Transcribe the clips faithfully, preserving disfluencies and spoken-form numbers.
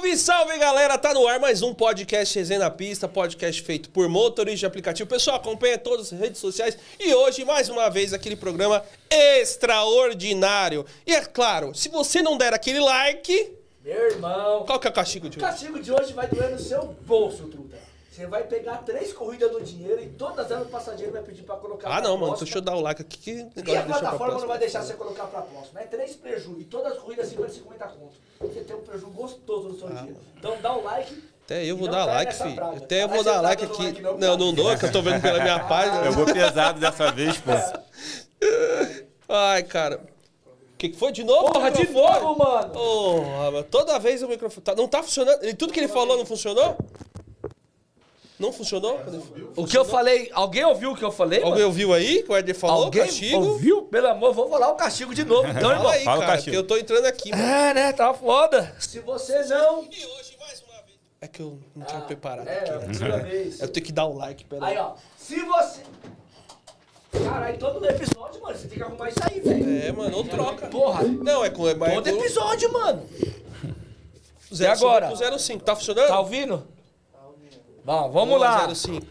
Salve, salve, galera! Tá no ar mais um podcast Resenha na Pista, podcast feito por motorista de aplicativo. Pessoal, acompanha todas as redes sociais e hoje, mais uma vez, aquele programa extraordinário. E é claro, se você não der aquele like... Meu irmão... Qual que é o castigo de hoje? O castigo de hoje vai doer no seu bolso, truta. Você vai pegar três corridas no dinheiro e todas elas o passageiro vai pedir pra colocar Ah, pra não, próxima. mano, deixa eu dar o like aqui. Que E a plataforma não vai deixar você colocar pra próxima. É três prejuízos. E todas as corridas acima de cinquenta contos. Você tem um prejuízo gostoso no seu Ah, dia. Então dá um like. Até eu vou e dar não cai like, nessa filho. praga. Até eu Vai vou dar sentar like dando aqui. like, não, Não, não dou, que eu tô vendo pela minha página. Eu vou pesado dessa vez, pô. Ai, cara. O que, que foi de novo? Porra, de novo, mano. Porra, mas toda vez o microfone... Tá, não tá funcionando? E tudo que ele falou não funcionou? Não funcionou? O que eu falei... Alguém ouviu o que eu falei, Alguém mano? ouviu aí? Que o Eder falou? Alguém Castigo? ouviu? Pelo amor, vou falar o castigo de novo. Então, Fala irmão. aí, Fala o cara, castigo. porque eu tô entrando aqui, mano. É, né? Tá foda. Se você não... E hoje, mais uma vez... É que eu não tinha Ah, preparado é, aqui. é, né? primeira vez. Eu tenho que dar o like, peraí. Aí, ó. Se você... Caralho, todo episódio, mano, você tem que arrumar isso aí, velho. É, mano, ou troca. Porra. Não, é com... É, é Todo com episódio, mano. zero E agora? cinco pro zero cinco. Tá funcionando? Tá ouvindo? Bom, vamos lá. zero cinco.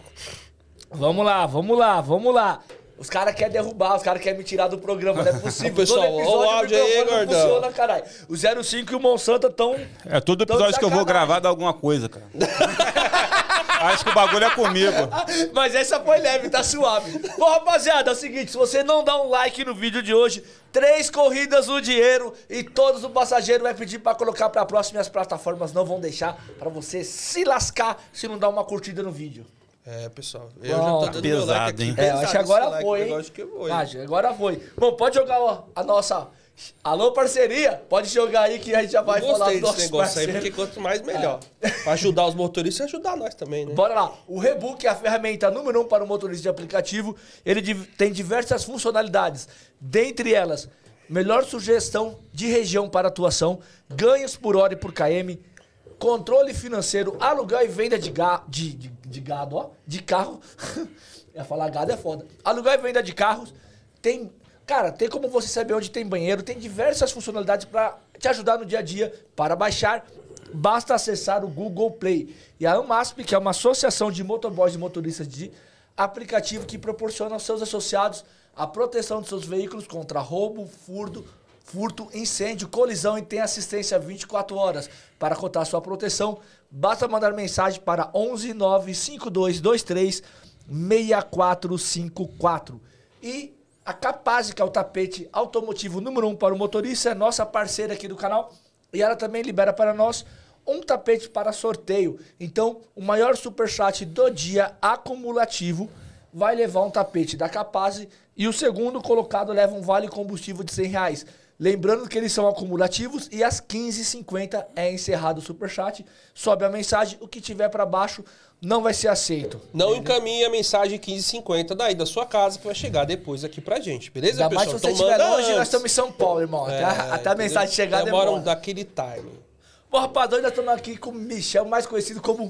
Vamos lá, vamos lá, vamos lá. Os caras querem derrubar, os caras querem me tirar do programa, não é possível. Pessoal, Todo episódio ó o áudio aí, microfone não gordão. funciona, caralho. O zero cinco e o Monsanto tão... É todo Então, episódio que eu vou sacanagem. gravar dá alguma coisa, cara. Acho que o bagulho é comigo. Mas essa foi leve, tá suave. Bom, rapaziada, é o seguinte, se você não dá um like no vídeo de hoje, três corridas no dinheiro e todos o passageiro vai pedir pra colocar pra próxima e as plataformas não vão deixar pra você se lascar se não dar uma curtida no vídeo. É, pessoal. Eu Bom, já tô dando meu pesado, like aqui. hein? É, eu Pesado acho que agora esse like, foi, hein? eu acho que foi. Ah, agora foi. Bom, pode jogar ó, a nossa... Alô, parceria? Pode jogar aí que a gente já vai Eu falar gostei dos desse nossos negócio aí, parceiros. porque quanto mais, melhor. Pra ajudar os motoristas e ajudar nós também, né? Bora lá. O Rebook é a ferramenta número um para o motorista de aplicativo. Ele div- tem diversas funcionalidades. Dentre elas, melhor sugestão de região para atuação, ganhos por hora e por km, controle financeiro, aluguel e venda de, ga de, de, de gado, ó, de carro. Ia falar gado é foda. Aluguel e venda de carros. Tem... Cara, tem como você saber onde tem banheiro, tem diversas funcionalidades para te ajudar no dia a dia. Para baixar, basta acessar o Google Play. E a AMASP, que é uma associação de motoboys e motoristas de aplicativo que proporciona aos seus associados a proteção de seus veículos contra roubo, furto, furto, incêndio, colisão e tem assistência vinte e quatro horas. Para cotar sua proteção, basta mandar mensagem para onze nove cinco dois dois três seis quatro cinco quatro. E a Capaz, que é o tapete automotivo número um para o motorista, é nossa parceira aqui do canal. E ela também libera para nós um tapete para sorteio. Então, o maior superchat do dia acumulativo vai levar um tapete da Capaz. E o segundo colocado leva um vale combustível de cem reais. Lembrando que eles são acumulativos e às quinze e cinquenta é encerrado o superchat. Sobe a mensagem, o que tiver para baixo não vai ser aceito. Não encaminhe a mensagem quinze e cinquenta daí da sua casa que vai chegar depois aqui pra gente, beleza, Ainda mais se pessoal? você Então estiver manda longe, nós antes. estamos em São Paulo, irmão. Até, É, até a entendeu? mensagem chegar Demora demora. um daquele time. Bom, rapaziada, nós estamos aqui com o Michel, mais conhecido como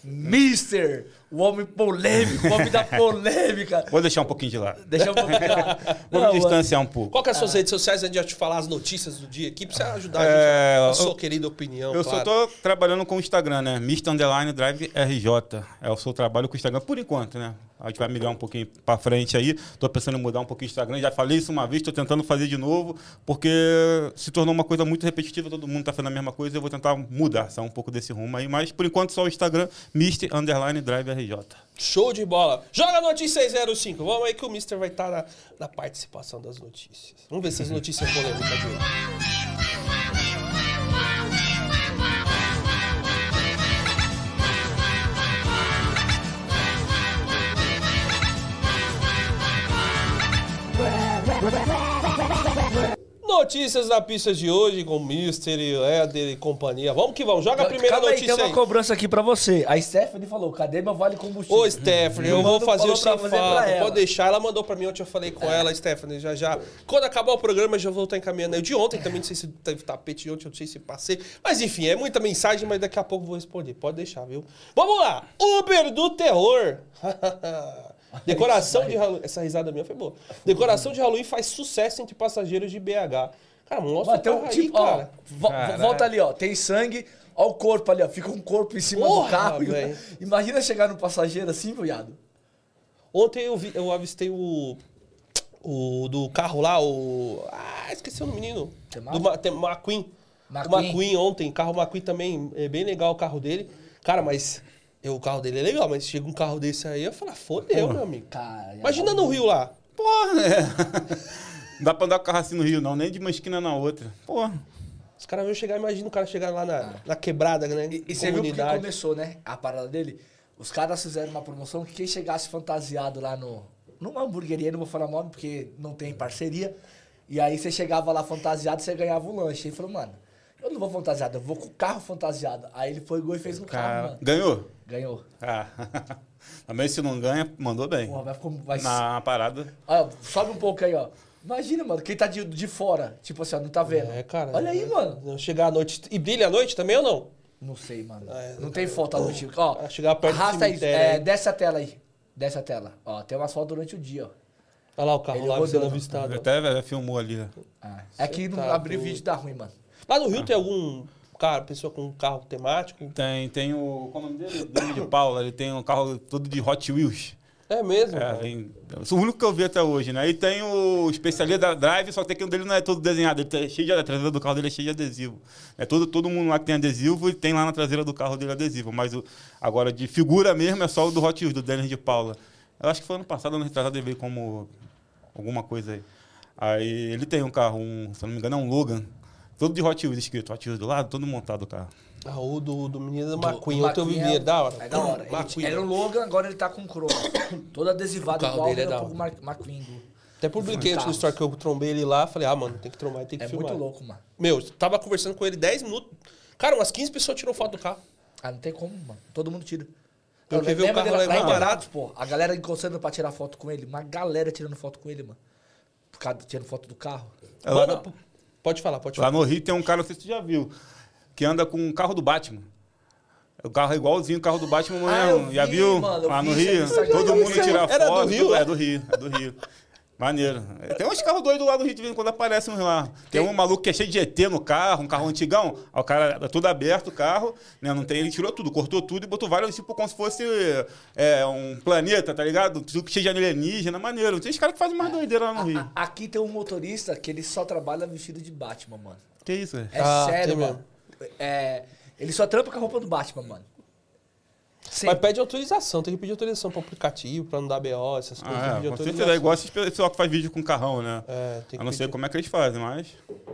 Mister, o homem polêmico, o homem da polêmica. Vou deixar um pouquinho de lado. Deixa eu colocar. Vou me distanciar um pouco. Qual que é as Ah. suas redes sociais antes de eu te falar as notícias do dia aqui, pra você ajudar É, a gente, a eu- sua querida opinião, Eu claro. só tô trabalhando com o Instagram, né? Mister Underline Drive R J. É o seu trabalho com o Instagram por enquanto, né? A gente vai migrar um pouquinho pra frente aí. Tô pensando em mudar um pouquinho o Instagram. Já falei isso uma vez, tô tentando fazer de novo, porque se tornou uma coisa muito repetitiva, todo mundo tá fazendo a mesma coisa, eu vou tentar mudar, sair um pouco desse rumo aí. Mas por enquanto só o Instagram, Mister Underline Drive R J. Show de bola. Joga a notícia seis zero cinco. Vamos aí que o Mister vai estar na, na participação das notícias. Vamos ver se as notícias polêmicas dele. Notícias da pista de hoje com o Mister e Éder e companhia. Vamos que vamos. Joga a primeira Calma aí, notícia tem aí. uma cobrança aqui pra você. A Stephanie falou, cadê meu vale combustível? Ô, Stephanie, eu vou Mano fazer o falou pra sem fazer pra falta. ela. Pode deixar. Ela mandou pra mim ontem, eu falei com ela, Stephanie, já já. Quando acabar o programa, eu já vou estar encaminhando. Eu de ontem também, não sei se teve tapete de ontem, eu não sei se passei. Mas enfim, é muita mensagem, mas daqui a pouco eu vou responder. Pode deixar, viu? Vamos lá. Uber do terror. Decoração de Halloween. Essa risada minha foi boa. Decoração de Halloween faz sucesso entre passageiros de B H. Cara, mostra Mas tem o um carro tipo, aí, ó, cara. vo- Caralho. volta ali, ó. Tem sangue, Olha o corpo ali, ó. Fica um corpo em cima Porra, do carro. velho. Imagina chegar no passageiro assim, viado. Ontem eu, vi, eu avistei o, o do carro lá, o... Ah, esqueci o nome do menino. Temático? Do Ma, tem, McQueen. McQueen. O McQueen ontem, carro McQueen também, é bem legal o carro dele. Cara, mas eu, o carro dele é legal, mas chega um carro desse aí, eu falo, fodeu, meu amigo. Cara, Imagina no Rio lá. Porra, é. Não dá pra andar com carro assim no Rio, não. Nem de uma esquina na outra. Porra. Os caras vão chegar, imagina o cara chegar lá na, na quebrada, né? E, e você viu porque começou, né? A parada dele. Os caras fizeram uma promoção que quem chegasse fantasiado lá no... Numa hamburgueria, não vou falar nome porque não tem parceria. E aí você chegava lá fantasiado e você ganhava um lanche. Ele falou, mano, eu não vou fantasiado, eu vou com o carro fantasiado. Aí ele foi e fez no carro, Cara, mano. ganhou? Ganhou. Ah. Também se não ganha, mandou bem. Porra, vai, ficar- vai... Na parada. Ó, sobe um pouco aí, ó. Imagina, mano, quem tá de, de fora, tipo assim, ó, não tá vendo. É, cara. Olha aí, mano. Não chegar à noite. E brilha à noite também ou não? Não sei, mano. É, não tem foto à noite. Ó, Vai chegar perto do arrasta aí, cemitério é, aí. desce a tela aí. Desce a tela. Ó, tem umas fotos durante o dia, ó. Olha lá o carro Ele lá rodando. sendo avistado. ó. Até é, filmou ali. Né? Ah, é que não tá abrir doido. vídeo dá ruim, mano. Lá no Rio tem algum cara, pessoa com um carro temático? Tem, tem o. Qual é o nome dele? David de Paula. Ele tem um carro todo de Hot Wheels. É mesmo? É, cara? vem, é o único que eu vi até hoje, né? E tem o especialista da Drive, só que aqui o dele não é todo desenhado. Ele tá cheio de, a traseira do carro dele é cheio de adesivo. É todo, todo mundo lá que tem adesivo e tem lá na traseira do carro dele adesivo. Mas o, agora de figura mesmo é só o do Hot Wheels, do Denis de Paula. Eu acho que foi ano passado, ano retrasado, ele veio como alguma coisa aí. Aí ele tem um carro, um, se eu não me engano, é um Logan. Todo de Hot Wheels escrito, Hot Wheels do lado, todo montado o carro. Ah, o do, do menino da Do- McQueen. do Ontem eu vi McQueen ele, é da hora. É da hora. Ele McQueen. era o Logan, agora ele tá com Chrome. Todo adesivado O carro igual dele é era da pro Mar- McQueen. do- Até publiquei antes no story que eu trombei ele lá. Falei, ah, mano, tem que trombar, tem que É filmar. muito louco, mano. Meu, eu tava conversando com ele dez minutos. Cara, umas quinze pessoas tirou foto do carro. Ah, não tem como, mano. Todo mundo tira. Porque Lembra vê o carro dele lá lá em barato. Dourados, pô. A galera encostando pra tirar foto com ele. Uma galera tirando foto com ele, mano. Por causa- Tirando foto do carro. É lá, Manda- no, Pode falar, pode lá falar. no Rio tem um cara, não sei se você já viu, que anda com um carro do Batman. O carro é igualzinho o carro do Batman Ah, eu mesmo. Já vi, viu? mano, eu lá vi no isso aí Rio. no Instagram. Todo mundo tira Era do foto. Rio, tudo- é? É do Rio, é do Rio. Maneiro. Tem uns carros doidos lá do Rio de vez em quando aparecem uns lá. Tem um maluco que é cheio de E T no carro, um carro antigão. Aí o cara é todo aberto o carro, né? Não tem, ele tirou tudo, cortou tudo e botou vários, tipo, como se fosse é, um planeta, tá ligado? Tudo cheio de alienígena, maneiro. Tem os caras que fazem mais doideira lá no Rio. A- Aqui tem um motorista que ele só trabalha vestido de Batman, mano. Que isso, velho? É Ah, sério, tem mano. É, ele só trampa com a roupa do Batman, mano. Mas Sempre. pede autorização, tem que pedir autorização pro aplicativo, pra não dar B O, essas coisas. tem que Ah, pedir é, com autorização. certeza. É igual esses pessoal que faz vídeo com carrão, né? É, tem que Eu não sei pedir. como é que eles fazem, mas...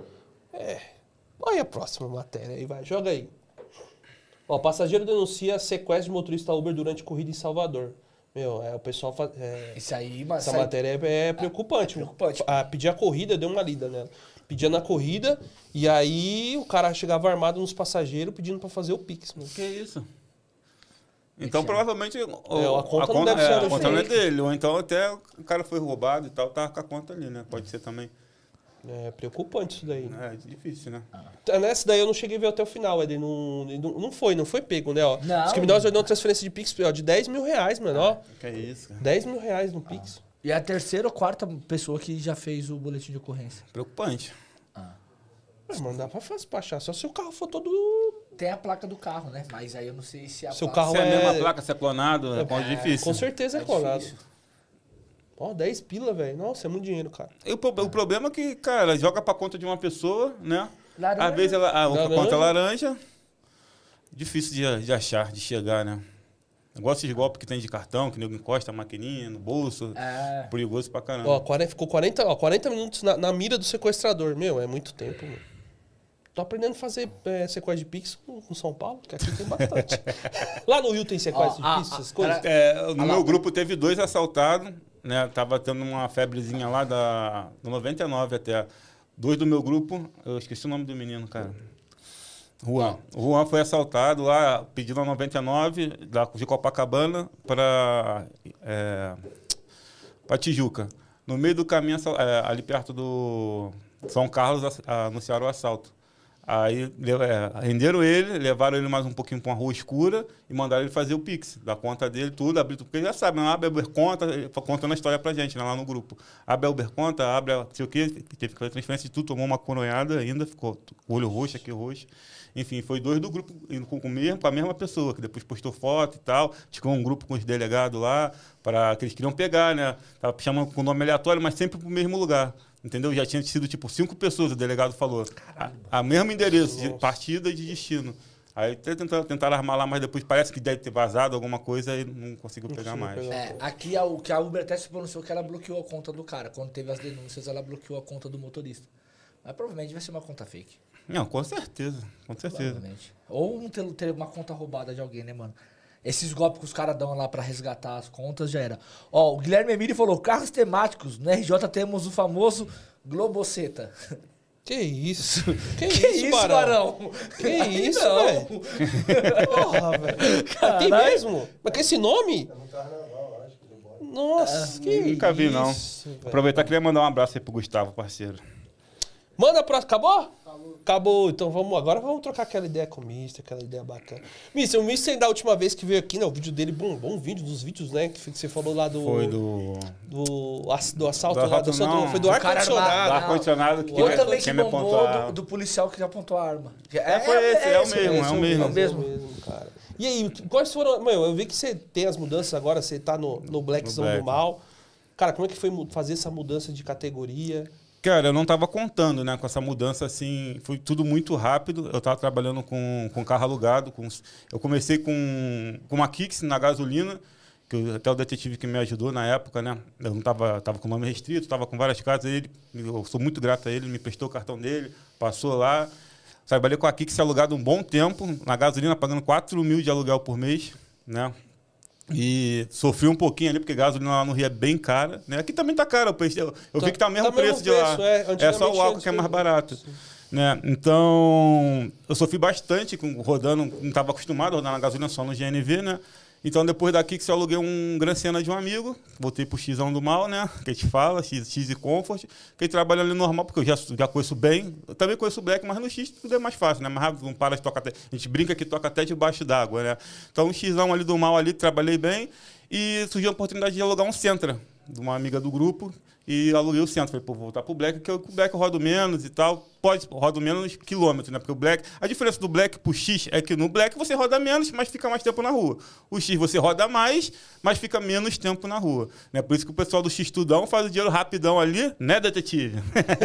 Olha a próxima matéria aí, vai, joga aí. Ó, passageiro denuncia sequestro de motorista Uber durante corrida em Salvador. Meu, é, o pessoal faz. É, Isso aí, mano. essa isso aí- matéria é, é preocupante. preocupante. A, pedir a corrida, eu dei uma lida nela. Pedia na corrida, e aí o cara chegava armado nos passageiros pedindo pra fazer o Pix, mano. Que isso? Então, Esse provavelmente, o- É, a conta não deve é, ser a do conta não é fake. dele. Ou então até o cara foi roubado e tal, tá com a conta ali, né? Pode ser também. É preocupante isso daí. É difícil, né? Tá, Nessa daí eu não cheguei a ver até o final, Eder. Não, não, não foi, não foi pego, né? Ó. Não. Os criminosos ordenaram transferência de Pix ó, de dez mil reais, mano. Ó. Que isso, cara. dez mil reais no Pix. E é a terceira ou quarta pessoa que já fez o boletim de ocorrência. Preocupante. Ah, mano, dá pra fazer pra achar. Só se o carro for todo. Tem a placa do carro, né? Mas aí eu não sei se a Seu placa... carro Se é a é- mesma placa, se é clonado, é, É, é difícil. Com certeza é, É clonado. difícil. Ó, dez pila, velho. Nossa, é muito dinheiro, cara. E o, pro- o problema é que, cara, joga pra conta de uma pessoa, né? Laranja. Às vezes ela, a, a Laranja. conta é laranja. Difícil de, de achar, de chegar, né? Negócio de golpe que tem de cartão, que nego encosta a maquininha no bolso. É. Perigoso pra caramba. Ó, quarenta ficou quarenta, ó, quarenta minutos na, na mira do sequestrador. Meu, é muito tempo, meu. Tô aprendendo a fazer é, sequestro de Pix com, com São Paulo, que aqui tem bastante. Lá no Rio tem sequestro Ó, de ah, Pix, ah, essas coisas? cara- É, no Ah, meu lá. grupo teve dois assaltados, né? Tava tendo uma febrezinha lá da, do noventa e nove até. Dois do meu grupo, eu esqueci o nome do menino, cara. Juan. O Juan foi assaltado lá, pedindo a noventa e nove, da, de Copacabana para é, pra Tijuca. No meio do caminho, assal- é, ali perto do São Carlos, ass- anunciaram o assalto. Aí é, renderam ele, levaram ele mais um pouquinho para uma rua escura e mandaram ele fazer o Pix, da conta dele, tudo, abrir tudo. Porque já sabe, não abre a Uber conta, contando a história pra gente, né, lá no grupo. Abre a Uber conta, abre a, sei o quê, teve que fazer transferência de tudo, tomou uma coronhada ainda, ficou olho roxo, aqui roxo. Enfim, foi dois do grupo indo com, com, mesmo, com a mesma pessoa, que depois postou foto e tal. Ficou um grupo com os delegados lá, para que eles queriam pegar, né? Tava chamando com nome aleatório, mas sempre pro mesmo lugar. Entendeu? Já tinha sido, tipo, cinco pessoas, o delegado falou. A, a mesmo endereço, Nossa. de partida e de destino. Aí até tentaram, tentaram armar lá, mas depois parece que deve ter vazado alguma coisa e não conseguiu pegar não mais. É, aqui a, o que a Uber até se pronunciou que ela bloqueou a conta do cara. Quando teve as denúncias, ela bloqueou a conta do motorista. Mas provavelmente vai ser uma conta fake. Não, com certeza, com certeza. Ou não ter, ter uma conta roubada de alguém, né, mano? Esses golpes que os caras dão lá pra resgatar as contas já era. Ó, o Guilherme Emílio falou, carros temáticos. No R J temos o famoso Globoceta. Que isso? Que, que isso, isso, Barão? Barão? Que isso, velho? Porra, velho. Tem mesmo? Mas com esse nome? É no carnaval, acho que não Nossa, ah, que nunca vi, não. Véio. Aproveitar, queria mandar um abraço aí pro Gustavo, parceiro. Manda pra... Acabou? Acabou. Acabou. Então vamos, agora vamos trocar aquela ideia com o Mister, aquela ideia bacana. Mister, o Mister da última vez que veio aqui, né? O vídeo dele bombou, um vídeo dos vídeos, né? Que você falou lá do... Foi do... Do, do assalto do lá, do, não, foi do ar-condicionado. Do ar-condicionado que, eu também que me apontou do, do policial que apontou a arma. É, é, foi esse, é, é, é, o mesmo, é, é o mesmo. É o mesmo, cara. E aí, quais foram... Meu, eu vi que você tem as mudanças agora, você tá no, no Blackzão no Black. do Mal. Cara, como é que foi fazer essa mudança de categoria? Cara, eu não estava contando, né, com essa mudança, assim, foi tudo muito rápido. Eu estava trabalhando com, com carro alugado, com, eu comecei com, com uma Kicks na gasolina, que eu, até o detetive que me ajudou na época, né, eu não estava tava com o nome restrito, estava com várias casas, ele, eu sou muito grato a ele, me prestou o cartão dele, passou lá. Trabalhei com a Kicks alugado um bom tempo, na gasolina, pagando quatro mil de aluguel por mês, né. E sofri um pouquinho ali, porque gasolina lá no Rio é bem cara, né? Aqui também tá caro, eu, eu tá, vi que tá o mesmo tá preço de lá. É, é só o álcool que é mais barato. Né? Então, eu sofri bastante com, rodando, não estava acostumado a rodar na gasolina só no G N V, né? Então, depois daqui que eu aluguei um Gran Siena de um amigo, voltei pro Xão do Mal, né? Que a gente fala, X, X e Comfort, que trabalha ali normal, porque eu já, já conheço bem. Eu também conheço o Black, mas no X tudo é mais fácil, né? Mais rápido, não para de tocar até. A gente brinca que toca até debaixo d'água, né? Então, um Xão ali do Mal ali, trabalhei bem. E surgiu a oportunidade de alugar um Sentra, de uma amiga do grupo, e aluguei o Sentra. Falei, pô, vou voltar pro Black, porque o Black eu rodo menos e tal. Pode, rodo menos quilômetros, né? Porque o Black... A diferença do Black pro X é que no Black você roda menos, mas fica mais tempo na rua. O X você roda mais, mas fica menos tempo na rua. Né? Por isso que o pessoal do X Tudão faz o dinheiro rapidão ali, né, detetive?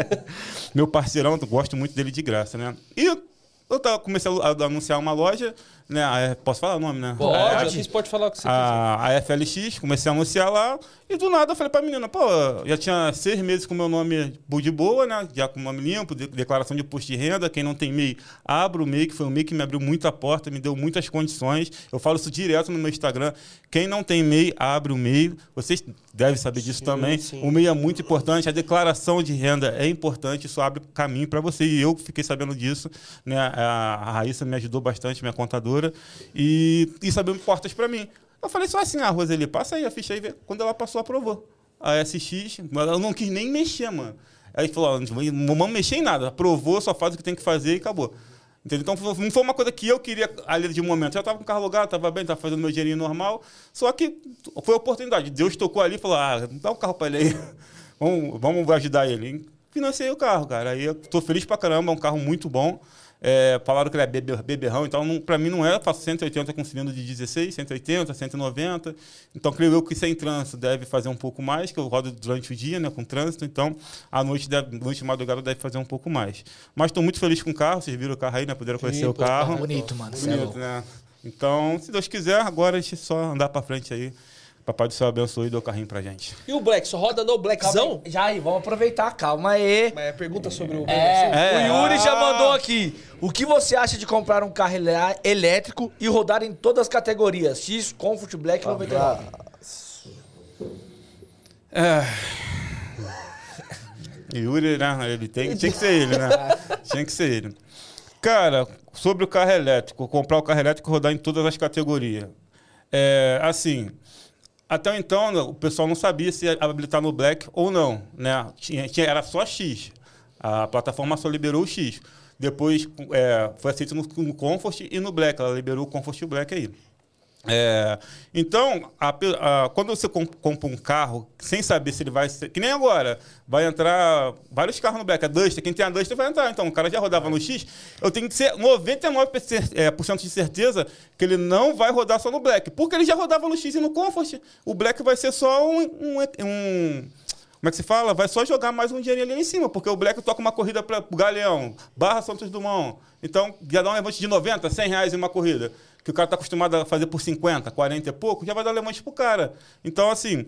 Meu parceirão, eu gosto muito dele de graça, né? E eu tava, comecei a anunciar uma loja, né? A, posso falar o nome, né? Pode, a, a gente pode falar o que você a, quiser. A F L X, comecei a anunciar lá, e do nada eu falei pra menina, pô, já tinha seis meses com o meu nome de boa, né? Já com o nome limpo, de, declaração de imposto de renda, quem não tem M E I, abre o M E I, que foi um M E I que me abriu muita porta, me deu muitas condições. Eu falo isso direto no meu Instagram. Quem não tem M E I, abre o M E I. Vocês devem saber disso sim, também. Sim. O M E I é muito importante, a declaração de renda é importante, isso abre caminho para você. E eu fiquei sabendo disso, né? A, a Raíssa me ajudou bastante, minha contadora, e, e abriu portas para mim. Eu falei só assim, ah, Roseli, passa aí a ficha aí. Quando ela passou, aprovou. A S X, eu não quis nem mexer, mano. Aí falou, não vamos mexer em nada. Aprovou, só faz o que tem que fazer e acabou. Entendeu? Então, não foi uma coisa que eu queria ali de um momento. Eu estava com o carro alugado, estava bem, estava fazendo meu dinheirinho normal. Só que foi a oportunidade. Deus tocou ali e falou, ah, dá um carro para ele aí. vamos, vamos ajudar ele. Financei o carro, cara. Aí eu tô feliz pra caramba, é um carro muito bom. É, falaram que ele é bebe, beberrão, então não, pra mim não é. Eu faço cento e oitenta com cilindro de dezesseis, cento e oitenta, cento e noventa. Então creio eu que sem trânsito deve fazer um pouco mais, que eu rodo durante o dia, né, com trânsito. Então à noite, deve, noite de madrugada deve fazer um pouco mais. Mas estou muito feliz com o carro, vocês viram o carro aí, né? Puderam conhecer Sim, o carro. Bonito, mano. Bonito, né? Então, se Deus quiser, agora a gente só andar pra frente aí. Papai do céu abençoe e dê o carrinho pra gente. E o Black? Só roda no Blackzão? Já aí, vamos aproveitar. Calma aí. É, pergunta sobre o... É, é, o Yuri ah. já mandou aqui. O que você acha de comprar um carro elétrico e rodar em todas as categorias? X, Comfort, Black, noventa e nove. É... Yuri, né? Ele tem, tinha que ser ele, né? Tinha que ser ele. Cara, sobre o carro elétrico, comprar o carro elétrico e rodar em todas as categorias. É, assim... Até então, o pessoal não sabia se ia habilitar no Black ou não, né? Tinha, tinha, era só X. A plataforma só liberou o X. depois é, foi aceito no, no Comfort e no Black. Ela liberou o Comfort e o Black aí. É, então, a, a, quando você comp, compra um carro sem saber se ele vai ser... Que nem agora, vai entrar vários carros no Black. A Duster, quem tem a Duster vai entrar. Então, o cara já rodava no X. Eu tenho que ser noventa e nove por cento de certeza que ele não vai rodar só no Black. Porque ele já rodava no X e no Comfort. O Black vai ser só um... um, um como é que se fala? Vai só jogar mais um dinheirinho ali em cima. Porque o Black toca uma corrida para o Galeão, Barra Santos Dumont. Então, já dá um levante de noventa, cem reais em uma corrida. Que o cara está acostumado a fazer por cinquenta, quarenta e pouco, já vai dar levante pro cara. Então, assim,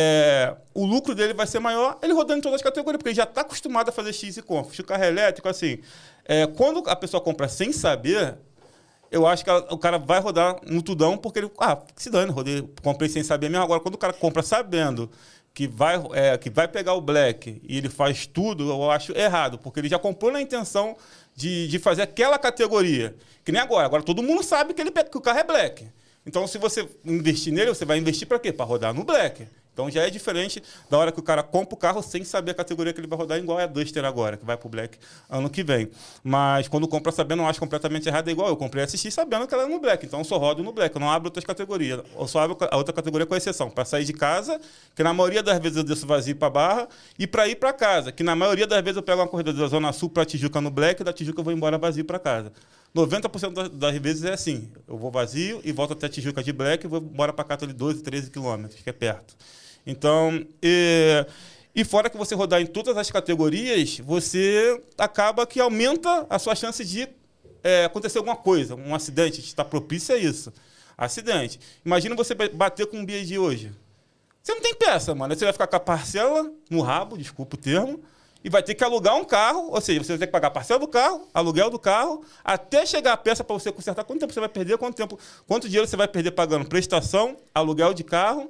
é, o lucro dele vai ser maior ele rodando em todas as categorias, porque ele já está acostumado a fazer X e Comfort. O carro elétrico, assim, é, quando a pessoa compra sem saber, eu acho que ela, o cara vai rodar no tudão, porque ele, ah, que se dane, rodei, comprei sem saber mesmo. Agora, quando o cara compra sabendo que vai, é, que vai pegar o Black e ele faz tudo, eu acho errado, porque ele já comprou na intenção de, de fazer aquela categoria. Que nem agora. Agora todo mundo sabe que, ele, que o carro é Black. Então, se você investir nele, você vai investir para quê? Para rodar no Black. Então, já é diferente da hora que o cara compra o carro sem saber a categoria que ele vai rodar, igual é a Duster agora, que vai para o Black ano que vem. Mas, quando compra sabendo, eu acho completamente errado. É igual eu comprei a S X sabendo que ela é no Black. Então, eu só rodo no Black. Eu não abro outras categorias. Eu só abro a outra categoria com exceção. Para sair de casa, que na maioria das vezes eu desço vazio para Barra, e para ir para casa, que na maioria das vezes eu pego uma corrida da Zona Sul para Tijuca no Black, e da Tijuca eu vou embora vazio para casa. noventa por cento das vezes é assim. Eu vou vazio e volto até a Tijuca de Black e vou embora para casa de doze, treze quilômetros, que é perto. Então, e, e fora que você rodar em todas as categorias, você acaba que aumenta a sua chance de é, acontecer alguma coisa, um acidente, está propício a isso. Acidente. Imagina você bater com um B I D hoje. Você não tem peça, mano. Você vai ficar com a parcela no rabo, desculpa o termo, e vai ter que alugar um carro, ou seja, você vai ter que pagar a parcela do carro, aluguel do carro, até chegar a peça para você consertar. Quanto tempo você vai perder? Quanto tempo? Quanto dinheiro você vai perder pagando prestação, aluguel de carro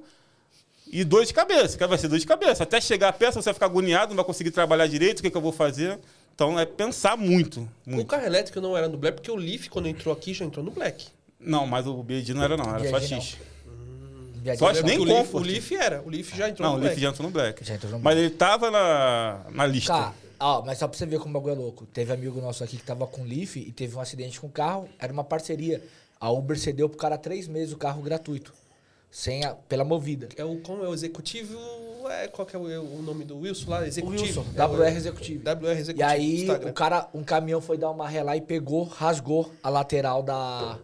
e dor de cabeça? Que vai ser dor de cabeça. Até chegar a peça, você vai ficar agoniado, não vai conseguir trabalhar direito, o que, que eu vou fazer? Então, é pensar muito, muito. O carro elétrico não era no Black, porque o Leaf, quando entrou aqui, já entrou no Black. Não, mas o B I D não era não, era só X. Hum, só X, nem o Comfort. Leaf, o Leaf era, o Leaf já entrou não, no Black. Não, o Leaf já entrou no Black. Já entrou no mas Black. ele tava na, na lista. Tá, ó, mas só pra você ver como o bagulho é louco. Teve amigo nosso aqui que tava com o Leaf e teve um acidente com o carro, era uma parceria. A Uber cedeu pro cara três meses o carro gratuito. Sem a, pela movida. É o, como é o executivo... É, qual que é o, o nome do Wilson lá? O Executivo. Wilson, é W R o, Executivo. W R Executivo. E aí, Instagram. o cara, um caminhão foi dar uma ré lá e pegou, rasgou a lateral da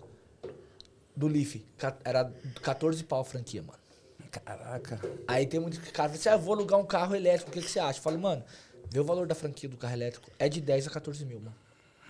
do Leaf. Ca- Era quatorze pau a franquia, mano. Caraca. Aí tem muito cara que fala assim, ah, eu vou alugar um carro elétrico, o que, que você acha? Eu falei, mano, vê o valor da franquia do carro elétrico. É de dez a quatorze mil, mano.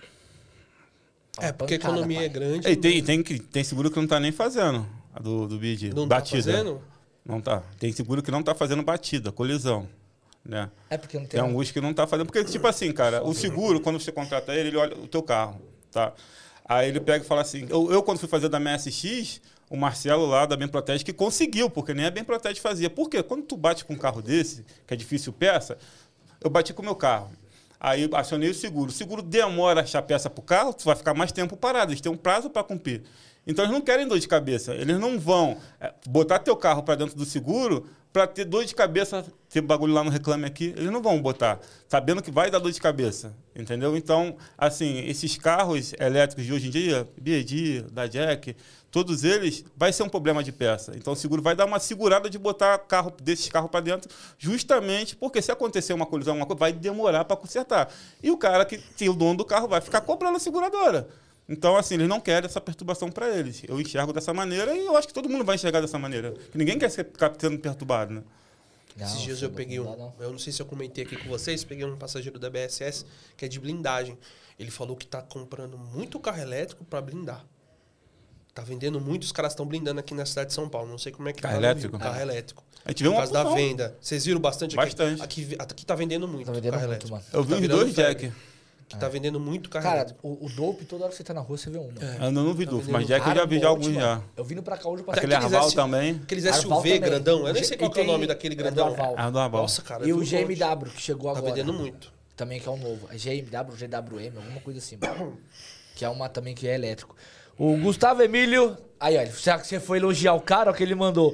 É, porque a pancada, economia pai. é grande. E tem, tem, que- tem seguro que não tá nem fazendo a do, do B I D. Não batida. tá fazendo? Não tá. Tem seguro que não tá fazendo batida, colisão. Né? É porque não tem... Tem um- alguns que não tá fazendo. Porque, tipo assim, cara, o seguro, quando você contrata ele, ele olha o teu carro, tá? Aí ele pega e fala assim... Eu, eu quando fui fazer da M S X, o Marcelo lá da Bem Protege que conseguiu, porque nem a Bem Protege fazia. Por quê? Quando tu bate com um carro desse, que é difícil peça, eu bati com o meu carro. Aí acionei o seguro. O seguro demora a achar peça pro carro, tu vai ficar mais tempo parado. Eles têm um prazo para cumprir. Então eles não querem dor de cabeça. Eles não vão é, botar teu carro para dentro do seguro para ter dor de cabeça, ter bagulho lá no Reclame Aqui. Eles não vão botar, sabendo que vai dar dor de cabeça. Entendeu? Então, assim, esses carros elétricos de hoje em dia, B I D, da Jack, todos eles, vai ser um problema de peça. Então o seguro vai dar uma segurada de botar carro, desses carros para dentro, justamente porque se acontecer uma colisão, uma coisa, vai demorar para consertar. E o cara que tem o dono do carro vai ficar cobrando a seguradora. Então, assim, eles não querem essa perturbação para eles. Eu enxergo dessa maneira e eu acho que todo mundo vai enxergar dessa maneira. Ninguém quer ser ficar sendo perturbado, né? Não, Esses dias você eu não- peguei não um... dá, não. Eu não sei se eu comentei aqui com vocês, peguei um passageiro da B S S que é de blindagem. Ele falou que tá comprando muito carro elétrico para blindar. Tá vendendo muito, os caras estão blindando aqui na cidade de São Paulo. Não sei como é que Carro tá no elétrico? Rio, Carro Ah. elétrico. A gente vê Por uma causa da opção. venda. Vocês viram bastante aqui? Bastante. Aqui, aqui tá vendendo muito Tá vendendo carro muito, elétrico. mano. Eu vi Tá os virando dois febre. Jack. Que tá vendendo muito carro Cara, elétrico. o, o dope, toda hora que você tá na rua, você vê um, mano. É. Eu ainda não vi Tá duplo, vendendo mas Jack eu Cara, já vi um já monte, alguns mano. já. Eu vindo pra cá hoje, eu passei Aquele Aqueles Arval S- também. Aqueles Arval S U V também. grandão. Eu nem E sei qual tem- que é o nome daquele é do grandão. Arval. Ah, do Arval. Nossa, cara. E eu o vi um G M monte. W, que chegou Tá agora. vendendo muito. Também que é um novo. É G M W, G W M, alguma coisa assim. mano. Que é uma também que é elétrico. O Gustavo Emílio... Aí, olha, já que você foi elogiar o cara, ó, que ele mandou...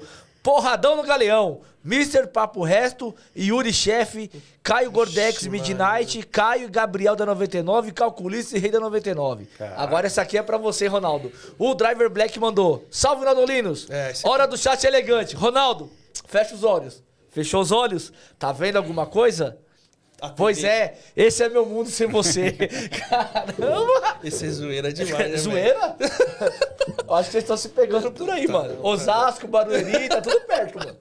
Porradão no Galeão. mister Papo Resto, Yuri Chefe, Caio Gordex Ixi, Midnight, mano. Caio e Gabriel da noventa e nove, Calculista e Rei da noventa e nove. Caraca. Agora essa aqui é pra você, Ronaldo. O Driver Black mandou. Salve, Nardolinos. É, esse Hora do chat elegante. Ronaldo, fecha os olhos. Fechou os olhos? Tá vendo alguma coisa? A T V. Pois é, esse é meu mundo sem você. Caramba! Esse é zoeira demais, né, velho? Zoeira? Eu acho que vocês estão se pegando por aí, mano. Osasco, Barueri, tá tudo perto, mano.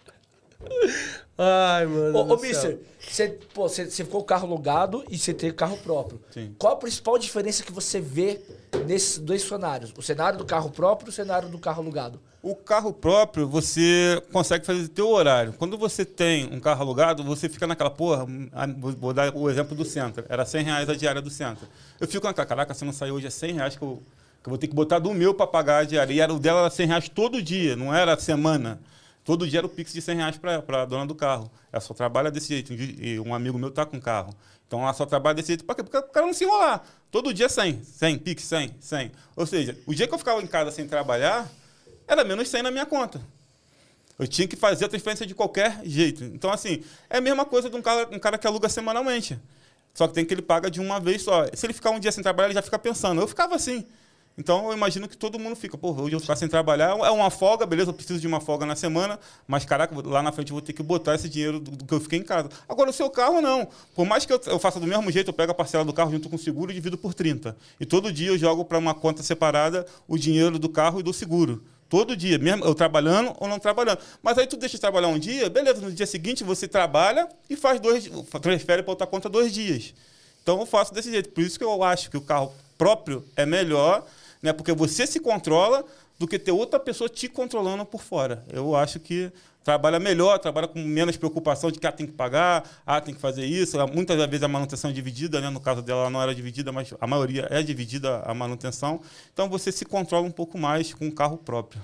Ai, mano. Ô, do ô céu. mister, você, pô, você, você ficou com o carro alugado e você tem carro próprio. Sim. Qual a principal diferença que você vê nesses dois cenários? O cenário do carro próprio e o cenário do carro alugado? O carro próprio, você consegue fazer o teu horário. Quando você tem um carro alugado, você fica naquela porra... Vou dar o exemplo do Centro. Era cem reais a diária do Centro. Eu fico naquela, caraca, se não sair hoje é cem reais que eu, que eu vou ter que botar do meu para pagar a diária. E era, o dela era cem reais todo dia, não era semana. Todo dia era o Pix de cem reais para a dona do carro. Ela só trabalha desse jeito. E um amigo meu tá com carro. Então ela só trabalha desse jeito. Por quê? Porque o cara não se enrolar. Todo dia cem, cem, Pix, cem, cem. Ou seja, o dia que eu ficava em casa sem trabalhar, era menos cem na minha conta. Eu tinha que fazer a transferência de qualquer jeito. Então, assim, é a mesma coisa de um cara, um cara que aluga semanalmente. Só que tem que ele paga de uma vez só. Se ele ficar um dia sem trabalhar, ele já fica pensando. Eu ficava assim. Então, eu imagino que todo mundo fica, pô, hoje eu ficar sem trabalhar, é uma folga, beleza, eu preciso de uma folga na semana, mas, caraca, lá na frente eu vou ter que botar esse dinheiro do, do que eu fiquei em casa. Agora, o seu carro, não. Por mais que eu, eu faça do mesmo jeito, eu pego a parcela do carro junto com o seguro e divido por trinta. E todo dia eu jogo para uma conta separada o dinheiro do carro e do seguro. Todo dia, mesmo eu trabalhando ou não trabalhando. Mas aí tu deixa de trabalhar um dia, beleza, no dia seguinte você trabalha e faz dois, transfere para outra conta dois dias. Então, eu faço desse jeito. Por isso que eu acho que o carro próprio é melhor, né? Porque você se controla do que ter outra pessoa te controlando por fora. Eu acho que trabalha melhor, trabalha com menos preocupação de que ah, tem que pagar, ah, tem que fazer isso. Muitas das vezes a manutenção é dividida, né? No caso dela ela não era dividida, mas a maioria é dividida a manutenção. Então você se controla um pouco mais com o carro próprio.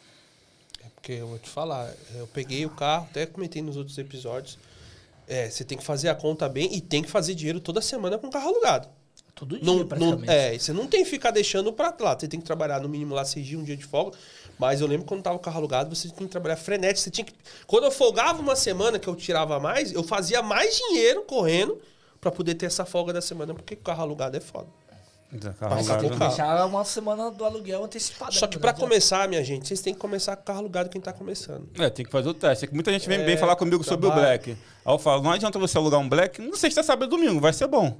É porque eu vou te falar, eu peguei o carro, até comentei nos outros episódios, é, você tem que fazer a conta bem e tem que fazer dinheiro toda semana com o carro alugado. Todo dia, Não, não, praticamente. é, você não tem que ficar deixando pra lá. Você tem que trabalhar no mínimo lá seis dias, um dia de folga. Mas eu lembro quando tava o carro alugado, você tinha que trabalhar frenético. Você tinha que... Quando eu folgava uma semana que eu tirava mais, eu fazia mais dinheiro correndo pra poder ter essa folga da semana, porque o carro alugado é foda. Carro Mas alugado, tem Tem que que deixar uma semana do aluguel antecipada. Só né, que pra né? começar, minha gente, vocês têm que começar com o carro alugado quem tá começando. É, tem que fazer o teste. Muita gente vem É, bem falar comigo sobre o trabalho. Black. Aí eu falo, não adianta você alugar um Black, não sexta, sábado e domingo, vai ser bom.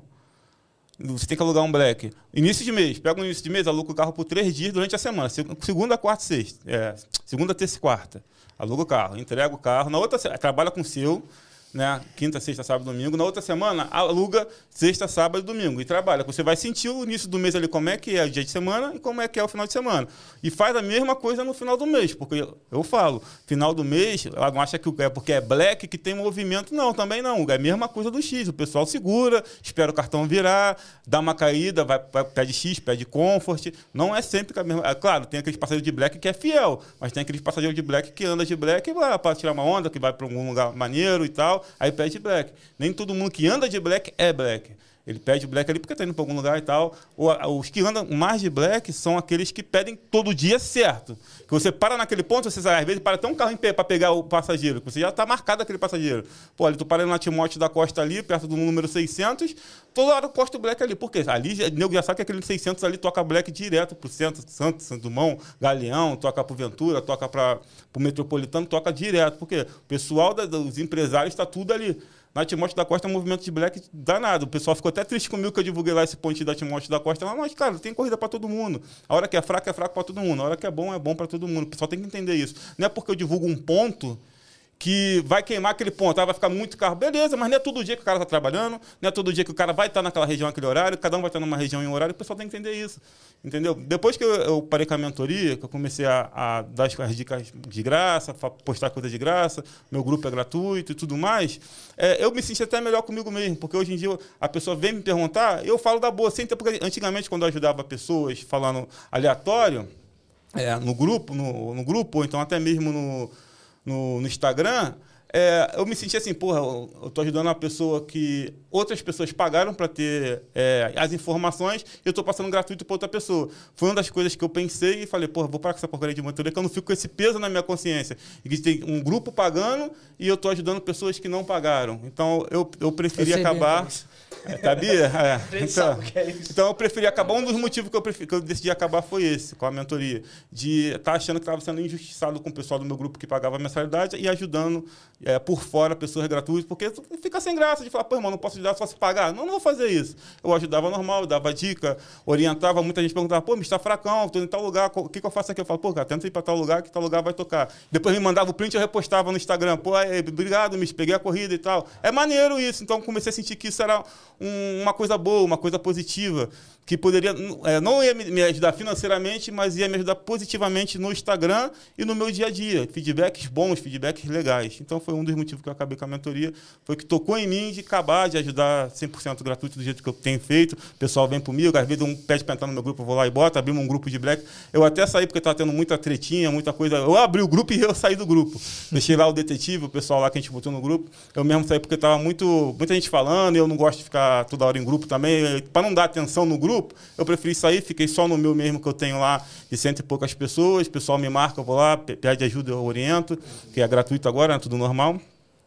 Você tem que alugar um Black. Início de mês, pega no início de mês, aluga o carro por três dias durante a semana. Segunda, quarta e sexta. É, segunda, terça e quarta. Aluga o carro, entrega o carro. Na outra semana, trabalha com o seu, né? Quinta, sexta, sábado, domingo. Na outra semana, aluga sexta, sábado e domingo. E trabalha. Você vai sentir o início do mês ali, como é que é o dia de semana e como é que é o final de semana. E faz a mesma coisa no final do mês. Porque eu falo, final do mês, ela não acha que é porque é Black que tem movimento. Não, também não. É a mesma coisa do X. O pessoal segura, espera o cartão virar, dá uma caída, vai, vai, pede X, pede Comfort. Não é sempre que a mesma... É, claro, tem aqueles passageiros de Black que é fiel, mas tem aqueles passageiros de Black que anda de Black para tirar uma onda, que vai para algum lugar maneiro e tal. Aí pede Black. Nem todo mundo que anda de Black é Black. Ele pede Black ali porque está indo para algum lugar e tal. Os que andam mais de Black são aqueles que pedem todo dia certo. Que você para naquele ponto, você às vezes para até um carro para pegar o passageiro, que você já está marcado aquele passageiro. Pô, ali tu para na Timóteo da Costa ali, perto do número seiscentos, toda hora posta o Black ali. Por quê? Ali, o nego já sabe que aquele seiscentos ali toca Black direto pro centro, Santos, Santo Dumont, Galeão, toca pro Ventura, toca para o Metropolitano, toca direto. Por quê? O pessoal da, dos empresários está tudo ali. Na Timóteo da Costa é um movimento de Black danado. O pessoal ficou até triste comigo que eu divulguei lá esse ponte da Timóteo da Costa. Mas, cara, tem corrida para todo mundo. A hora que é fraco, é fraco para todo mundo. A hora que é bom, é bom para todo mundo. O pessoal tem que entender isso. Não é porque eu divulgo um ponto que vai queimar aquele ponto, ah, vai ficar muito carro. Beleza, mas não é todo dia que o cara está trabalhando, não é todo dia que o cara vai estar naquela região, naquele horário, cada um vai estar numa região em um horário, o pessoal tem que entender isso. Entendeu? Depois que eu, eu parei com a mentoria, que eu comecei a, a dar as dicas de graça, postar coisas de graça, meu grupo é gratuito e tudo mais, é, eu me senti até melhor comigo mesmo, porque hoje em dia a pessoa vem me perguntar, eu falo da boa, sem ter, porque antigamente quando eu ajudava pessoas falando aleatório, é, no grupo, no, no grupo, ou então até mesmo no, no, no Instagram, é, eu me senti assim, porra, eu tô ajudando uma pessoa que outras pessoas pagaram para ter é, as informações e eu tô passando gratuito para outra pessoa. Foi uma das coisas que eu pensei e falei, porra, vou parar com essa porcaria de mentoria que eu não fico com esse peso na minha consciência. E que tem um grupo pagando e eu tô ajudando pessoas que não pagaram. Então, eu, eu preferi eu acabar... É, sabia? É. Então, é então, eu preferi acabar. Um dos motivos que eu, preferi, que eu decidi acabar foi esse, com a mentoria. De estar tá achando que estava sendo injustiçado com o pessoal do meu grupo que pagava a mensalidade e ajudando é, por fora pessoas gratuitas, porque fica sem graça de falar, pô, irmão, não posso ajudar só se pagar. Não, não vou fazer isso. Eu ajudava normal, dava dica, orientava. Muita gente perguntava, pô, me está fracão, estou em tal lugar, o que, que eu faço aqui? Eu falo, pô, cara, tenta ir para tal lugar, que tal lugar vai tocar. Depois me mandava o print, eu repostava no Instagram, pô, aí, obrigado, me peguei a corrida e tal. É maneiro isso. Então, comecei a sentir que isso era um, uma coisa boa, uma coisa positiva, que poderia, é, não ia me ajudar financeiramente, mas ia me ajudar positivamente no Instagram e no meu dia a dia. Feedbacks bons, feedbacks legais. Então, foi um dos motivos que eu acabei com a mentoria. Foi que tocou em mim de acabar, de ajudar cem por cento gratuito do jeito que eu tenho feito. O pessoal vem comigo, às vezes um pede para entrar no meu grupo, eu vou lá e boto, abrimos um grupo de black. Eu até saí porque estava tendo muita tretinha, muita coisa. Eu abri o grupo e eu saí do grupo. Deixei lá o detetive, o pessoal lá que a gente botou no grupo. Eu mesmo saí porque estava muito, muita gente falando e eu não gosto de ficar toda hora em grupo também. Para não dar atenção no grupo, eu preferi sair, fiquei só no meu mesmo que eu tenho lá de cento e poucas pessoas. O pessoal me marca, eu vou lá, pede ajuda, eu oriento, que é gratuito agora, é tudo normal.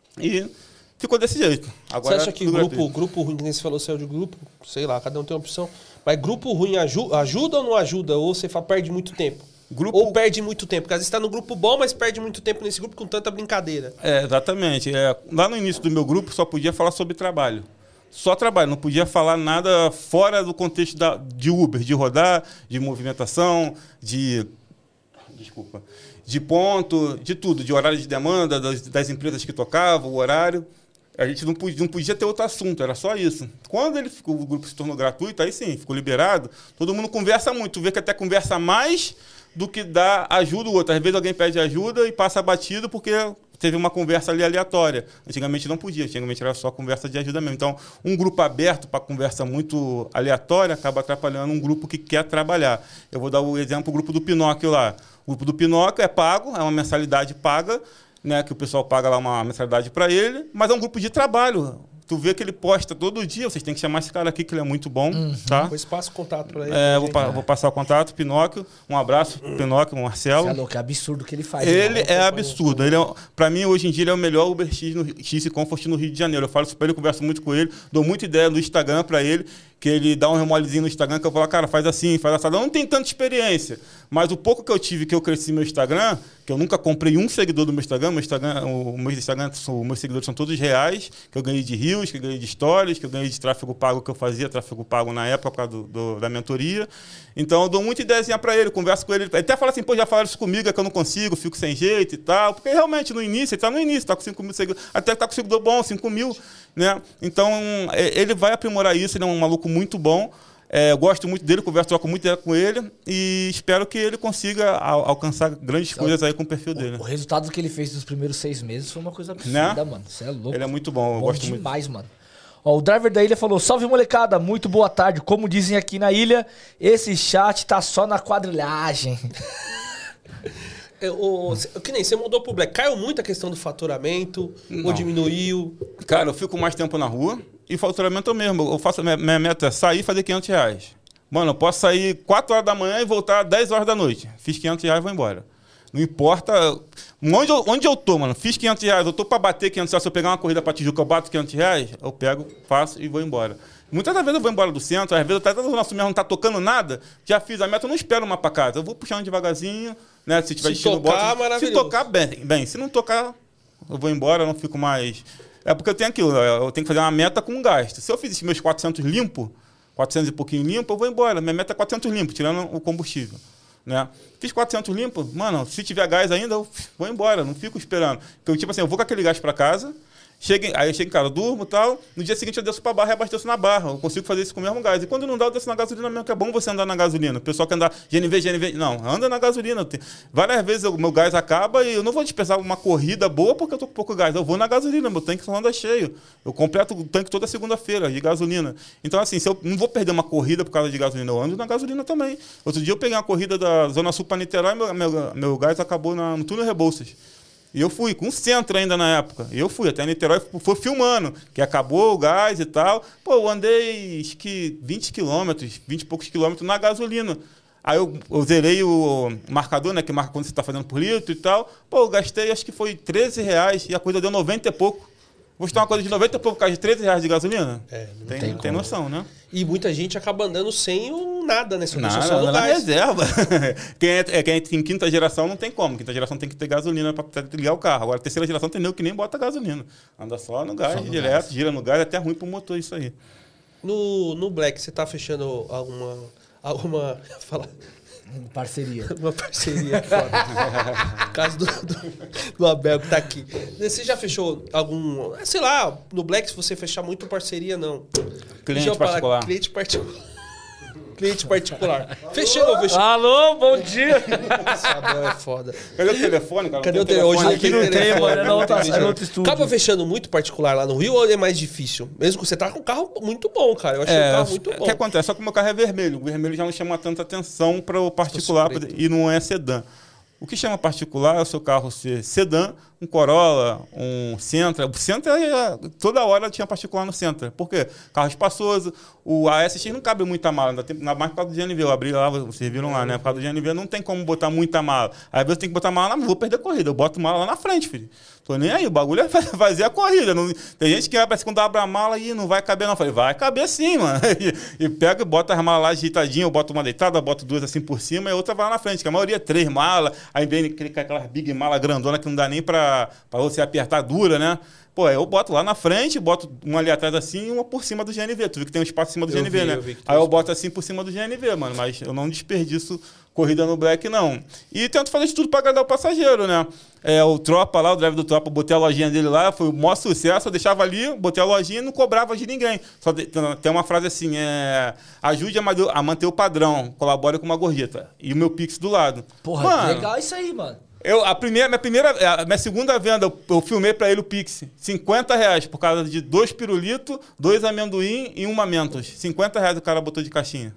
E ficou desse jeito. Agora, você acha que grupo, grupo ruim, que nem você falou, saiu de grupo, sei lá, cada um tem uma opção, mas grupo ruim aju ajuda ou não ajuda? Ou você fala, perde muito tempo? Grupo... Ou perde muito tempo, porque às vezes está no grupo bom, mas perde muito tempo nesse grupo com tanta brincadeira. É, exatamente. É, lá no início do meu grupo só podia falar sobre trabalho. Só trabalho, não podia falar nada fora do contexto da, de Uber, de rodar, de movimentação, de... Desculpa. De ponto, de tudo, de horário de demanda, das, das empresas que tocavam, o horário. A gente não podia, não podia ter outro assunto, era só isso. Quando ele ficou, o grupo se tornou gratuito, aí sim, ficou liberado, todo mundo conversa muito. Tu vê que até conversa mais do que dá ajuda o outro. Às vezes alguém pede ajuda e passa batido porque teve uma conversa ali aleatória. Antigamente não podia, antigamente era só conversa de ajuda mesmo. Então, um grupo aberto para conversa muito aleatória acaba atrapalhando um grupo que quer trabalhar. Eu vou dar o exemplo, o grupo do Pinóquio lá. O grupo do Pinóquio é pago, é uma mensalidade paga, né, que o pessoal paga lá uma mensalidade para ele, mas é um grupo de trabalho. Tu vê que ele posta todo dia, vocês têm que chamar esse cara aqui, que ele é muito bom, uhum. Tá? Depois passa o contato para ele. É, vou, pa vou passar o contato, Pinóquio. Um abraço, uhum. Pinóquio, Marcelo. Você é louco, é absurdo o que ele faz. Ele é absurdo. Ele é, pra mim, hoje em dia, ele é o melhor Uber X, no, X e Comfort no Rio de Janeiro. Eu falo isso pra ele, eu converso muito com ele, dou muita ideia no Instagram pra ele, que ele dá um remolezinho no Instagram, que eu falo, cara, faz assim, faz assim. Eu não tenho tanta experiência, mas o pouco que eu tive, que eu cresci meu Instagram, que eu nunca comprei um seguidor do meu Instagram, meu Instagram, o meu Instagram, os meus seguidores são todos reais, que eu ganhei de rios, que eu ganhei de stories, que eu ganhei de tráfego pago que eu fazia, tráfego pago na época por causa do, do, da mentoria. Então eu dou muita ideiazinha pra ele, converso com ele, ele até fala assim, pô, já falaram isso comigo, é que eu não consigo, fico sem jeito e tal, porque realmente no início, ele tá no início, tá com cinco mil seguidores, até que tá com seguidor bom, cinco mil, né? Então ele vai aprimorar isso, ele é um maluco muito bom. É, eu gosto muito dele, converso, troco muito ideia com ele e espero que ele consiga al alcançar grandes Sabe, coisas aí com o perfil o, dele. O resultado que ele fez nos primeiros seis meses foi uma coisa absurda, né? Mano. Você é louco. Ele é muito bom, eu bom gosto demais, muito. Mano. Ó, o driver da ilha falou, salve molecada, muito boa tarde. Como dizem aqui na ilha, esse chat tá só na quadrilhagem. O, que nem você mudou pro Black, caiu muito a questão do faturamento, Não. ou diminuiu? Cara, eu fico mais tempo na rua e faturamento mesmo. Eu faço, minha, minha meta é sair e fazer quinhentos reais. Mano, eu posso sair quatro horas da manhã e voltar dez horas da noite. Fiz quinhentos reais e vou embora. Não importa onde eu, onde eu tô, mano. Fiz quinhentos reais, eu tô pra bater quinhentos reais. Se eu pegar uma corrida pra Tijuca, eu bato quinhentos reais, eu pego, faço e vou embora. Muitas das vezes eu vou embora do centro, às vezes até o nosso mesmo não tá tocando nada, já fiz a meta, eu não espero uma pra casa. Eu vou puxando devagarzinho, né? Se tiver se tocar, bota, se tocar, bem, bem. Se não tocar, eu vou embora, eu não fico mais... É porque eu tenho aquilo, eu tenho que fazer uma meta com gasto. Se eu fiz esses meus quatrocentos limpo, quatrocentos e pouquinho limpo, eu vou embora. Minha meta é quatrocentos limpo, tirando o combustível. Né? Fiz quatrocentos limpo, mano, se tiver gás ainda, eu vou embora, não fico esperando. Porque, tipo assim, eu vou com aquele gás pra casa, chego, aí eu chego em casa, durmo e tal, no dia seguinte eu desço pra barra e abasteço na barra. Eu consigo fazer isso com o mesmo gás. E quando não dá, eu desço na gasolina mesmo, que é bom você andar na gasolina. O pessoal quer andar G N V, G N V, não, anda na gasolina. Várias vezes o meu gás acaba e eu não vou dispensar uma corrida boa porque eu tô com pouco gás. Eu vou na gasolina, meu tanque só anda cheio. Eu completo o tanque toda segunda-feira de gasolina. Então, assim, se eu não vou perder uma corrida por causa de gasolina, eu ando na gasolina também. Outro dia eu peguei uma corrida da Zona Sul para Niterói e meu, meu, meu gás acabou na, no túnel Rebouças. E eu fui, com o centro ainda na época. E eu fui até Niterói, fui filmando, que acabou o gás e tal. Pô, eu andei, acho que vinte quilômetros, vinte e poucos quilômetros na gasolina. Aí eu, eu zerei o marcador, né, que marca quando você está fazendo por litro e tal. Pô, eu gastei, acho que foi treze reais e a coisa deu noventa e pouco. Vou gastar uma coisa de noventa e pouco por causa de treze reais de gasolina? É, não tem, tem não tem noção, né? E muita gente acaba andando sem o nada, né? Só Nada, só no na gás. reserva. Quem é, é, quem é em quinta geração não tem como. Quinta geração tem que ter gasolina para ligar o carro. Agora, terceira geração tem nego que nem bota gasolina. Anda só no gás, Só no direto, gás. gira no gás, é até ruim pro motor isso aí. No, no Black, você tá fechando alguma... alguma fala, Parceria. uma parceria foda. No caso do, do, do Abel que tá aqui. Você já fechou algum... Sei lá, no Black, se você fechar muito parceria, não. Cliente Deixa eu falar, particular. Cliente particular. Cliente particular. Fechou ou fechou? Alô, bom dia. Esse Abel é foda. Cadê o telefone, cara? Cadê Não o tem telefone? Hoje Aqui não tem, telefone, mano. É na não outra- tem é no jeito. outro estúdio. Acaba fechando muito particular lá no Rio ou é mais difícil? Mesmo que você tá com um carro muito bom, cara. Eu achei o É, carro muito o bom. que acontece? Só que o meu carro é vermelho. O vermelho já não chama tanta atenção para o particular preto. e não é sedã. O que chama particular é o seu carro ser sedã, um Corolla, um Sentra. O Sentra, é- toda hora tinha particular no Sentra. Por quê? Carro espaçoso. O A S X não cabe muita mala. Ainda tem, na mais por causa do G N V. Eu abri lá, vocês viram lá, né? Por causa do G N V não tem como botar muita mala. Aí você tem que botar mala, não vou perder a corrida. Eu boto mala lá na frente, filho. Tô nem aí. O bagulho é fazer a corrida. Não, tem gente que parece que quando abre a mala e não vai caber, não. Eu falei, vai caber sim, mano. E, e pega e bota as malas lá ajeitadinhas. Eu boto uma deitada, boto duas assim por cima e a outra vai lá na frente. Que a maioria é três malas. Aí vem aquele- aquelas big mala grandona que não dá nem pra, pra você apertar dura, né? Pô, eu boto lá na frente, boto uma ali atrás assim e uma por cima do G N V. Tu viu que tem um espaço em cima do Eu G N V, vi, né? eu vi que tem Aí eu espaço. boto assim por cima do G N V, mano. Mas eu não desperdiço corrida no Black, não. E tento fazer de tudo pra agradar o passageiro, né? É, o Tropa lá, o drive do Tropa, botei a lojinha dele lá, foi o maior sucesso. Eu deixava ali, botei a lojinha e não cobrava de ninguém. Só de- tem uma frase assim, é... Ajude a, made- a manter o padrão, colabore com uma gorjeta. E o meu Pix do lado. Porra, Mano, legal isso aí, mano. eu, a primeira, minha, primeira, a minha segunda venda, eu, eu filmei pra ele o Pix. cinquenta reais por causa de dois pirulitos, dois amendoim e um Mentos. cinquenta reais o cara botou de caixinha.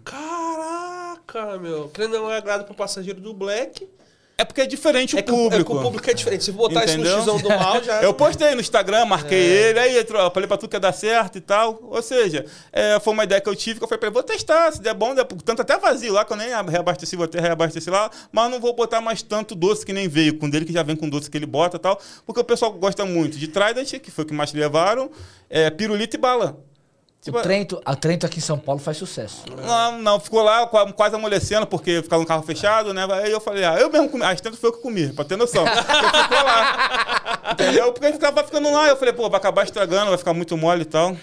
Caraca, meu. Que não é agrado pro passageiro do Black. É porque é diferente o É que, o- público. é que o público é diferente. Se botar Entendeu? isso no xizão do mal, já... Eu postei no Instagram, marquei É. ele, aí eu falei pra tu que ia dar certo e tal. Ou seja, é, foi uma ideia que eu tive, que eu falei pra ele, vou testar, se der bom, der, tanto até vazio lá, que eu nem reabasteci, vou até reabastecer lá, mas não vou botar mais tanto doce que nem veio, com dele que já vem com doce que ele bota e tal, porque o pessoal gosta muito de Trident, que foi o que mais levaram, é, pirulito e bala. Tipo, O Trento, a Trento aqui em São Paulo faz sucesso. Não, não, ficou lá qua- quase amolecendo, porque ficava no carro fechado, né? Aí eu falei, ah, eu mesmo comi, as tentas foi eu que comi, pra ter noção. Porque ficou lá. Entendeu? Porque ficava ficando lá, eu falei, pô, vai acabar estragando, vai ficar muito mole e tal.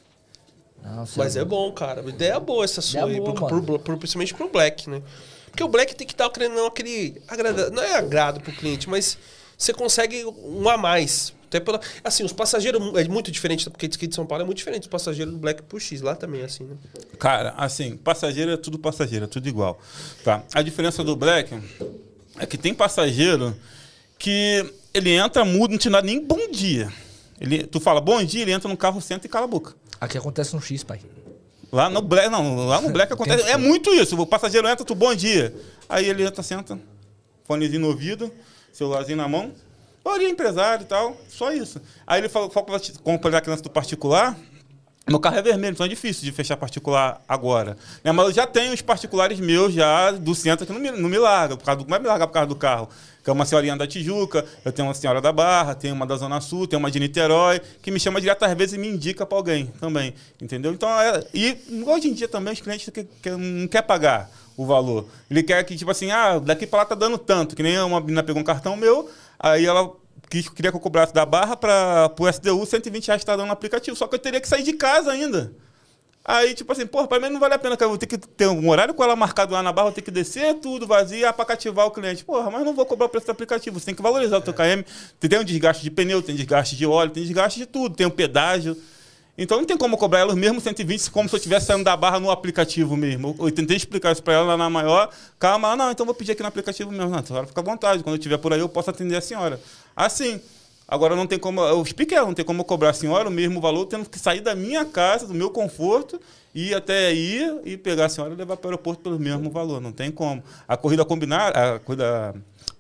Não, você Mas é bom, cara. Ideia boa essa sua Ideia aí. boa, pro- mano. pro- pro- principalmente pro Black, né? Porque o Black tem que dar querendo não aquele... Agrada, não é agrado pro cliente, mas você consegue um a mais. Até pela, assim, os passageiros é muito diferente, porque aqui de São Paulo é muito diferente dos passageiros do Black pro X. Lá também é assim, né? Cara, assim, passageiro é tudo passageiro, é tudo igual. Tá? A diferença do Black é que tem passageiro que ele entra mudo, não te dá nem bom dia. Ele, tu fala bom dia, ele entra no carro, senta e cala a boca. Aqui acontece no X, pai. Lá no Black, não, lá no Black acontece. É muito isso. O passageiro entra, tu bom dia. Aí ele entra, senta, fonezinho no ouvido, celularzinho na mão. Maioria empresário e tal, só isso. Aí ele falou, falou para comprar a criança do particular. Meu carro é vermelho, então é difícil de fechar particular agora. Né? Mas eu já tenho os particulares meus já do centro que não me, não me larga, por causa do, não vai me largar por causa do carro. Que é uma senhorinha da Tijuca, eu tenho uma senhora da Barra, tenho uma da Zona Sul, tenho uma de Niterói, que me chama direto às vezes e me indica para alguém também, entendeu? Então, é, e hoje em dia também os clientes que, que não querem pagar o valor. Ele quer que, tipo assim, ah, daqui para lá tá dando tanto, que nem uma menina pegou um cartão meu, aí ela quis, queria que eu cobrasse da Barra para o S D U, cento e vinte reais está dando no aplicativo, só que eu teria que sair de casa ainda. Aí, tipo assim, porra, pra mim não vale a pena, que eu vou ter que ter um horário com ela marcado lá na Barra, eu vou ter que descer tudo vazio para cativar o cliente. Porra, mas não vou cobrar o preço do aplicativo, você tem que valorizar o teu K M. Tem um desgaste de pneu, tem desgaste de óleo, tem desgaste de tudo, tem um pedágio. Então não tem como cobrar ela os mesmos cento e vinte como se eu estivesse saindo da Barra no aplicativo mesmo. Eu tentei explicar isso para ela lá na maior. Calma, ela, não, então vou pedir aqui no aplicativo mesmo. Não, a senhora fica à vontade, quando eu estiver por aí eu posso atender a senhora. Assim. Agora não tem como, eu expliquei, não tem como eu cobrar a senhora o mesmo valor, tendo que sair da minha casa, do meu conforto, ir até aí e pegar a senhora e levar para o aeroporto pelo mesmo valor. Não tem como. A corrida combinada, a corrida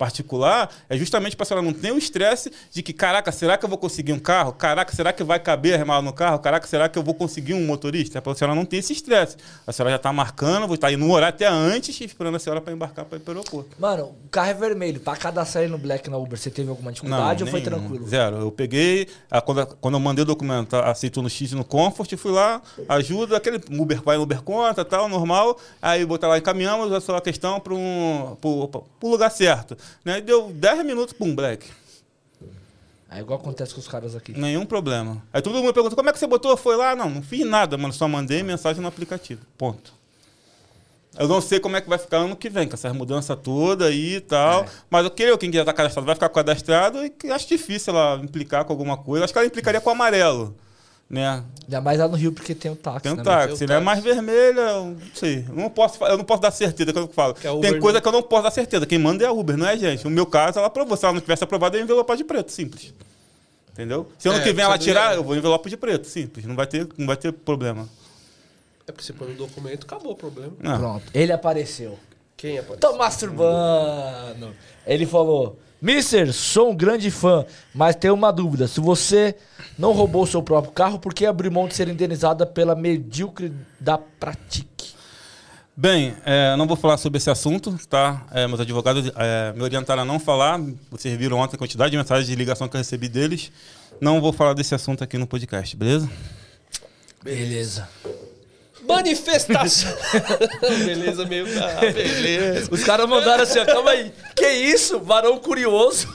particular, é justamente para a senhora não ter o estresse de que, caraca, será que eu vou conseguir um carro? Caraca, será que vai caber armado no carro? Caraca, será que eu vou conseguir um motorista? É para a senhora não ter esse estresse. A senhora já está marcando, vou estar indo no horário até antes, esperando a senhora para embarcar para ir para o aeroporto. Mano, o carro é vermelho. Para cadastrar ele no Black na Uber, você teve alguma dificuldade Não, ou foi nenhum, tranquilo? Zero. Eu peguei, a, quando, quando eu mandei o documento, aceitou no X e no Comfort, fui lá, ajuda, aquele Uber vai no Uber conta, tal, normal, aí botar lá, encaminhamos a sua questão para um, o lugar certo. Né? Deu dez minutos, pum, Black. É igual acontece com os caras aqui. Nenhum problema. Aí todo mundo pergunta, como é que você botou? Foi lá? Não, não fiz nada, mano, só mandei mensagem no aplicativo. Ponto. Eu não sei como é que vai ficar ano que vem, com essas mudanças todas aí e tal. É. Mas eu queria, quem já está cadastrado vai ficar cadastrado e acho difícil ela implicar com alguma coisa. Acho que ela implicaria com o amarelo, né? Ainda mais lá no Rio, porque tem o táxi. Tem o né? táxi, Tem né? Mais vermelha, eu não sei. Eu não posso, eu não posso dar certeza quando eu falo. Tem coisa não... que eu não posso dar certeza. Quem manda é a Uber, não é a gente. No meu caso, ela aprovou. Se ela não tivesse aprovado, eu envelope de preto, simples. Entendeu? Se ano é, que vem ela tirar, é. eu vou envelope de preto, simples. Não vai ter, não vai ter problema. É porque você põe no documento, acabou o problema. Não. Pronto, ele apareceu. Quem apareceu? Tô masturbando. Ele falou, Mister, sou um grande fã, mas tenho uma dúvida. Se você não roubou o seu próprio carro, por que abriu mão de ser indenizada pela medíocre da Pratique? Bem, é, não vou falar sobre esse assunto, tá? É, meus advogados é, me orientaram a não falar. Vocês viram ontem a quantidade de mensagens de ligação que eu recebi deles. Não vou falar desse assunto aqui no podcast, beleza? Beleza. Manifestação. Beleza, meio. Ah, beleza. Os caras mandaram assim, ó, calma aí. Que isso? Varão curioso.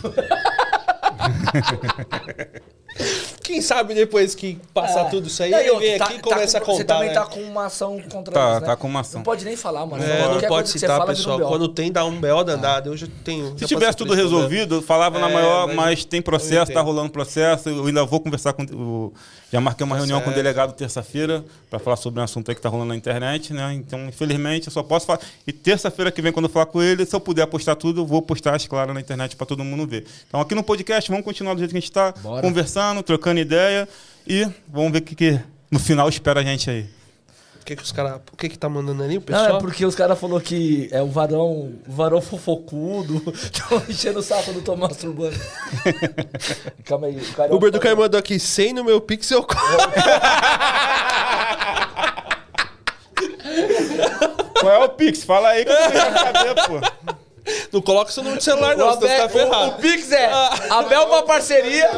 Quem sabe depois que passar é. tudo isso aí, ele vem tá, aqui e começa tá a contar. Você também né? tá com uma ação contra tá, eles, né? Tá com uma ação. Não pode nem falar, mano. É, não pode citar, fala, pessoal. Quando tem, dá um B O danado. Eu já tenho. Se já tivesse tudo resolvido, eu falava é, na maior, mas, mas tem processo, tá rolando processo. Eu ainda vou conversar com o. Já marquei uma tá reunião certo. com o delegado terça-feira para falar sobre um assunto aí que tá rolando na internet, né? Então, infelizmente, eu só posso falar. E terça-feira que vem, quando eu falar com ele, se eu puder postar tudo, eu vou postar as claras na internet para todo mundo ver. Então, aqui no podcast, vamos continuar do jeito que a gente tá, Bora. conversando, trocando ideia. E vamos ver o que, que no final espera a gente aí. O que, que os caras. O que, que tá mandando ali, o pessoal? Não, é porque os caras falaram que é o varão, o varão fofocudo. Estão enchendo o saco do Tomás Urbano. Calma aí. O cara Uber do Caio mandou aqui, sem no meu Pixel. Qual é o Pix? Fala aí que eu não quero saber, pô. Não coloca seu número de celular, não, senão você tá ferrado. O, o Pix é Abel pra parceria.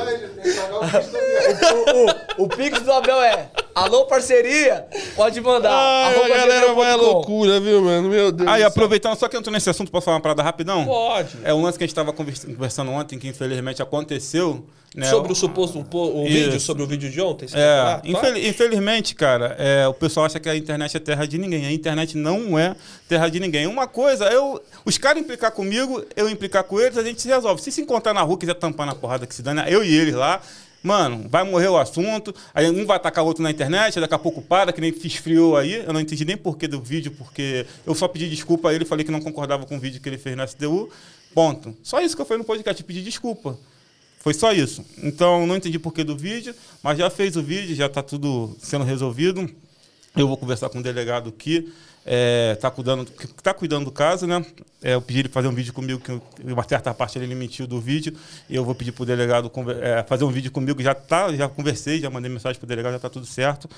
o, o, o Pix do Abel é alô, parceria, pode mandar. Ai, a galera vai à loucura, viu, mano? Meu Deus. Aí, aproveitando, só que eu entrou nesse assunto, posso falar uma parada rapidão? Pode. É um lance que a gente estava conversando ontem, que infelizmente aconteceu. Né? Sobre o suposto um, um vídeo, sobre o vídeo de ontem? Você é, falar, infel infelizmente, cara, é, o pessoal acha que a internet é terra de ninguém. A internet não é terra de ninguém. Uma coisa, eu, os caras implicar comigo, eu implicar com eles, a gente se resolve. Se se encontrar na rua, quiser tampar na porrada que se dane, eu e eles lá, mano, vai morrer o assunto, aí um vai atacar o outro na internet, daqui a pouco para, que nem esfriou aí. Eu não entendi nem porquê do vídeo, porque eu só pedi desculpa a ele, falei que não concordava com o vídeo que ele fez no S D U. Ponto. Só isso que eu falei no podcast, pedi desculpa. Foi só isso. Então, não entendi porquê do vídeo, mas já fez o vídeo, já está tudo sendo resolvido. Eu vou conversar com o delegado que está é, cuidando, tá cuidando do caso, né? É, eu pedi ele fazer um vídeo comigo, que uma certa parte ele mentiu do vídeo, e eu vou pedir para o delegado é, fazer um vídeo comigo. Já tá, já conversei, já mandei mensagem para o delegado, já está tudo certo.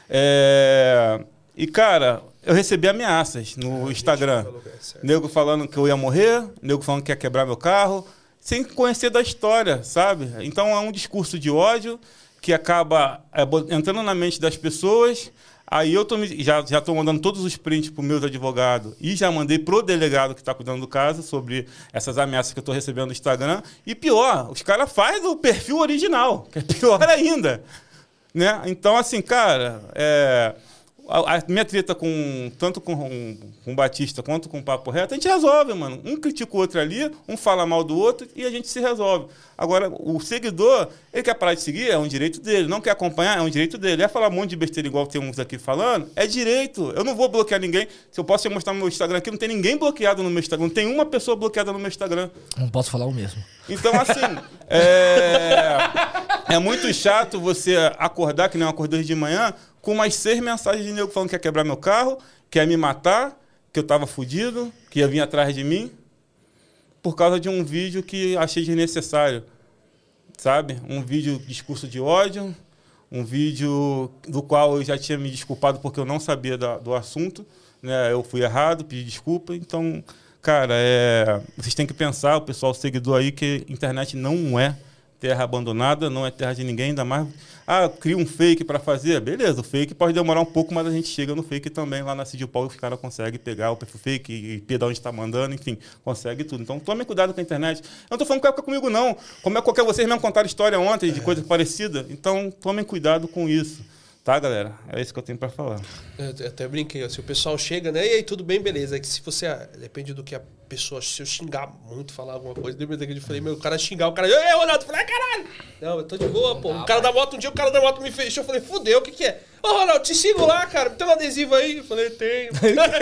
É, e, cara, eu recebi ameaças no Instagram. Nego falando que eu ia morrer, nego falando que ia quebrar meu carro, sem conhecer da história, sabe? Então é um discurso de ódio que acaba é, entrando na mente das pessoas. Aí eu tô, já já estou mandando todos os prints para os meus advogados e já mandei para o delegado que está cuidando do caso sobre essas ameaças que eu estou recebendo no Instagram. E pior, os caras fazem o perfil original, que é pior ainda. Né? Então, assim, cara, é... A, a minha treta com, tanto com, com o Batista quanto com o Papo Reto, a gente resolve, mano. Um critica o outro ali, um fala mal do outro e a gente se resolve. Agora, o seguidor, ele quer parar de seguir, é um direito dele. Não quer acompanhar, é um direito dele. É falar um monte de besteira igual tem uns aqui falando, é direito. Eu não vou bloquear ninguém. Se eu posso te mostrar no meu Instagram aqui, não tem ninguém bloqueado no meu Instagram. Não tem uma pessoa bloqueada no meu Instagram. Não posso falar o mesmo. Então, assim, é, é muito chato você acordar, que nem eu acordei de manhã, com umas seis mensagens de nego falando que ia quebrar meu carro, que ia me matar, que eu tava fudido, que ia vir atrás de mim. por causa de um vídeo que achei desnecessário, sabe? Um vídeo de discurso de ódio, um vídeo do qual eu já tinha me desculpado porque eu não sabia da, do assunto, né? Eu fui errado, pedi desculpa, então, cara, é, vocês têm que pensar, o pessoal seguidor aí, que internet não é terra abandonada, não é terra de ninguém, ainda mais... Ah, cria um fake para fazer. Beleza, o fake pode demorar um pouco, mas a gente chega no fake também. Lá na Cid Paulo, os caras conseguem pegar o perfil fake e I P de onde está mandando, enfim, consegue tudo. Então, tome cuidado com a internet. Eu não estou falando que é comigo, não. Como é qualquer... Vocês mesmo contaram história ontem de é. coisa parecida. Então, tomem cuidado com isso. Tá, galera? É isso que eu tenho para falar. Eu até brinquei. Se o pessoal chega, né? E aí, tudo bem, beleza. É que se você... Depende do que a pessoa... Se eu xingar muito, falar alguma coisa... Lembra daquele que eu falei, meu, o cara xingar, o cara... Ei, Ronaldo! Eu falei, ah, caralho! Não, eu tô de boa, pô. O cara da moto, um dia o cara da moto me fechou. Eu falei, fudeu, o que que é? Ô, Ronaldo, te sigo lá, cara. Tem um adesivo aí? Eu falei, tenho.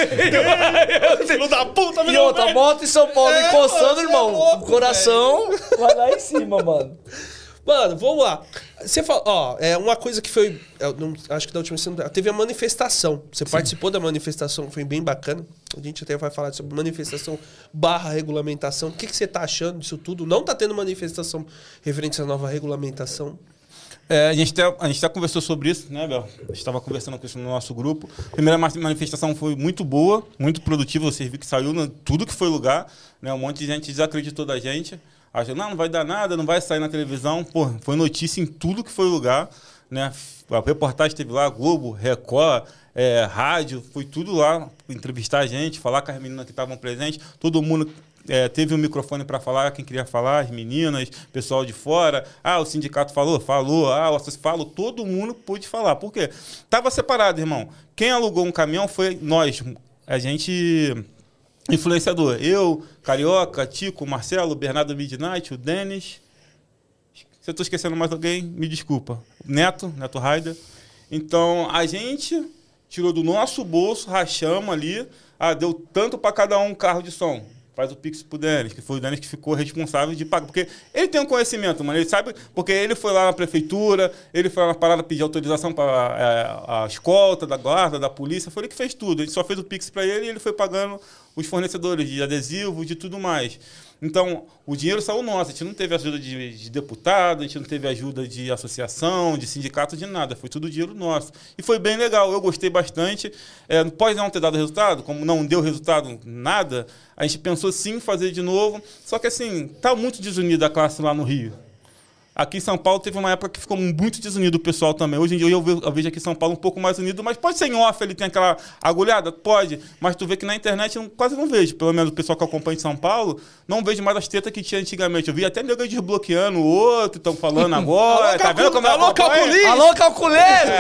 Filho da puta, E outra, moto em São Paulo É, encostando, mano, irmão. você é louco, o coração vai lá em cima, mano. Mano, vamos lá. Você fala, ó, é uma coisa que foi. Eu não, acho que da última semana. Teve a manifestação. Você Sim. participou da manifestação, foi bem bacana. A gente até vai falar sobre manifestação barra regulamentação. O que, que você tá achando disso tudo? Não tá tendo manifestação referente à nova regulamentação? É, a gente até, a gente até conversou sobre isso, né, Bel? A gente estava conversando com isso no nosso grupo. A primeira manifestação foi muito boa, muito produtiva. Você viu que saiu no, tudo que foi lugar, né? Um monte de gente desacreditou da gente. Achou, não, não vai dar nada, não vai sair na televisão. Pô, foi notícia em tudo que foi lugar, né? A reportagem teve lá, Globo, Record, é, rádio, foi tudo lá, entrevistar a gente, falar com as meninas que estavam presentes. Todo mundo é, teve um microfone para falar, quem queria falar, as meninas, pessoal de fora. Ah, o sindicato falou, falou. Ah, o associado falou, todo mundo pôde falar. Por quê? Tava separado, irmão. Quem alugou um caminhão foi nós. A gente... Influenciador. Eu, Carioca, Tico, Marcelo, Bernardo Midnight, o Denis. Se eu estou esquecendo mais alguém, me desculpa. Neto, Neto Raider. Então, a gente tirou do nosso bolso, rachamos ali. Ah, deu tanto para cada um carro de som. Faz o Pix pro Denis, que foi o Denis que ficou responsável de pagar. Porque ele tem um conhecimento, mano. Ele sabe, porque ele foi lá na prefeitura, ele foi lá na parada pedir autorização para é, a escolta da guarda, da polícia. Foi ele que fez tudo. A gente só fez o Pix para ele e ele foi pagando os fornecedores de adesivo, de tudo mais. Então, o dinheiro saiu nosso. A gente não teve ajuda de, de deputado, a gente não teve ajuda de associação, de sindicato, de nada. Foi tudo dinheiro nosso. E foi bem legal. Eu gostei bastante. É, pode não ter dado resultado, como não deu resultado nada, a gente pensou sim em fazer de novo. Só que, assim, tá muito desunida a classe lá no Rio. Aqui em São Paulo teve uma época que ficou muito desunido o pessoal também. Hoje em dia eu vejo, eu vejo aqui em São Paulo um pouco mais unido, mas pode ser em off, ele tem aquela agulhada? Pode. Mas tu vê que na internet eu quase não vejo. Pelo menos o pessoal que acompanha em São Paulo, não vejo mais as tetas que tinha antigamente. Eu vi até nego desbloqueando o outro, estão falando agora. Tá vendo como é? Alô, calculista! Alô, calculeiro!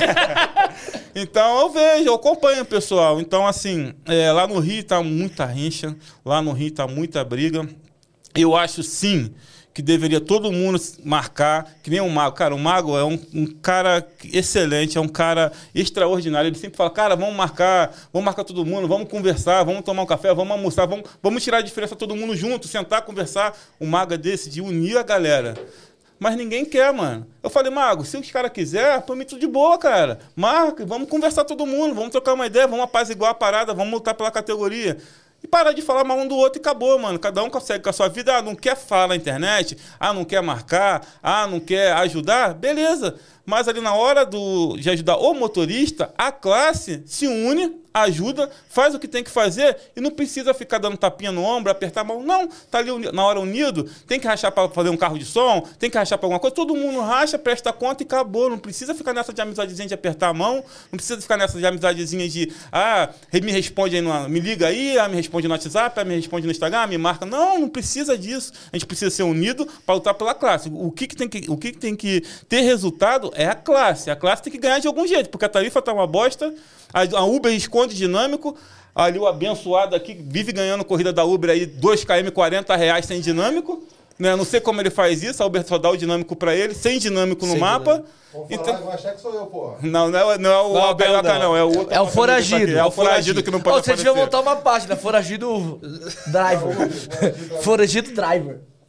É. Então eu vejo, eu acompanho o pessoal. Então, assim, é, lá no Rio tá muita rincha, lá no Rio tá muita briga. Eu acho sim que deveria todo mundo marcar, que nem um mago. Cara, o mago é um, um cara excelente, é um cara extraordinário. Ele sempre fala, cara, vamos marcar, vamos marcar todo mundo, vamos conversar, vamos tomar um café, vamos almoçar, vamos, vamos tirar a diferença todo mundo junto, sentar, conversar. O mago é desse, de unir a galera. Mas ninguém quer, mano. Eu falei, mago, se os caras quiserem, pra mim tudo de boa, cara. Marca, vamos conversar todo mundo, vamos trocar uma ideia, vamos apaziguar a parada, vamos lutar pela categoria. E parar de falar mal um do outro e acabou, mano. Cada um consegue com a sua vida. Ah, não quer falar na internet? Ah, não quer marcar? Ah, não quer ajudar? Beleza. Mas ali na hora do, de ajudar o motorista, a classe se une, ajuda, faz o que tem que fazer e não precisa ficar dando tapinha no ombro, apertar a mão. Não, tá ali na hora unido, tem que rachar para fazer um carro de som, tem que rachar para alguma coisa, todo mundo racha, presta conta e acabou. Não precisa ficar nessa de amizadezinha de apertar a mão, não precisa ficar nessa de amizadezinha de, ah, me responde aí, no, me liga aí, ah, me responde no WhatsApp, ah, me responde no Instagram, me marca. Não, não precisa disso. A gente precisa ser unido para lutar pela classe. O que, que, tem que, o que, que tem que ter resultado é a classe. A classe tem que ganhar de algum jeito, porque a tarifa tá uma bosta, a Uber esconde dinâmico, ali o abençoado aqui vive ganhando corrida da Uber aí dois quilômetros, quarenta reais sem dinâmico, né? Não sei como ele faz isso, a Uber só dá o dinâmico para ele, sem dinâmico no sem mapa. Vou então... falar, vou achar que sou eu, porra. Não, não é, não é o não, Alberta, não, é o outro. É o foragido. É o foragido que não pode oh, você devia montar uma página, foragido driver. Foragido driver.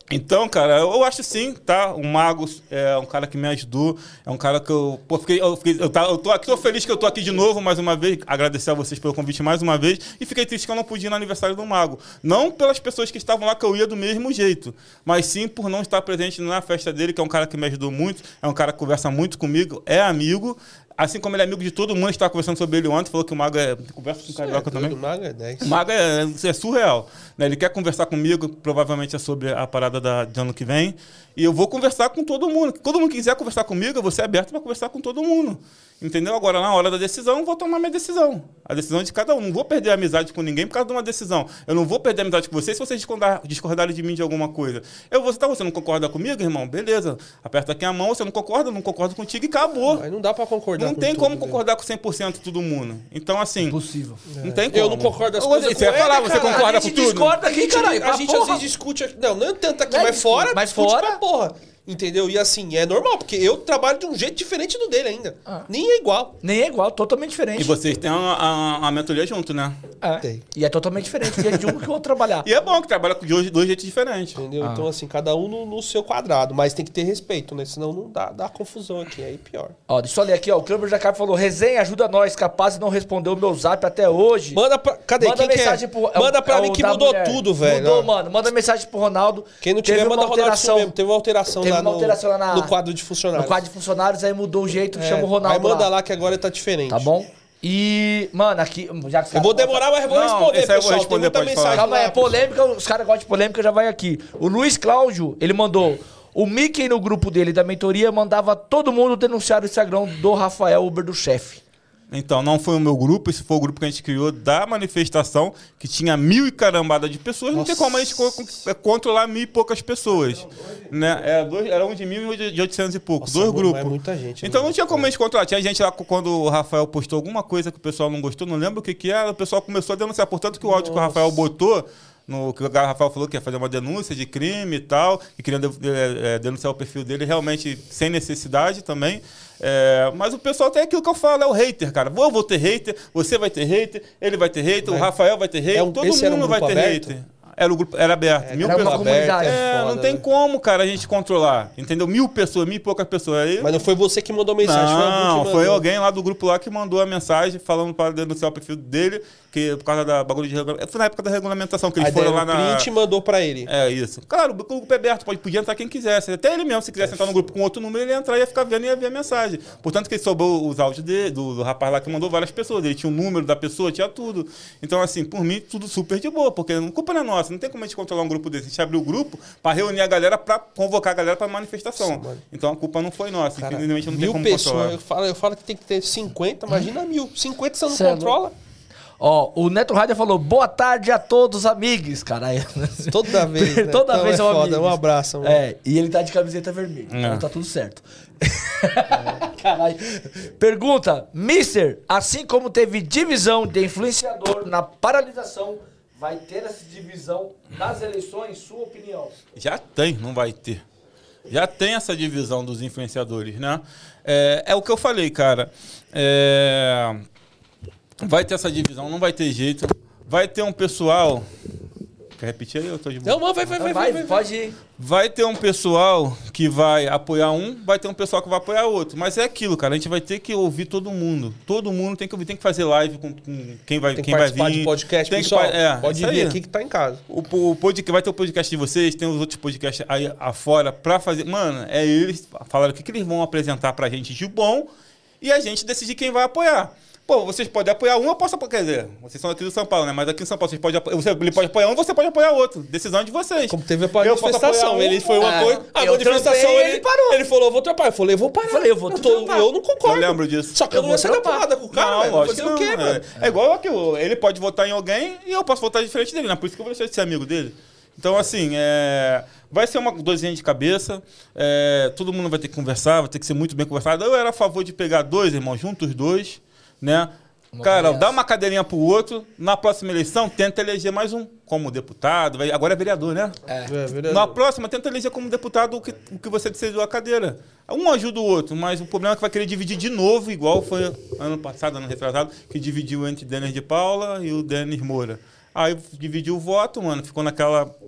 Então, cara, eu acho sim, tá? O Mago é um cara que me ajudou, é um cara que eu... Pô, fiquei, eu, fiquei, eu, tá, eu tô aqui, tô feliz que eu tô aqui de novo, mais uma vez, agradecer a vocês pelo convite mais uma vez, e fiquei triste que eu não pude ir no aniversário do Mago. Não pelas pessoas que estavam lá, que eu ia do mesmo jeito, mas sim por não estar presente na festa dele, que é um cara que me ajudou muito, é um cara que conversa muito comigo, é amigo, assim como ele é amigo de todo mundo, a gente estava conversando sobre ele ontem, falou que o Mago é... Conversa com o Carioca é, também. O Mago é dez. O Mago é, é surreal. Né? Ele quer conversar comigo, provavelmente é sobre a parada da, de ano que vem. E eu vou conversar com todo mundo. Todo mundo que quiser conversar comigo, eu vou ser aberto para conversar com todo mundo. Entendeu? Agora, na hora da decisão, eu vou tomar minha decisão. A decisão de cada um. Não vou perder a amizade com ninguém por causa de uma decisão. Eu não vou perder a amizade com vocês se vocês discordar, discordarem de mim de alguma coisa. Eu vou, tá, você não concorda comigo, irmão? Beleza. Aperta aqui a mão, você não concorda, não concordo contigo e acabou. Mas não dá para concordar Não com tem tudo, como né? concordar com cem por cento todo mundo. Então, assim... Impossível. Não tem como. Eu não concordo das coisas Você com vai falar, ele, você cara. concorda A com gente tudo? discorda aqui, caralho. A gente às porra. vezes discute aqui. Não, não tanto aqui, Não, mas fora, mas discute fora- pra porra. Entendeu? E assim, é normal, porque eu trabalho de um jeito diferente do dele ainda. Ah. Nem é igual. Nem é igual, totalmente diferente. E vocês têm a, a, a mentoria junto, né? É. Tem. E é totalmente diferente de um que eu vou trabalhar. E é bom que trabalha com dois, dois jeitos diferentes. Entendeu? Ah. Então, assim, cada um no, no seu quadrado. Mas tem que ter respeito, né? Senão não dá, dá confusão aqui. Aí pior. Ó, deixa eu ler aqui, ó. O Cleber Jacar falou: resenha, ajuda nós, capaz de não responder o meu zap até hoje. Manda pra. Cadê? Manda Quem que mensagem é? pro. é o- Manda pra é mim o que da mudou mulher. tudo, velho. Mudou, Ó. mano. Manda mensagem pro Ronaldo. Quem não tiver, Teve manda uma rodar alteração. mesmo. Teve uma alteração Teve lá uma no, alteração lá na- no quadro de funcionários. No quadro de funcionários, aí mudou o jeito, É, chama o Ronaldo. Aí manda lá. lá que agora tá diferente. Tá bom? E, mano, aqui. Já que os Eu vou caras- demorar, mas eu vou Não, responder, esse aí eu vou pessoal. responder, Tem muita pode mensagem falar. Calma aí, lá, é polêmica, os caras gostam de polêmica, já vai aqui. O Luiz Cláudio, ele mandou. O Mickey no grupo dele da mentoria mandava todo mundo denunciar o Instagram do Rafael Uber do chefe. Então, não foi o meu grupo, esse foi o grupo que a gente criou da manifestação, que tinha mil e carambada de pessoas. Não tem como a gente co- co- controlar mil e poucas pessoas. Né? Era, dois, era um de mil e um de oitocentos e pouco, Nossa, dois é mu- grupos. é muita gente, Então né? não tinha como a gente controlar. Tinha gente lá, quando o Rafael postou alguma coisa que o pessoal não gostou, não lembro o que, que era, o pessoal começou a denunciar. Portanto, que o áudio que o Rafael botou, no, que o Rafael falou que ia fazer uma denúncia de crime e tal, e queria de- é, é, denunciar o perfil dele realmente sem necessidade também. É, mas o pessoal tem aquilo que eu falo, é o hater, cara. Eu vou ter hater, você vai ter hater, ele vai ter hater, o Rafael vai ter hater, É um- todo esse era um mundo vai grupo ter aberto? hater. Era, o grupo, era aberto. mil era uma pessoas. comunidade. É, foda, não tem né? como, cara, a gente controlar. Entendeu? Mil pessoas, mil e poucas pessoas. Aí, Mas não foi você que mandou mensagem, foi alguém que não, mandou. foi alguém lá do grupo lá que mandou a mensagem falando para denunciar o perfil dele, que por causa da bagulho de regulamentação. Foi na época da regulamentação que eles Aí foram deram lá o na. print e mandou pra ele. É isso. Claro, o grupo é aberto, pode, podia entrar quem quisesse. Até ele mesmo, se quisesse entrar no grupo com outro número, ele ia entrar e ia ficar vendo e ia ver a mensagem. Portanto, que ele sobrou os áudios dele, do, do rapaz lá que mandou várias pessoas. Ele tinha o número da pessoa, tinha tudo. Então, assim, por mim, tudo super de boa, porque a culpa não é nossa. Não tem como a gente controlar um grupo desse. A gente abriu o grupo para reunir a galera, para convocar a galera para manifestação. Nossa, mano. Então, a culpa não foi nossa. Cara, Infelizmente, não tem mil como pessoas, controlar. eu falo, eu falo que tem que ter cinquenta, imagina mil. cinquenta você não Cê é controla. Ó, o Neto Rádio falou: boa tarde a todos, amigos. Caralho. Toda vez, né? Toda Então vez é é um foda. amigos. Um abraço, mano. É, e ele tá de camiseta vermelha. É. Então tá tudo certo. Caralho. Pergunta: Mister, assim como teve divisão de influenciador na paralisação, vai ter essa divisão nas eleições? Sua opinião? Já tem, não vai ter. Já tem essa divisão dos influenciadores, né? É, é o que eu falei, cara. É, vai ter essa divisão, não vai ter jeito. Vai ter um pessoal... Quer repetir aí? Eu tô de boa. Não, mano, vai, vai, vai, vai, vai, vai. pode ir. Vai ter um pessoal que vai apoiar um, vai ter um pessoal que vai apoiar outro. Mas é aquilo, cara. A gente vai ter que ouvir todo mundo. Todo mundo tem que ouvir, tem que fazer live com, com quem vai, Tem que quem vai participar vir. de podcast, Tem que pessoal. pa- é, pode isso vir aí. aqui que tá em casa. O, o podcast, vai ter o podcast de vocês, tem os outros podcasts aí afora pra fazer. Mano, é eles falaram o que, que eles vão apresentar pra gente de bom e a gente decidir quem vai apoiar. Pô, vocês podem apoiar um, eu posso apoiar. Quer dizer, vocês são aqui do São Paulo, né? Mas aqui em São Paulo, vocês podem apoiar, você, ele pode apoiar um, você pode apoiar outro. Decisão de vocês. Como teve a Eu posso manifestação, apoiar um, ele foi um é. apoio. A Eu manifestação, trampei, ele, ele parou. ele falou, eu vou trampar. Eu falei, eu vou parar. Falei, eu vou tô, trampar. Eu não concordo. Eu lembro disso. Só que eu, Eu não vou ia sair da trampar. porrada com o cara, Não, velho. Vou lógico fazer que o quê, não, mano? é. É igual aqui, ele pode votar em alguém e eu posso votar diferente dele, né? Por isso que eu vou deixar de ser amigo dele. Então, assim, é... vai ser uma dorzinha de cabeça, é... todo mundo vai ter que conversar, vai ter que ser muito bem conversado. Eu era a favor de pegar dois, irmão, juntos os dois, né? Uma Cara, conversa. dá uma cadeirinha pro outro, na próxima eleição tenta eleger mais um como deputado, vai... agora é vereador, né? É. É, verdade. Na próxima, tenta eleger como deputado o que, o que você decidiu a cadeira. Um ajuda o outro, mas o problema é que vai querer dividir de novo, igual foi ano passado, ano retrasado, que dividiu entre Denis de Paula e o Denis Moura. Aí dividiu o voto, mano, ficou naquela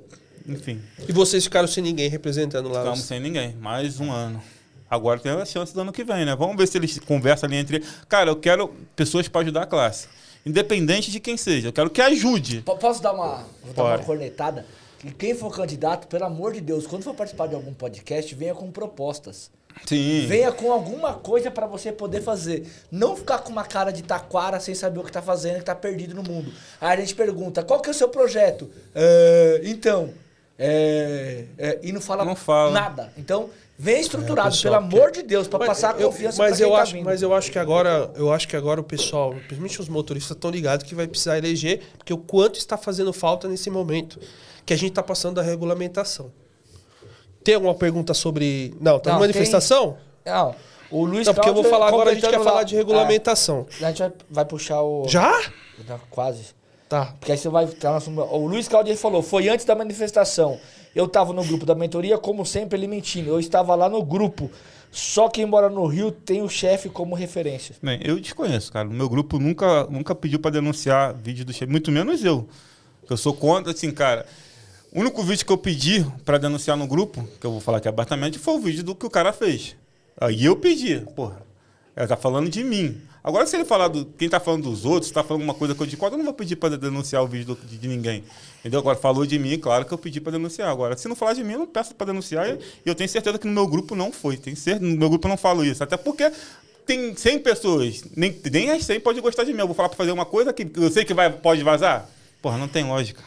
enfim. E vocês ficaram sem ninguém representando lá? Ficamos sem ninguém, mais um ano. Agora tem a chance do ano que vem, né? Vamos ver se eles conversam ali entre... Cara, eu quero pessoas para ajudar a classe. Independente de quem seja. Eu quero que ajude. P- Posso dar uma, vou dar uma Pode. cornetada? E quem for candidato, pelo amor de Deus, quando for participar de algum podcast, venha com propostas. Sim. Venha com alguma coisa pra você poder fazer. Não ficar com uma cara de taquara sem saber o que tá fazendo, que tá perdido no mundo. Aí a gente pergunta, qual que é o seu projeto? É, então, é, é, e não fala, Não fala. nada. Então, vem estruturado, É, pessoal, pelo amor de Deus, pra Mas passar a eu- confiança mas pra quem eu tá acho, vindo. Mas eu acho que agora, eu acho que agora o pessoal, principalmente os motoristas, estão ligados que vai precisar eleger, porque o quanto está fazendo falta nesse momento que a gente está passando da regulamentação. Tem alguma pergunta sobre... Não, tá Não, na manifestação? Não, o Luiz Não, porque eu vou Cláudio falar agora, a gente quer completando falar lá. de regulamentação. É, a gente vai, vai puxar o... Já? Tá, quase. Tá. Porque aí você vai... Tá, o Luiz Cláudio falou, foi antes da manifestação. Eu tava no grupo da mentoria, como sempre, ele mentindo. Eu estava lá no grupo. Só quem mora no Rio tem o chefe como referência. Bem, eu desconheço, cara. O meu grupo nunca, nunca pediu para denunciar vídeo do chefe, muito menos eu. Eu sou contra, assim, cara. O único vídeo que eu pedi para denunciar no grupo, que eu vou falar aqui abertamente, foi o vídeo do que o cara fez. Aí eu pedi, porra. Ele tá falando de mim. Agora, se ele falar do. Quem tá falando dos outros, tá falando uma coisa que eu discordo, eu não vou pedir para denunciar o vídeo do, de, de ninguém. Entendeu? Agora, falou de mim, claro que eu pedi para denunciar. Agora, se não falar de mim, eu não peço para denunciar. E eu tenho certeza que no meu grupo não foi. Tenho certeza, no meu grupo eu não falo isso. Até porque tem cem pessoas, nem, nem as cem podem gostar de mim. Eu vou falar para fazer uma coisa que eu sei que vai, pode vazar. Porra, não tem lógica.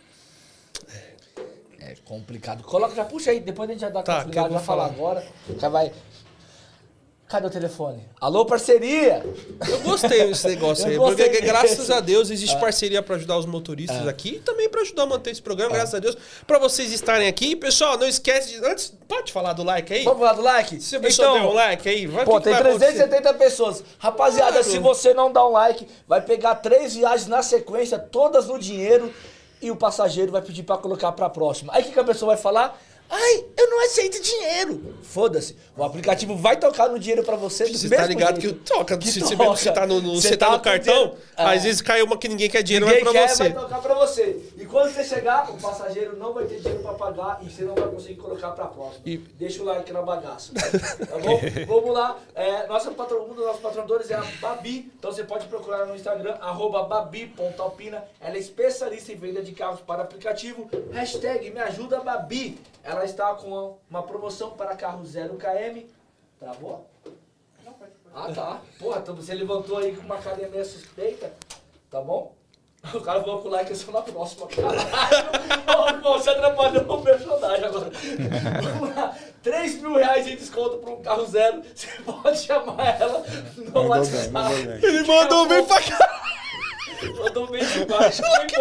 É complicado. Coloca, já puxa aí, depois a gente já dá Tá, tá, que eu já vou fala falar. agora. Já vai. Cadê o telefone? Alô, parceria! Eu gostei desse negócio Eu aí, gostei porque graças desse. a Deus existe parceria para ajudar os motoristas aqui e também para ajudar a manter esse programa, graças a Deus, para vocês estarem aqui. Pessoal, não esquece de... Antes, pode falar do like aí? Vamos lá do like? Se o pessoal der um like aí, vai Pô, o que tem que vai trezentas e acontecer? setenta pessoas. Rapaziada, Claro. se você não dá um like, vai pegar três viagens na sequência, todas no dinheiro, e o passageiro vai pedir pra colocar pra próxima. Aí o que, que a pessoa vai falar? Ai, eu não aceito dinheiro. Foda-se. O aplicativo vai tocar no dinheiro pra você do Você mesmo tá ligado jeito. que toca, se você toca. vê que você tá no, no- Você você tá tá no com cartão, dinheiro. É. às vezes cai uma que ninguém quer dinheiro, Ninguém vai pra quer, você. vai tocar pra você. E quando você chegar, o passageiro não vai ter dinheiro pra pagar e você não vai conseguir colocar pra próxima. E- Deixa o like na bagaça. Tá bom? Vamos lá. É, nossa patro, um dos nossos patrocinadores é a Babi. Então você pode procurar no Instagram, arroba babi ponto alpina. Ela é especialista em venda de carros para aplicativo. Hashtag me ajuda Babi. Ela está com uma promoção para carro zero quilômetro. Tá bom? Ah, tá. Porra, então você levantou aí com uma carinha meio suspeita. Tá bom? O cara falou com o like, eu sou na próxima, cara. Ô, irmão, você atrapalhou o personagem agora. Vamos lá. três mil reais em desconto para um carro zero. Você pode chamar ela no Mandou bem, WhatsApp. mandou bem. Ele mandou bem pra cá. Mandou bem demais.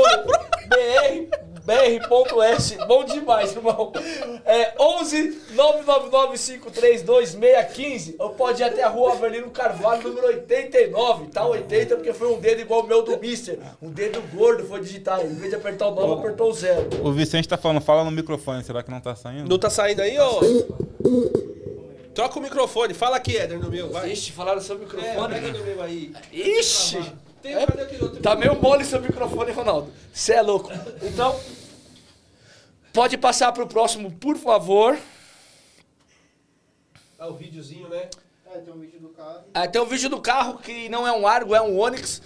B R, B R ponto S. Bom demais, irmão. É onze nove nove nove cinco três dois seis um cinco. Ou pode ir até a rua Avelino Carvalho, número oitenta e nove. Tá oitenta porque foi um dedo igual o meu do Mister. Um dedo gordo foi digitar. Em vez de apertar o nove, apertou o zero. O Vicente tá falando, fala no microfone, será que não tá saindo? Não tá saindo aí, ó? Troca o microfone, fala aqui, Éder, no meu, vai. Ixi, falaram seu É, microfone. pega no meu aí. Ixi. Tem, É, cadê aquele outro? tá meio mole seu microfone, Ronaldo. Você é louco. Então, pode passar pro próximo, por favor. Ah, o videozinho, né? É, tem um vídeo do carro. Ah, tem um vídeo do carro que não é um Argo, é um Onix.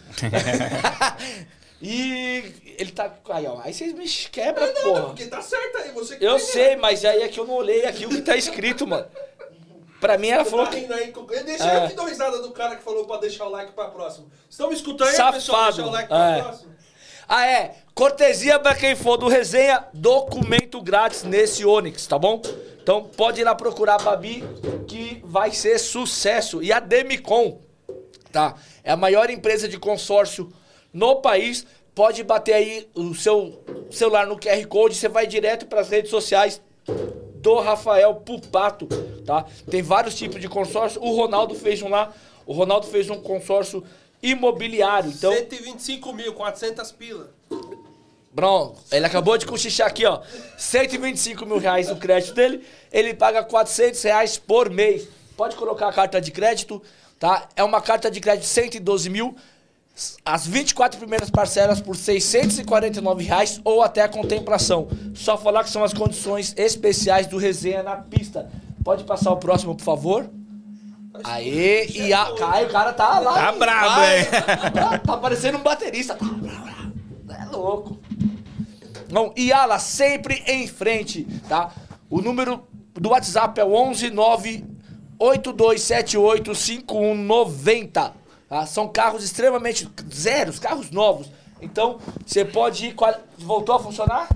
E ele tá... Aí, ó, aí vocês me quebram, Não, porra. porque tá certo aí, você que Eu tem, né? sei, mas aí é que eu não olhei aqui o que tá escrito, mano. Pra mim ela Você falou tá que... rindo aí com- Eu deixei É. aqui dou risada do cara que falou pra deixar o like pra próximo. Estão me escutando aí, Safado. pessoal? Deixar o like pra É. próximo. Ah, é. Cortesia pra quem for do Resenha, documento grátis nesse Onix, tá bom? Então pode ir lá procurar a Babi, que vai ser sucesso. E a Demicon, tá? É a maior empresa de consórcio no país. Pode bater aí o seu celular no Q R Code, você vai direto pras redes sociais do Rafael Pupato, tá? Tem vários tipos de consórcio. O Ronaldo fez um lá. O Ronaldo fez um consórcio imobiliário. Então, cento e vinte e cinco mil, quatrocentas pila. Bron, ele acabou de cochichar aqui, ó. cento e vinte e cinco mil reais no crédito dele. Ele paga quatrocentos reais por mês. Pode colocar a carta de crédito, tá? É uma carta de crédito de cento e doze mil. As vinte e quatro primeiras parcelas por seiscentos e quarenta e nove reais ou até a contemplação. Só falar que são as condições especiais do Resenha na Pista. Pode passar o próximo, por favor? Aê, e a Caio, o cara tá lá. Tá brabo, hein? Tá, tá parecendo um baterista. É louco. Não, Yala sempre em frente, tá? O número do WhatsApp é o onze nove oito dois sete oito cinco um nove zero. Tá? São carros extremamente zeros, carros novos. Então, você pode ir... Qual... Voltou a funcionar?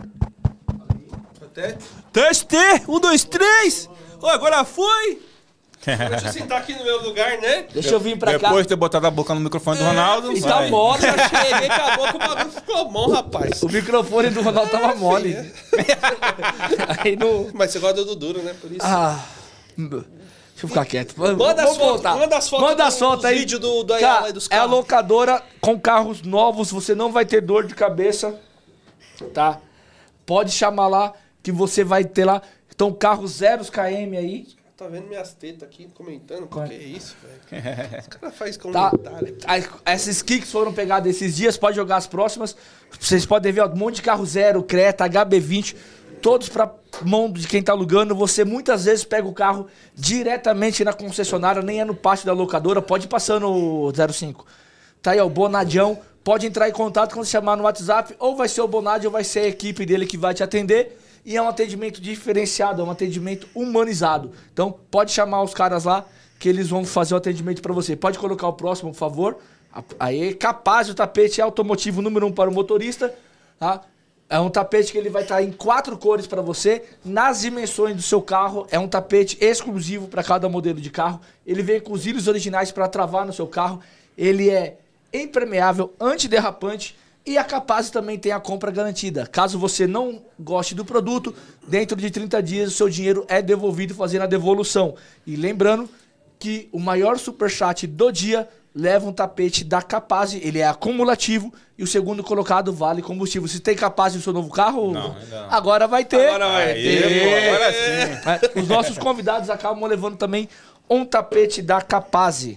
Até. Teste! Um, dois, três! Oh, agora foi! Deixa eu sentar aqui no meu lugar, né? Deixa eu vir pra cá. Depois de ter botado a boca no microfone do Ronaldo. E tá vai. mole. Eu cheguei, acabou que o bagulho ficou bom, rapaz. O microfone do Ronaldo tava mole. Aí no... Mas você gosta do duro, né? Por isso. Ah... Deixa eu ficar quieto. Vamos, Manda vamos as fotos, voltar. manda as fotos Manda do- as fotos dos aí. vídeos do- do Cara, Ayala e dos é a carros. locadora com carros novos. Você não vai ter dor de cabeça, tá? Pode chamar lá que você vai ter lá. Então, carros zeros km aí. Tá vendo minhas tetas aqui comentando? Qual é? Que é isso, velho? Os caras fazem Tá? comentário. A- Esses kicks foram pegados esses dias. Pode jogar as próximas. Vocês podem ver ó, um monte de carro zero, Creta, H B vinte. Todos pra mão de quem tá alugando. Você muitas vezes pega o carro diretamente na concessionária, nem é no pátio da locadora. Pode ir passando o zero cinco. Tá aí, ó, o Bonadião. Pode entrar em contato quando chamar no WhatsApp. Ou vai ser o Bonadi ou vai ser a equipe dele que vai te atender. E é um atendimento diferenciado, é um atendimento humanizado. Então, pode chamar os caras lá que eles vão fazer o atendimento pra você. Pode colocar o próximo, por favor. Aí, Capaz, o tapete é automotivo número um para o motorista, tá? É um tapete que ele vai estar em quatro cores para você, nas dimensões do seu carro. É um tapete exclusivo para cada modelo de carro. Ele vem com os cílios originais para travar no seu carro. Ele é impermeável, antiderrapante e a Capaz também tem a compra garantida. Caso você não goste do produto, dentro de trinta dias o seu dinheiro é devolvido fazendo a devolução. E lembrando que o maior superchat do dia leva um tapete da Capaz, ele é acumulativo e o segundo colocado vale combustível. Você tem Capaz no seu novo carro? Não, ainda não. Agora vai ter. Agora vai Aí, ter. pô, agora sim. É, os nossos convidados acabam levando também um tapete da Capaz.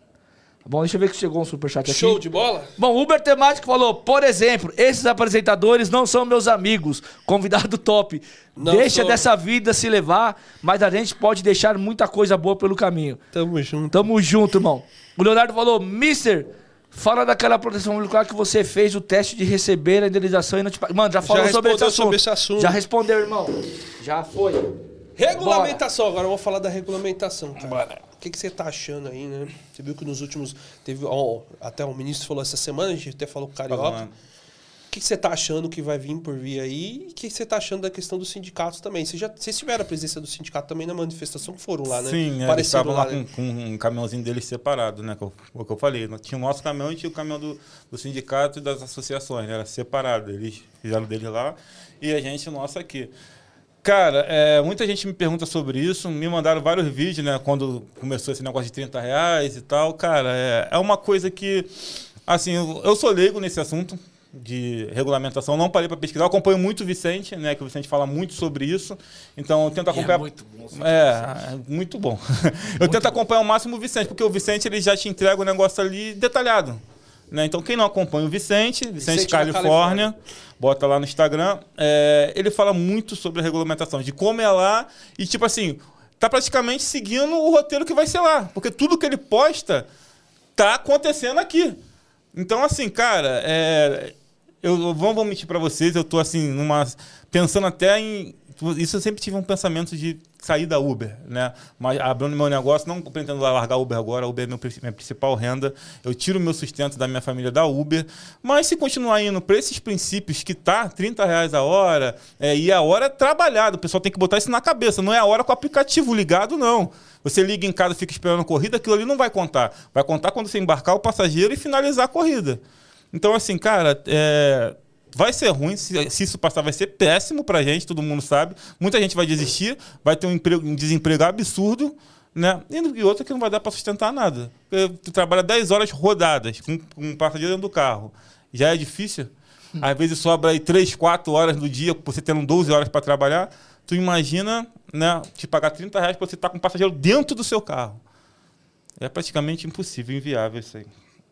Bom, deixa eu ver que chegou um superchat aqui. Show de bola? Bom, o Uber Temático falou, por exemplo, esses apresentadores não são meus amigos. Convidado top. Não Deixa sou. dessa vida se levar, mas a gente pode deixar muita coisa boa pelo caminho. Tamo junto. Tamo junto, irmão. O Leonardo falou, Mister, fala daquela proteção veicular que você fez o teste de receber a indenização e não te pag- Mano, já falou Já sobre, esse respondeu assunto. sobre esse assunto. Já respondeu, irmão. Já foi. Regulamentação, agora eu vou falar da regulamentação, cara. O que, que você tá achando aí, né? Você viu que nos últimos. Teve, ó, até o ministro falou essa semana, a gente até falou com o Carioca. Falando. O que, que você tá achando que vai vir por vir aí? E o que, que você tá achando da questão dos sindicatos também? Vocês, já, vocês tiveram a presença do sindicato também na manifestação que foram lá, né? Sim, né, eles Parecido estavam lá né? com, com um caminhãozinho deles separado, né? Que eu, o que eu falei. Tinha o nosso caminhão e tinha o caminhão do, do sindicato e das associações, né? Era separado. Eles fizeram deles lá e a gente, o nosso aqui. Cara, é, muita gente me pergunta sobre isso, me mandaram vários vídeos, né? Quando começou esse negócio de trinta reais e tal. Cara, é, é uma coisa que, assim, eu, eu sou leigo nesse assunto de regulamentação, não parei para pesquisar, eu acompanho muito o Vicente, né? Que o Vicente fala muito sobre isso, então eu tento acompanhar... É muito bom. É, é muito bom. eu muito tento bom. acompanhar ao máximo o Vicente, porque o Vicente ele já te entrega o negócio ali detalhado. Né? Então, quem não acompanha o Vicente, Vicente, Vicente Califórnia, Califórnia, bota lá no Instagram, é, ele fala muito sobre a regulamentação, de como é lá e, tipo assim, tá praticamente seguindo o roteiro que vai ser lá, porque tudo que ele posta tá acontecendo aqui. Então, assim, cara, é, eu não vou mentir pra vocês, eu tô, assim, numa, pensando até em... Isso eu sempre tive um pensamento de sair da Uber, né? Mas abrindo meu negócio, não pretendo largar a Uber agora, a Uber é meu, minha principal renda. Eu tiro o meu sustento da minha família da Uber. Mas se continuar indo para esses princípios que tá trinta reais a hora, é, e a hora é trabalhada, o pessoal tem que botar isso na cabeça. Não é a hora com o aplicativo ligado, não. Você liga em casa, fica esperando a corrida, aquilo ali não vai contar. Vai contar quando você embarcar o passageiro e finalizar a corrida. Então, assim, cara, é... vai ser ruim, se, se isso passar vai ser péssimo pra gente, todo mundo sabe. Muita gente vai desistir, vai ter um, emprego, um desemprego absurdo, né? E, e outra que não vai dar pra sustentar nada. Porque tu trabalha dez horas rodadas com, com um passageiro dentro do carro. Já é difícil. Às vezes sobra aí três, quatro horas do dia, você tendo doze horas para trabalhar. Tu imagina, né, te pagar trinta reais pra você estar com um passageiro dentro do seu carro. É praticamente impossível, inviável isso aí.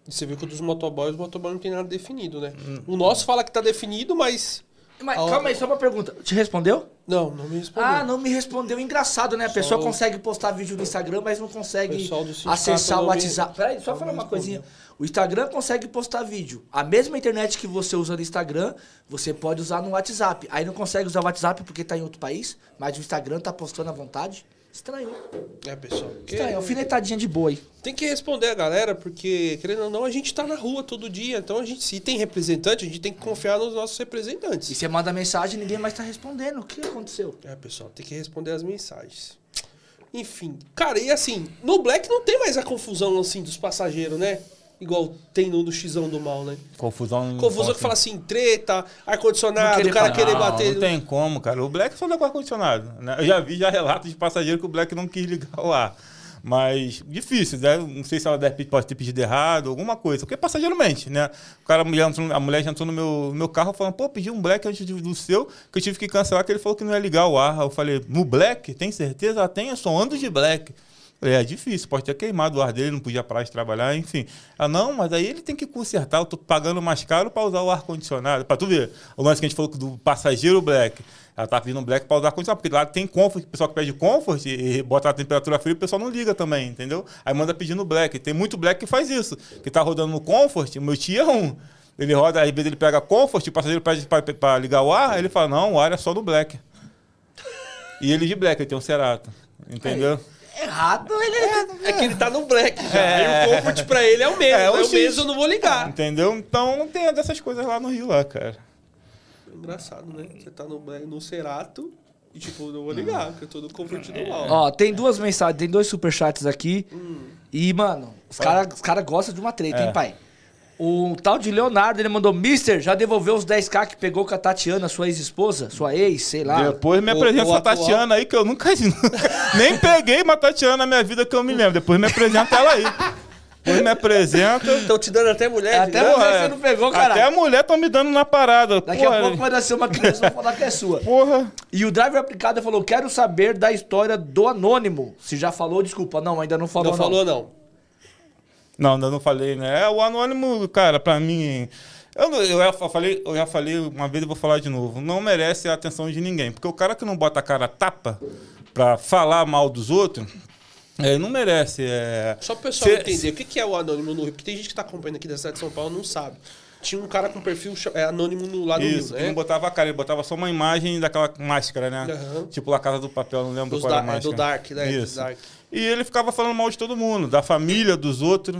E você viu que o dos motoboys, o motoboy não tem nada definido, né? Hum. O nosso fala que tá definido, mas... Mas, calma aí, só uma pergunta. Te respondeu? Não, não me respondeu. Ah, não me respondeu. Engraçado, né? A pessoa consegue postar vídeo no Instagram, mas não consegue acessar o WhatsApp. Me... Peraí, só falar uma coisinha. O Instagram consegue postar vídeo. A mesma internet que você usa no Instagram, você pode usar no WhatsApp. Aí não consegue usar o WhatsApp porque tá em outro país, mas o Instagram tá postando à vontade. Estranho. É, pessoal. Estranho, é alfinetadinha de boi. Tem que responder a galera, porque, querendo ou não, a gente tá na rua todo dia. Então, a gente, se tem representante, a gente tem que confiar nos nossos representantes. E você manda mensagem e ninguém mais tá respondendo. O que aconteceu? É, pessoal, tem que responder as mensagens. Enfim. Cara, e assim, no Black não tem mais a confusão, assim, dos passageiros, né? Igual tem no, no Xão do Mal, né? Confusão. Confusão que fala assim, treta, ar-condicionado, o cara querer não, bater. Não tem como, cara. O Black só dá com ar-condicionado, né? Eu já vi já relatos de passageiro que o Black não quis ligar o ar. Mas difícil, né? Não sei se ela deve, pode ter pedido errado, alguma coisa. Porque passageiro mente, né? O cara, a mulher, a mulher já entrou no meu, no meu carro falando, pô, pedi um Black antes do seu, que eu tive que cancelar, que ele falou que não ia ligar o ar. Eu falei, no Black? Tem certeza? Ah, tem, eu só ando de Black. É difícil, pode ter queimado o ar dele, não podia parar de trabalhar, enfim. Ah, não, mas aí ele tem que consertar, eu tô pagando mais caro para usar o ar-condicionado. Para tu ver, o lance que a gente falou do passageiro Black, ela tá pedindo um Black para usar ar-condicionado, porque lá tem Comfort, o pessoal que pede Comfort e, e bota a temperatura fria, o pessoal não liga também, entendeu? Aí manda pedindo Black. Tem muito Black que faz isso, que tá rodando no Comfort, o meu tio é um. Ele roda, às vezes ele pega Comfort, o passageiro pede para ligar o ar, aí ele fala, não, o ar é só do Black. E ele de Black, ele tem um Cerato, entendeu? É. Errado, ele é... É que ele tá no Black já. É. Aí o Comfort pra ele é o mesmo. É, é o mesmo, eu não vou ligar. Entendeu? Então não tem dessas coisas lá no Rio, lá, cara. Engraçado, né? Você tá no, no Cerato e, tipo, não vou ligar, porque eu tô no Comfort do mal. Ó, tem duas mensagens, tem dois superchats aqui. Hum. E, mano, os caras os cara gostam de uma treta, é. hein, pai? O tal de Leonardo, ele mandou, Mister, já devolveu os dez k que pegou com a Tatiana, sua ex-esposa? Sua ex, sei lá. Depois me apresenta essa Tatiana aí, que eu nunca, nunca nem peguei uma Tatiana na minha vida que eu me lembro. Depois me apresenta ela aí. Depois me apresenta. Estão te dando até mulher. Até a mulher você não pegou, caralho. Até a mulher estão me dando na parada. Daqui porra, a pouco vai nascer uma criança e vai falar que é sua. Porra. E o Driver Aplicado falou, quero saber da história do Anônimo. Se já falou, desculpa. Não, ainda não falou, não. Não falou, não. Não, ainda não falei, né? É, o Anônimo, cara, pra mim... Eu, eu, já falei, eu já falei uma vez e vou falar de novo. Não merece a atenção de ninguém. Porque o cara que não bota a cara a tapa pra falar mal dos outros, é, não merece. É... Só pro pessoal Cê, entender, o que é o Anônimo no Rio? Porque tem gente que tá acompanhando aqui da cidade de São Paulo e não sabe. Tinha um cara com perfil é, anônimo no lado do Rio, né? Ele não botava a cara, ele botava só uma imagem daquela máscara, né? Uhum. Tipo La Casa do Papel, não lembro Dos qual era a da, máscara. É do Dark, né? Isso. Do Dark. E ele ficava falando mal de todo mundo, da família dos outros,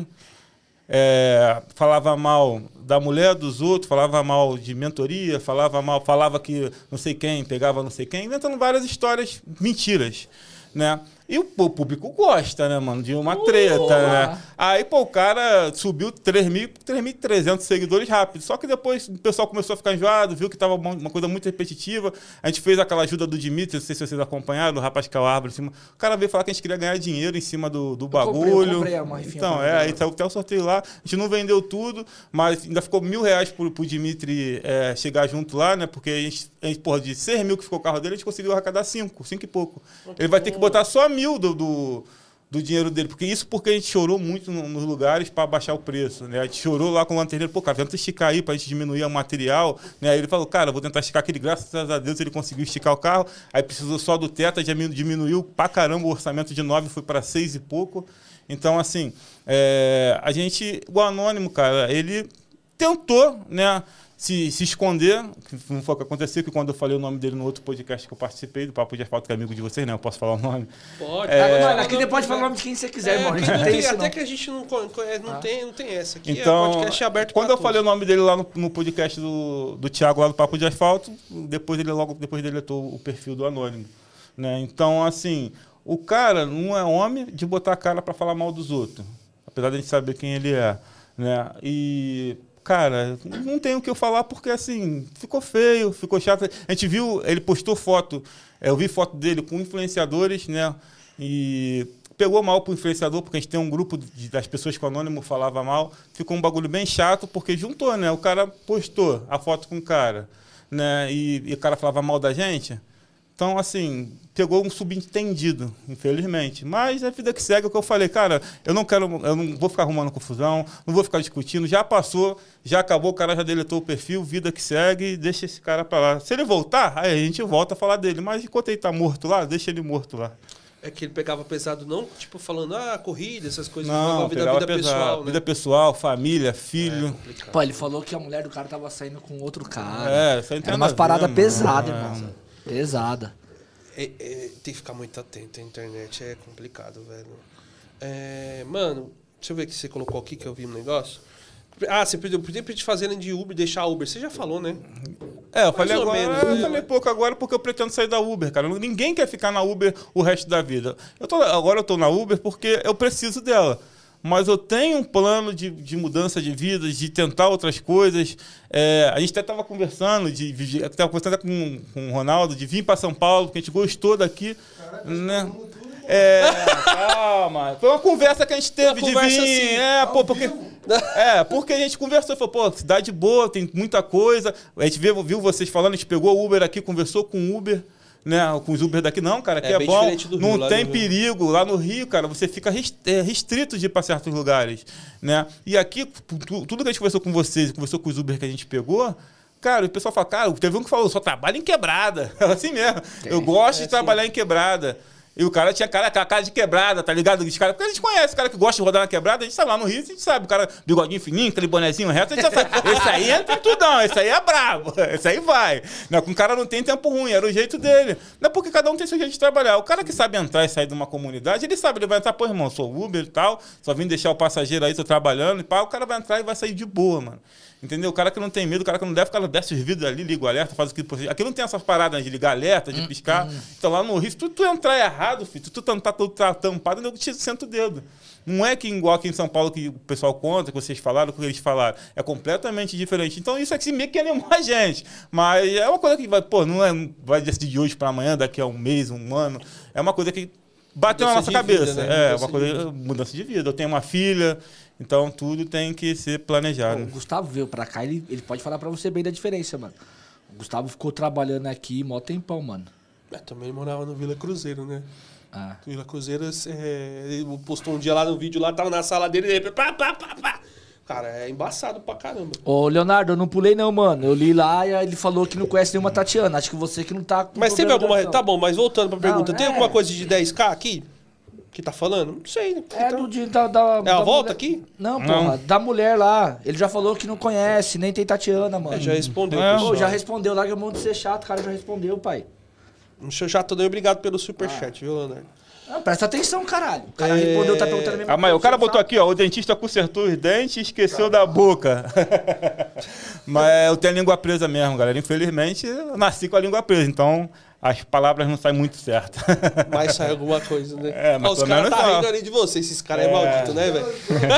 é, falava mal da mulher dos outros, falava mal de mentoria, falava mal, falava que não sei quem pegava não sei quem, inventando várias histórias mentiras, né? E o público gosta, né, mano, de uma treta, uh! né? Aí, pô, o cara subiu três mil e trezentos seguidores rápido. Só que depois o pessoal começou a ficar enjoado, viu que tava uma coisa muito repetitiva. A gente fez aquela ajuda do Dimitri, não sei se vocês acompanharam, do rapaz que é o árvore em cima. O cara veio falar que a gente queria ganhar dinheiro em cima do, do bagulho. Eu comprei, eu comprei uma então, é, aí saiu até o sorteio lá. A gente não vendeu tudo, mas ainda ficou mil reais pro, pro Dimitri é, chegar junto lá, né? Porque a gente, a gente, porra, de seis mil que ficou o carro dele, a gente conseguiu arrecadar cinco, cinco e pouco. Ele vai ter que botar só mil do, do, do dinheiro dele. Porque isso porque a gente chorou muito no, nos lugares para baixar o preço, né? A gente chorou lá com o lanterneiro, pô, cara, tenta esticar aí pra gente diminuir o material, né? Aí ele falou, cara, vou tentar esticar aquele, graças a Deus ele conseguiu esticar o carro, aí precisou só do teto, diminuiu pra caramba o orçamento de nove, foi para seis e pouco. Então, assim, é, a gente, o Anônimo, cara, ele tentou, né, Se, se esconder, que não foi o que aconteceu, que quando eu falei o nome dele no outro podcast que eu participei, do Papo de Asfalto, que é amigo de vocês, né? Eu posso falar o nome? Pode. É... Não, aqui você pode falar o nome de quem você quiser, é, irmão. Não tem tem, isso, até não. que a gente não, não, ah. tem, não tem essa aqui. Então, é podcast aberto quando eu todos. falei o nome dele lá no, no podcast do, do Thiago, lá do Papo de Asfalto, depois ele, logo depois deletou o perfil do Anônimo. Né? Então, assim, o cara não é homem de botar a cara para falar mal dos outros. Apesar de a gente saber quem ele é. Né? E... Cara, não tenho o que eu falar porque, assim, ficou feio, ficou chato. A gente viu, ele postou foto, eu vi foto dele com influenciadores, né? E pegou mal pro influenciador, porque a gente tem um grupo de, das pessoas que o Anônimo falava mal. Ficou um bagulho bem chato, porque juntou, né? O cara postou a foto com o cara, né? E, e o cara falava mal da gente. Então, assim, pegou um subentendido, infelizmente. Mas é a vida que segue, é o que eu falei, cara, eu não quero, eu não vou ficar arrumando confusão, não vou ficar discutindo, já passou, já acabou, o cara já deletou o perfil, vida que segue, deixa esse cara pra lá. Se ele voltar, aí a gente volta a falar dele, mas enquanto ele tá morto lá, deixa ele morto lá. É que ele pegava pesado, não, tipo, falando, ah, corrida, essas coisas, Não, a vida, pegava vida pesado, pessoal, né? vida pessoal, família, filho. É Pô, ele falou que a mulher do cara tava saindo com outro cara. É, isso aí não tem Era nada a umas ver, paradas mano. pesadas, É. irmão. Pesada. É, é, tem que ficar muito atento, a internet é complicado, velho. É, mano, deixa eu ver o que você colocou aqui, que eu vi um negócio. Ah, você pediu, podia pedir fazendo de Uber, deixar Uber. Você já falou, né? É, eu falei Mais ou agora, menos, eu né? falei pouco agora porque eu pretendo sair da Uber, cara. Ninguém quer ficar na Uber o resto da vida. Eu tô, agora eu tô na Uber porque eu preciso dela. Mas eu tenho um plano de, de mudança de vida, de tentar outras coisas. É, a gente até estava conversando, de, de, estava conversando com, com o Ronaldo, de vir para São Paulo, porque a gente gostou daqui. Caraca, né? É, calma. Foi uma conversa que a gente teve uma de conversa vir. assim, é, pô, porque, é, porque a gente conversou e falou, pô, cidade boa, tem muita coisa. A gente viu, viu vocês falando, a gente pegou o Uber aqui, conversou com o Uber. Né, com os Uber daqui, não, cara, aqui É é, bem bom, diferente do Rio, não lá tem no Rio. perigo. Lá no Rio, cara, você fica res- é, restrito de ir para certos lugares, né? E aqui, tu- tudo que a gente conversou com vocês, conversou com os Uber que a gente pegou, cara, o pessoal fala, cara, teve um que falou, só trabalho em quebrada. É assim mesmo, eu gosto é de trabalhar em quebrada. E o cara tinha cara, cara de quebrada, tá ligado? Os cara, porque a gente conhece o cara que gosta de rodar na quebrada, a gente sabe lá no Rio, a gente sabe, o cara bigodinho fininho, aquele bonezinho reto, a gente já sabe. Esse aí entra em tudão, esse aí é brabo, esse aí vai. Não, o cara não tem tempo ruim, era o jeito dele. Não é porque cada um tem seu jeito de trabalhar. O cara que sabe entrar e sair de uma comunidade, ele sabe, ele vai entrar, pô, irmão, sou Uber e tal, só vim deixar o passageiro aí, tô trabalhando e pá, o cara vai entrar e vai sair de boa, mano. Entendeu? O cara que não tem medo, o cara que não deve, o cara desce os vidros ali, liga o alerta, faz o que possível. Aqui não tem essas paradas de ligar alerta, de piscar. Então lá no Rio, se tu, tu entrar errado, filho, tu, tu tá todo tampado, eu te sento o dedo. Não é que igual aqui em São Paulo que o pessoal conta, que vocês falaram, que eles falaram. É completamente diferente. Então isso aqui meio que animou a gente. Mas é uma coisa que vai, pô, não é, vai decidir de hoje para amanhã, daqui a um mês, um ano. É uma coisa que bateu Mudança na nossa de cabeça. vida, né? É, Mudança uma coisa, de mudança de vida. Eu tenho uma filha, então tudo tem que ser planejado. O Gustavo veio pra cá, ele, ele pode falar pra você bem da diferença, mano. O Gustavo ficou trabalhando aqui mó tempão, mano. É, também morava no Vila Cruzeiro, né? Ah. Vila Cruzeiro, é, ele postou um dia lá no vídeo, lá tava na sala dele, e ele, pá, pá, pá, pá. Cara, é embaçado pra caramba. Ô, Leonardo, eu não pulei não, mano. Eu li lá e aí ele falou que não conhece nenhuma Tatiana. Acho que você que não tá com Mas teve problema alguma... de audição. Tá bom, mas voltando pra pergunta, Não, tem é. alguma coisa de dez K aqui? Que tá falando? Não sei. né? É Então- do dia da, da, É a da volta mulher- aqui? Não, porra, da mulher lá. Ele já falou que não conhece, nem tem Tatiana, mano. É, já respondeu, É. pessoal. Pô, já respondeu lá que é mão de ser chato, o cara já respondeu, pai. O seu chato também, obrigado pelo superchat, viu, Leonardo? Não, presta atenção, caralho. O cara É. respondeu, tá perguntando a mesma Ah, mas o cara coisa, botou sabe? aqui, ó, o dentista consertou os dentes e esqueceu da boca. Mas eu tenho a língua presa mesmo, galera. Infelizmente, eu nasci com a língua presa, então as palavras não saem muito certas. Mas sai alguma coisa, né? É, mas Ó, os pelo caras menos tá não. rindo ali de você, esses caras é, É. maldito, né, velho?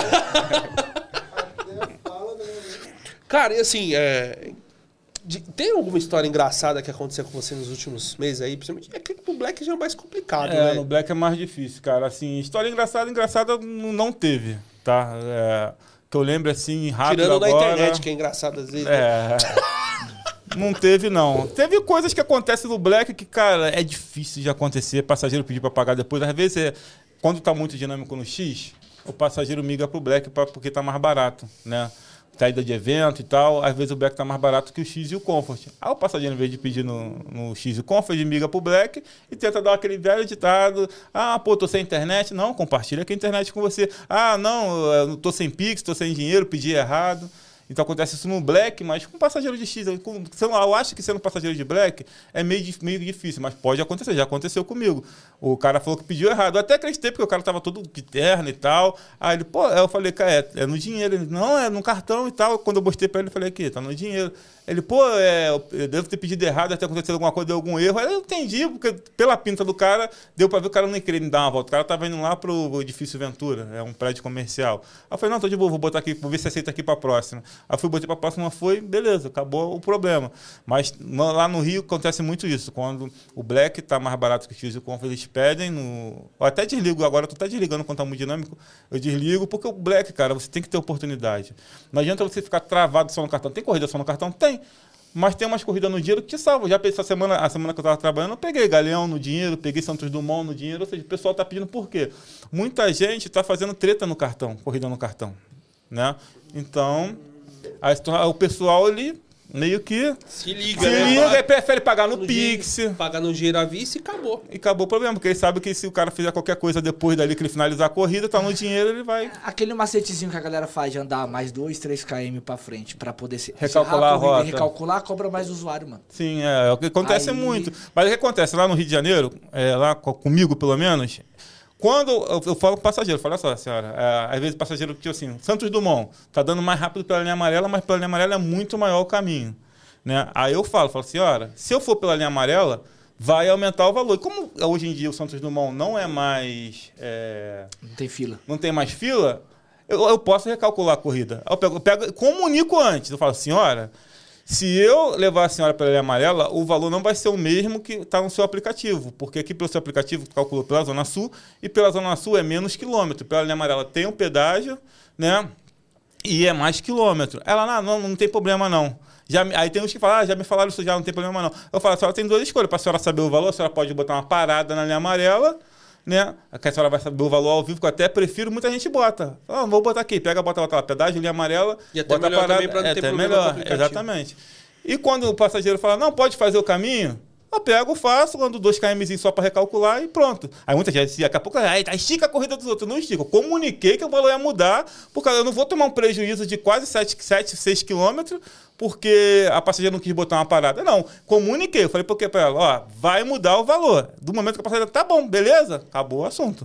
Cara, e assim, é... de- tem alguma história engraçada que aconteceu com você nos últimos meses aí? Principalmente, é que pro Black já é mais complicado, É, né? no Black é mais difícil, cara. Assim, história engraçada, engraçada não não teve, tá? É, que eu lembro, assim, rápido Tirando agora... na internet, que é engraçado às vezes. né? É... Não teve, não. Teve coisas que acontecem no Black que, cara, é difícil de acontecer. Passageiro pedir pra pagar depois. Às vezes, é, quando tá muito dinâmico no X, o passageiro migra pro Black pra, porque tá mais barato, né? Saída de evento e tal, às vezes o Black tá mais barato que o X e o Comfort. Aí o passageiro, em vez de pedir no, no X e o Comfort, ele migra pro Black e tenta dar aquele velho ditado. Ah, pô, tô sem internet. Não, compartilha aqui a internet com você. Ah, não, eu tô sem Pix, tô sem dinheiro, pedi errado. Então acontece isso no Black, mas com passageiro de X, com, eu acho que sendo passageiro de Black é meio, meio difícil, mas pode acontecer, já aconteceu comigo. O cara falou que pediu errado, eu até acreditei porque o cara tava todo de terno e tal. Aí ele, pô, eu falei, cara, é, é no dinheiro. Ele, não, é no cartão e tal. Quando eu mostrei pra ele, eu falei, aqui, tá no dinheiro. Ele, pô, é, eu devo ter pedido errado, até aconteceu alguma coisa, deu algum erro. Aí eu entendi, porque pela pinta do cara, deu pra ver que o cara não ia querer me dar uma volta. O cara tava indo lá pro edifício Ventura, é um prédio comercial. Aí eu falei, não, tô de boa, vou botar aqui, vou ver se aceita aqui pra próxima. Aí eu fui, botei pra próxima, foi, beleza, acabou o problema. Mas no, lá no Rio acontece muito isso, quando o Black tá mais barato que o X e o Comfort, eles pedem no... Eu até desligo agora, eu tô até desligando quando tá muito dinâmico, eu desligo, porque o Black, cara, você tem que ter oportunidade. Não adianta você ficar travado só no cartão. Tem corrida só no cartão? Tem. Mas tem umas corridas no dinheiro que te salvam. Já essa semana, a semana que eu estava trabalhando, eu peguei Galeão no dinheiro, peguei Santos Dumont no dinheiro. Ou seja, o pessoal está pedindo por quê? Muita gente está fazendo treta no cartão, corrida no cartão. Né? Então, a, o pessoal ele meio que se liga, se né? liga e prefere pagar no, no Pix. Dinheiro, pagar no dinheiro à vista e acabou. E acabou o problema, porque ele sabe que se o cara fizer qualquer coisa depois dali que ele finalizar a corrida, tá no dinheiro, ele vai... Aquele macetezinho que a galera faz de andar mais dois, três quilômetros pra frente pra poder se recalcular a rota. Recalcular, cobra mais usuário, mano. Sim, é, é o que acontece. Aí... muito. Mas o que acontece lá no Rio de Janeiro, é, lá comigo pelo menos... Quando eu, eu falo com o passageiro, falo, olha só, senhora, é, às vezes o passageiro, tipo assim, Santos Dumont, tá dando mais rápido pela linha amarela, mas pela linha amarela é muito maior o caminho. Né? Aí eu falo, falo, senhora, se eu for pela linha amarela, vai aumentar o valor. E como hoje em dia o Santos Dumont não é mais... É, não tem fila. Não tem mais fila, eu, eu posso recalcular a corrida. Eu pego, eu pego, comunico antes, eu falo, senhora... Se eu levar a senhora pela linha amarela, o valor não vai ser o mesmo que está no seu aplicativo, porque aqui pelo seu aplicativo calculou pela Zona Sul, e pela Zona Sul é menos quilômetro. Pela linha amarela tem um pedágio, né? E é mais quilômetro. Ela, não, não, não tem problema não. Já, aí tem uns que falam, ah, já me falaram isso já, não tem problema não. Eu falo, a senhora tem duas escolhas. Para a senhora saber o valor, a senhora pode botar uma parada na linha amarela, né? A senhora vai saber o valor ao vivo, que eu até prefiro, muita gente bota. Ah, vou botar aqui, pega, bota, bota lá, pedágio, linha amarela, e até bota melhor a parada, também pra não é ter até problema melhor, com o aplicativo. exatamente. E quando o passageiro fala, não, pode fazer o caminho, eu pego, faço, ando dois quilômetros só para recalcular e pronto. Aí muita gente, daqui a pouco, aí, estica a corrida dos outros. Eu não estico. Eu comuniquei que o valor ia mudar, porque eu não vou tomar um prejuízo de quase sete, seis quilômetros, porque a passageira não quis botar uma parada. Não, comuniquei. Eu falei, por quê para ela? Ó, vai mudar o valor. Do momento que a passageira, tá bom, beleza? Acabou o assunto.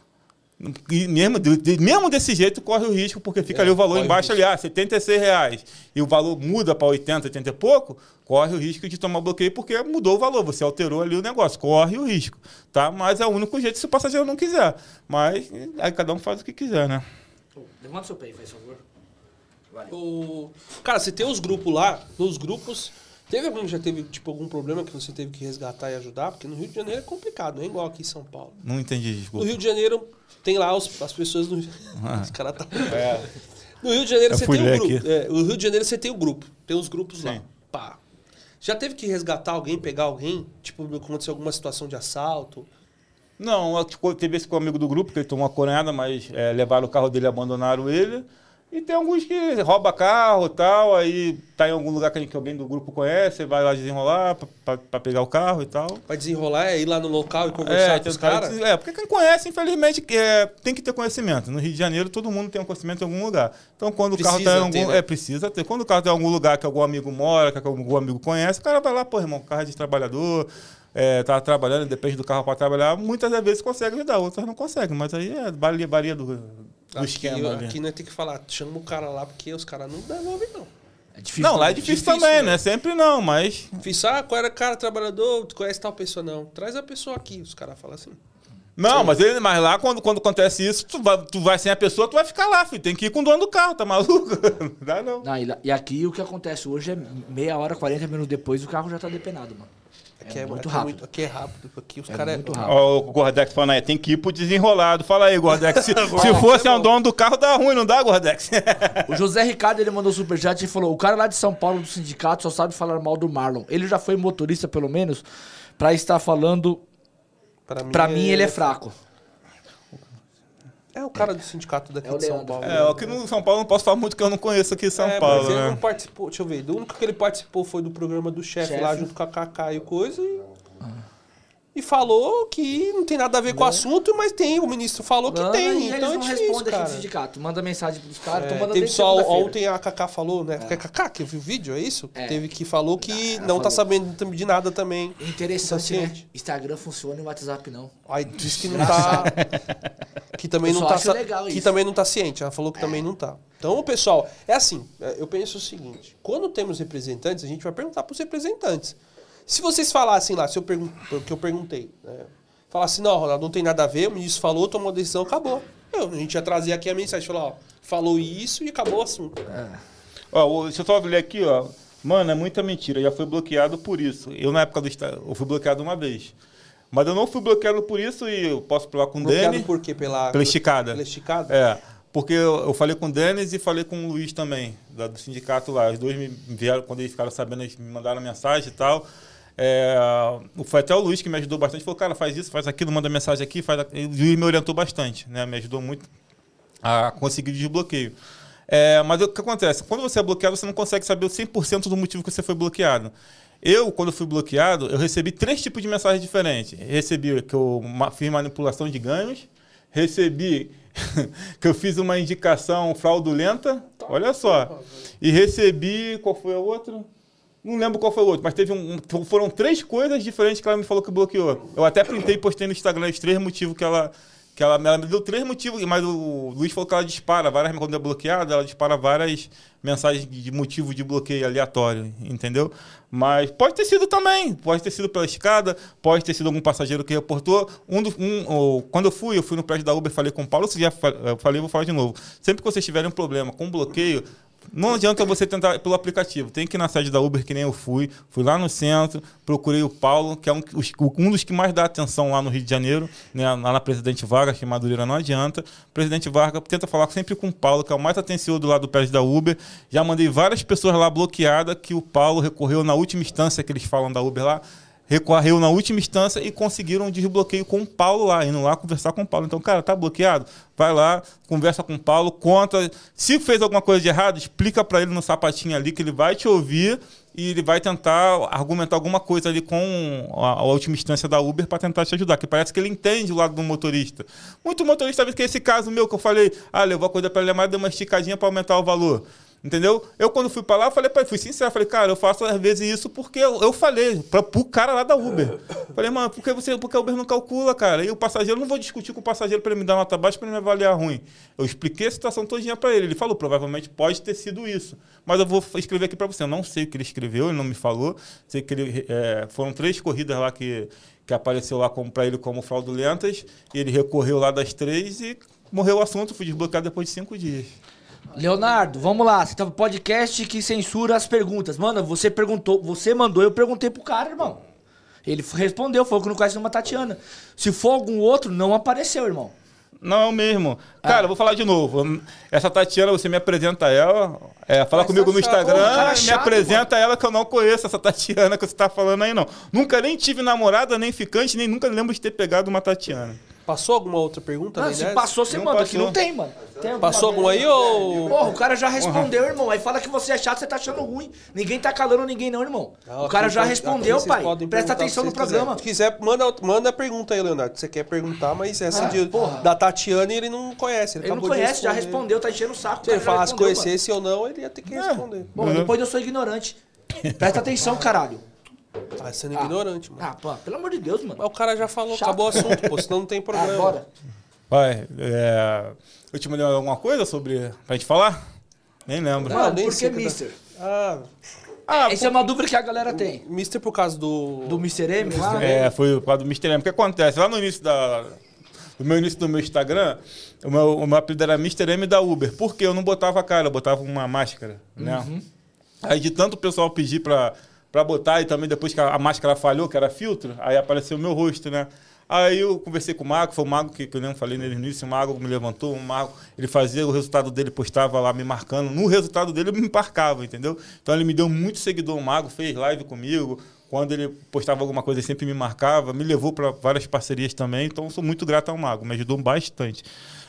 E mesmo, de, mesmo desse jeito corre o risco, porque fica é, ali o valor embaixo ali, ah, setenta e seis reais, e o valor muda para oitenta, oitenta e pouco, corre o risco de tomar bloqueio porque mudou o valor, você alterou ali o negócio, corre o risco, tá? Mas é o único jeito se o passageiro não quiser. Mas aí cada um faz o que quiser, né? Levanta o seu pé, faz favor. Vale. O... Cara, você tem os grupos lá, nos grupos... Teve algum já teve tipo algum problema que você teve que resgatar e ajudar? Porque no Rio de Janeiro é complicado, não é igual aqui em São Paulo. Não entendi, desculpa. No Rio de Janeiro tem lá os, as pessoas do ah. Os caras tá... é. No Rio de Janeiro Eu você tem um grupo. É, no Rio de Janeiro você tem o um grupo, tem os grupos Sim. lá. Pá. Já teve que resgatar alguém, pegar alguém? Tipo, aconteceu alguma situação de assalto? Não, teve esse amigo do grupo que ele tomou uma coronhada, mas é, levaram o carro dele e abandonaram ele. E tem alguns que rouba carro e tal, aí tá em algum lugar que alguém do grupo conhece, vai lá desenrolar para pegar o carro e tal. Vai desenrolar é ir lá no local e conversar é, com os caras? É, porque quem conhece, infelizmente, é, tem que ter conhecimento. No Rio de Janeiro, todo mundo tem um conhecimento em algum lugar. Então, quando precisa o carro tá em algum... Ter, né? É, precisa ter. Quando o carro tá em algum lugar que algum amigo mora, que algum amigo conhece, o cara vai lá, pô, irmão, carro é de trabalhador... É, tá trabalhando, depende do carro para trabalhar, muitas das vezes consegue ajudar, outras não conseguem, mas aí é varia, varia do, do aqui, esquema. Aqui, aqui nós tem que falar, chama o cara lá, porque os caras não devolvem, não. É difícil. Não, lá é difícil, difícil também, né? Sempre não, mas... Difícil, ah, qual era cara trabalhador, tu conhece tal pessoa, não. Traz a pessoa aqui, os caras falam assim. Não, mas, ele, mas lá quando, quando acontece isso, tu vai, tu vai sem a pessoa, tu vai ficar lá, filho. Tem que ir com o dono do carro, tá maluco? Não dá, não. não e, e aqui o que acontece hoje é meia hora, quarenta minutos depois, o carro já tá depenado, mano. Aqui é, é muito aqui rápido. É muito, aqui é rápido. Aqui os é caras... muito rápido. Ó, o Gordex falando aí, tem que ir pro desenrolado. Fala aí, Gordex. Se, se fosse é um dono do carro, dá ruim, não dá, Gordex? O José Ricardo, ele mandou superchat e falou, o cara lá de São Paulo do sindicato só sabe falar mal do Marlon. Ele já foi motorista, pelo menos, pra estar falando... Pra mim, pra mim é... ele é fraco. É o cara do sindicato daqui é de São Paulo. É, aqui no São Paulo não posso falar muito, que eu não conheço aqui em São é, Paulo, mas ele né? não participou, deixa eu ver, o único que ele participou foi do programa do chefe lá, junto com a Cacá e coisa, e... E falou que não tem nada a ver com o assunto, mas tem, o ministro falou que não, tem, e então eles é não difícil, respondem cara. aqui no sindicato, manda mensagem pros caras, É, tô mandando teve desde só segunda-feira. ontem a Cacá falou, né? Foi a Cacá que viu o vídeo, é isso? É. Teve que falou que Ah, não falou. tá sabendo de nada também. Interessante, né? Paciente. Instagram funciona e o WhatsApp não. Aí disse que não tá... que também Eu não só tá... acho legal que isso. também não tá ciente, ela falou que é. também não tá. Então, pessoal, é assim, eu penso o seguinte, quando temos representantes, a gente vai perguntar pros representantes. Se vocês falassem lá, se eu pergun o que eu perguntei, né? Falar assim, não, Ronaldo, não tem nada a ver, o ministro falou, tomou uma decisão, acabou. Eu, a gente ia trazer aqui a mensagem, falar, ó, falou isso e acabou o assunto. É. Ó, deixa eu só ler aqui, ó. Mano, é muita mentira, já fui bloqueado por isso. Eu, na época do Estado, eu fui bloqueado uma vez. Mas eu não fui bloqueado por isso e eu posso falar com o Dani. Bloqueado por quê? Pela, pela esticada. Pela esticada? É. porque eu, eu falei com o Denis e falei com o Luiz também, da, do sindicato lá. Os dois me vieram, quando eles ficaram sabendo, eles me mandaram mensagem e tal. É, foi até o Luiz que me ajudou bastante. Falou, cara, faz isso, faz aquilo, manda mensagem aqui. Faz aquilo. O Luiz me orientou bastante, né? Me ajudou muito a conseguir o desbloqueio. É, mas o que acontece? Quando você é bloqueado, você não consegue saber o cem por cento do motivo que você foi bloqueado. Eu, quando fui bloqueado, eu recebi três tipos de mensagens diferentes. Recebi que eu fiz manipulação de ganhos, recebi que eu fiz uma indicação fraudulenta, olha só, e recebi, qual foi a outra? Não lembro qual foi o outro, mas teve um, foram três coisas diferentes que ela me falou que bloqueou. Eu até printei e postei no Instagram os três motivos que ela... Que ela, ela me deu três motivos, mas o Luiz falou que ela dispara várias, quando é bloqueada, ela dispara várias mensagens de motivo de bloqueio aleatório, entendeu? Mas pode ter sido também, pode ter sido pela escada, pode ter sido algum passageiro que reportou. Um, do, um ou, quando eu fui, eu fui no prédio da Uber, falei com o Paulo, se já falei, vou falar de novo. Sempre que vocês tiverem um problema com bloqueio, não adianta você tentar pelo aplicativo. Tem que ir na sede da Uber, que nem eu fui. Fui lá no centro, procurei o Paulo, que é um, um dos que mais dá atenção lá no Rio de Janeiro, né, lá na Presidente Vargas, que em Madureira não adianta. Presidente Vargas tenta falar sempre com o Paulo, que é o mais atencioso do lado do prédio da Uber. Já mandei várias pessoas lá bloqueadas, que o Paulo recorreu na última instância, que eles falam da Uber lá, recorreu na última instância e conseguiram um desbloqueio com o Paulo lá, indo lá conversar com o Paulo. Então, cara, tá bloqueado? Vai lá, conversa com o Paulo, conta. Se fez alguma coisa de errado, explica para ele no sapatinho ali que ele vai te ouvir e ele vai tentar argumentar alguma coisa ali com a, a última instância da Uber para tentar te ajudar, que parece que ele entende o lado do motorista. Muito motorista, que esse caso meu que eu falei, ah, levou a coisa para ele, mas deu uma esticadinha para aumentar o valor. Entendeu? Eu, quando fui pra lá, eu falei pra ele, fui sincero, falei, cara, eu faço às vezes isso porque eu, eu falei pra, pro cara lá da Uber. Falei, mano, por que você, porque a Uber não calcula, cara? E o passageiro, eu não vou discutir com o passageiro pra ele me dar nota baixa, pra ele me avaliar ruim. Eu expliquei a situação todinha pra ele. Ele falou, provavelmente pode ter sido isso. Mas eu vou escrever aqui pra você. Eu não sei o que ele escreveu, ele não me falou. Sei que ele, é, foram três corridas lá que, que apareceu lá como, pra ele como fraudulentas. E ele recorreu lá das três e morreu o assunto. Fui desbloqueado depois de cinco dias. Leonardo, vamos lá. Você tá no podcast que censura as perguntas. Mano, você perguntou, você mandou, eu perguntei pro cara, irmão. Ele respondeu, falou que não conhece uma Tatiana. Se for algum outro, não apareceu, irmão. Não, mesmo. Cara, ah. eu vou falar de novo. Essa Tatiana, você me apresenta ela, é, fala Mas comigo no Instagram, Pô, chato, me apresenta mano. ela que eu não conheço, essa Tatiana que você tá falando aí, não. Nunca nem tive namorada, nem ficante, nem nunca lembro de ter pegado uma Tatiana. Passou alguma outra pergunta? Não, se passou, você não manda, passou. Que não tem, mano. Tem passou alguma aí ou... Porra, o cara já respondeu, uhum. irmão. Aí fala que você é chato, você tá achando ruim. Ninguém tá calando ninguém não, irmão. Ah, o cara já respondeu, pai. Presta atenção no programa. Se quiser, manda, manda a pergunta aí, Leonardo. Você quer perguntar, mas essa ah, de, da Tatiana ele não conhece. Ele, ele não conhece, já respondeu, tá enchendo o saco. Se ele falasse conhecesse ou não, ele ia ter que responder. É. Bom, uhum. depois eu sou ignorante. Presta atenção, caralho. Tá sendo ah, ignorante, mano. Ah, pô, pelo amor de Deus, mano. Mas o cara já falou, Chato. acabou o assunto, pô, senão não tem problema. Agora. Vai, é... eu te mandei alguma coisa sobre... pra gente falar? Nem lembro. Não, não nem por que mister? Ah... Ah, Essa por... é uma dúvida que a galera tem. mister por causa do... Do mister M lá? É, foi por causa do mister M. O que acontece? Lá no início da... No meu início do meu Instagram, o meu, o meu apelido era mister M da Uber. Porque eu não botava a cara, eu botava uma máscara, né? Uhum. Aí de tanto o pessoal pedir pra... Pra botar, e também depois que a máscara falhou, que era filtro, aí apareceu o meu rosto, né? Aí eu conversei com o Mago, foi o Mago que, que eu nem falei nele no início, o Mago me levantou, o Mago, ele fazia o resultado dele, postava lá me marcando, no resultado dele eu me embarcava, entendeu? Então ele me deu muito seguidor, o Mago fez live comigo, quando ele postava alguma coisa ele sempre me marcava, me levou para várias parcerias também, então eu sou muito grato ao Mago, me ajudou bastante.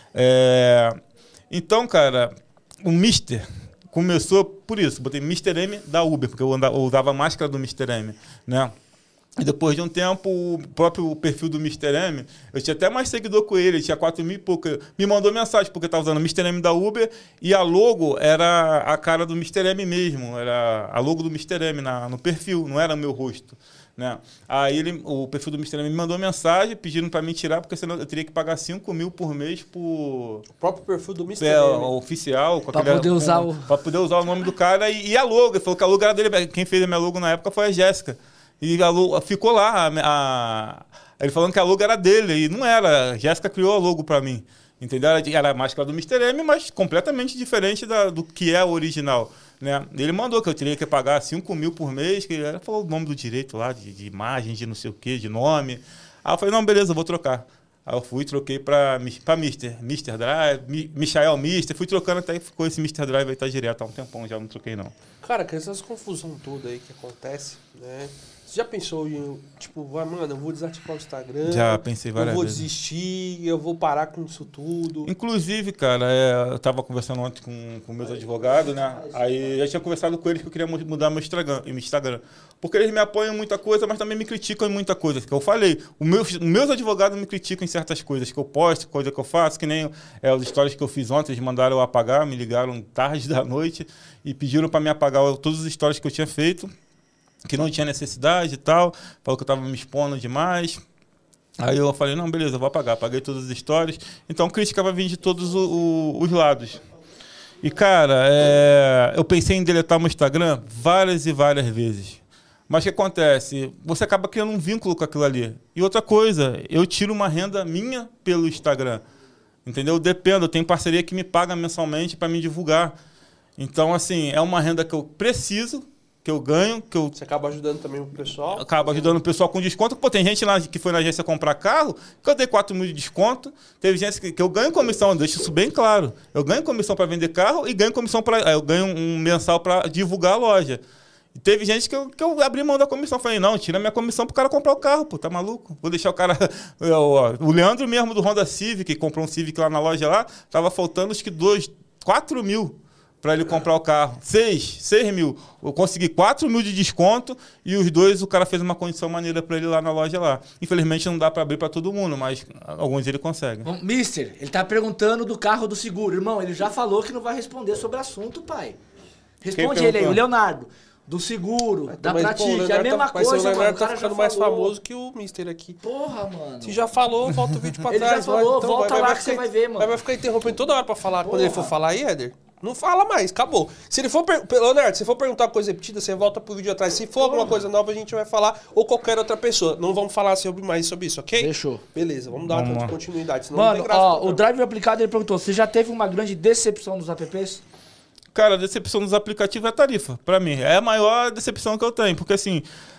É... Então, cara, o mister começou por isso, botei mister M da Uber, porque eu, andava, eu usava a máscara do mister M, né? E depois de um tempo, o próprio perfil do mister M, eu tinha até mais seguidor com ele, ele tinha quatro mil e pouco. Me mandou mensagem, porque eu estava usando mister M da Uber e a logo era a cara do mister M mesmo, era a logo do mister M na, no perfil, não era o meu rosto. Né? Aí ele, o perfil do mister M me mandou mensagem pedindo para mim tirar, porque senão eu teria que pagar cinco mil por mês por... O próprio perfil do mister É, M. oficial. Para poder usar o... Para poder usar o nome do cara e, e a logo. Ele falou que a logo era dele. Quem fez a minha logo na época foi a Jéssica. E a logo, ficou lá. A, a, ele falando que a logo era dele. E não era. A Jéssica criou a logo para mim. Entendeu? Era, era a máscara do mister M, mas completamente diferente da, do que é a original. Né? Ele mandou que eu teria que pagar cinco mil por mês, que ele falou o nome do direito lá, de, de imagem, de não sei o que, de nome. Aí eu falei, não, beleza, eu vou trocar. Aí eu fui, troquei pra, pra Mister, Mister Drive, Mi, Michael Mister, fui trocando até que ficou esse Mister Drive aí, tá direto há um tempão, já não troquei não. Cara, com essas confusão toda aí que acontece, né? Você já pensou em, tipo, vai, mano, eu vou desativar o Instagram? Já pensei várias Eu vou vezes. desistir, eu vou parar com isso tudo. Inclusive, cara, é, eu tava conversando ontem com, com meus advogados, né? Aí eu já tinha conversado com eles que eu queria mudar meu Instagram, meu Instagram. Porque eles me apoiam em muita coisa, mas também me criticam em muita coisa. Que eu falei, os meus, meus advogados me criticam em certas coisas que eu posto, coisa que eu faço, que nem é, as histórias que eu fiz ontem, eles mandaram eu apagar, me ligaram tarde da noite e pediram para me apagar todas as histórias que eu tinha feito, que não tinha necessidade e tal, falou que eu estava me expondo demais. Aí eu falei, não, beleza, eu vou apagar. Apaguei todas as histórias. Então, crítica vai vir de todos o, o, os lados. E, cara, é, eu pensei em deletar meu Instagram várias e várias vezes. Mas o que acontece? Você acaba criando um vínculo com aquilo ali. E outra coisa, eu tiro uma renda minha pelo Instagram. Entendeu? Dependo, eu tenho parceria que me paga mensalmente para me divulgar. Então, assim, é uma renda que eu preciso, que eu ganho, que eu... Você acaba ajudando também o pessoal? Acaba ajudando o pessoal com desconto. Pô, tem gente lá que foi na agência comprar carro, que eu dei quatro mil de desconto. Teve gente que, que eu ganho comissão, deixa isso bem claro. Eu ganho comissão para vender carro e ganho comissão para... Eu ganho um mensal para divulgar a loja. E teve gente que eu, que eu abri mão da comissão. Falei, não, tira minha comissão pro cara comprar o carro, pô, tá maluco? Vou deixar o cara... O Leandro mesmo do Honda Civic, que comprou um Civic lá na loja lá, tava faltando acho que dois, quatro mil para ele comprar o carro. Seis, seis mil. Eu consegui quatro mil de desconto e os dois o cara fez uma condição maneira para ele lá na loja lá. Infelizmente não dá para abrir para todo mundo, mas alguns ele consegue. Bom, Mister, ele tá perguntando do carro do seguro. Irmão, ele já falou que não vai responder sobre o assunto, pai. Responde ele aí, o Leonardo. Do seguro, Mas, da mas, Pratige, pô, é a mesma tá, coisa, mas o mano. Leonardo O tá cara já ficando mais falou. famoso que o Mister aqui. Porra, mano. Se já falou, volta o vídeo pra Ele já trás. falou, vai, volta vai, lá vai que ficar, você vai ver, mano. Vai, vai ficar interrompendo toda hora pra falar. Porra. Quando ele for falar aí, Éder, não fala mais, acabou. Se ele for, per... Leonardo, se for perguntar uma coisa repetida, você volta pro vídeo atrás. Se for Porra. alguma coisa nova, a gente vai falar, ou qualquer outra pessoa. Não vamos falar sobre, mais sobre isso, ok? Fechou. Beleza, vamos dar Vamos uma lá. continuidade. Senão não Mano, tem graça ó, pro o Drive Aplicado, ele perguntou, você já teve uma grande decepção dos apps? Cara, a decepção dos aplicativos é a tarifa, para mim. É a maior decepção que eu tenho, porque assim,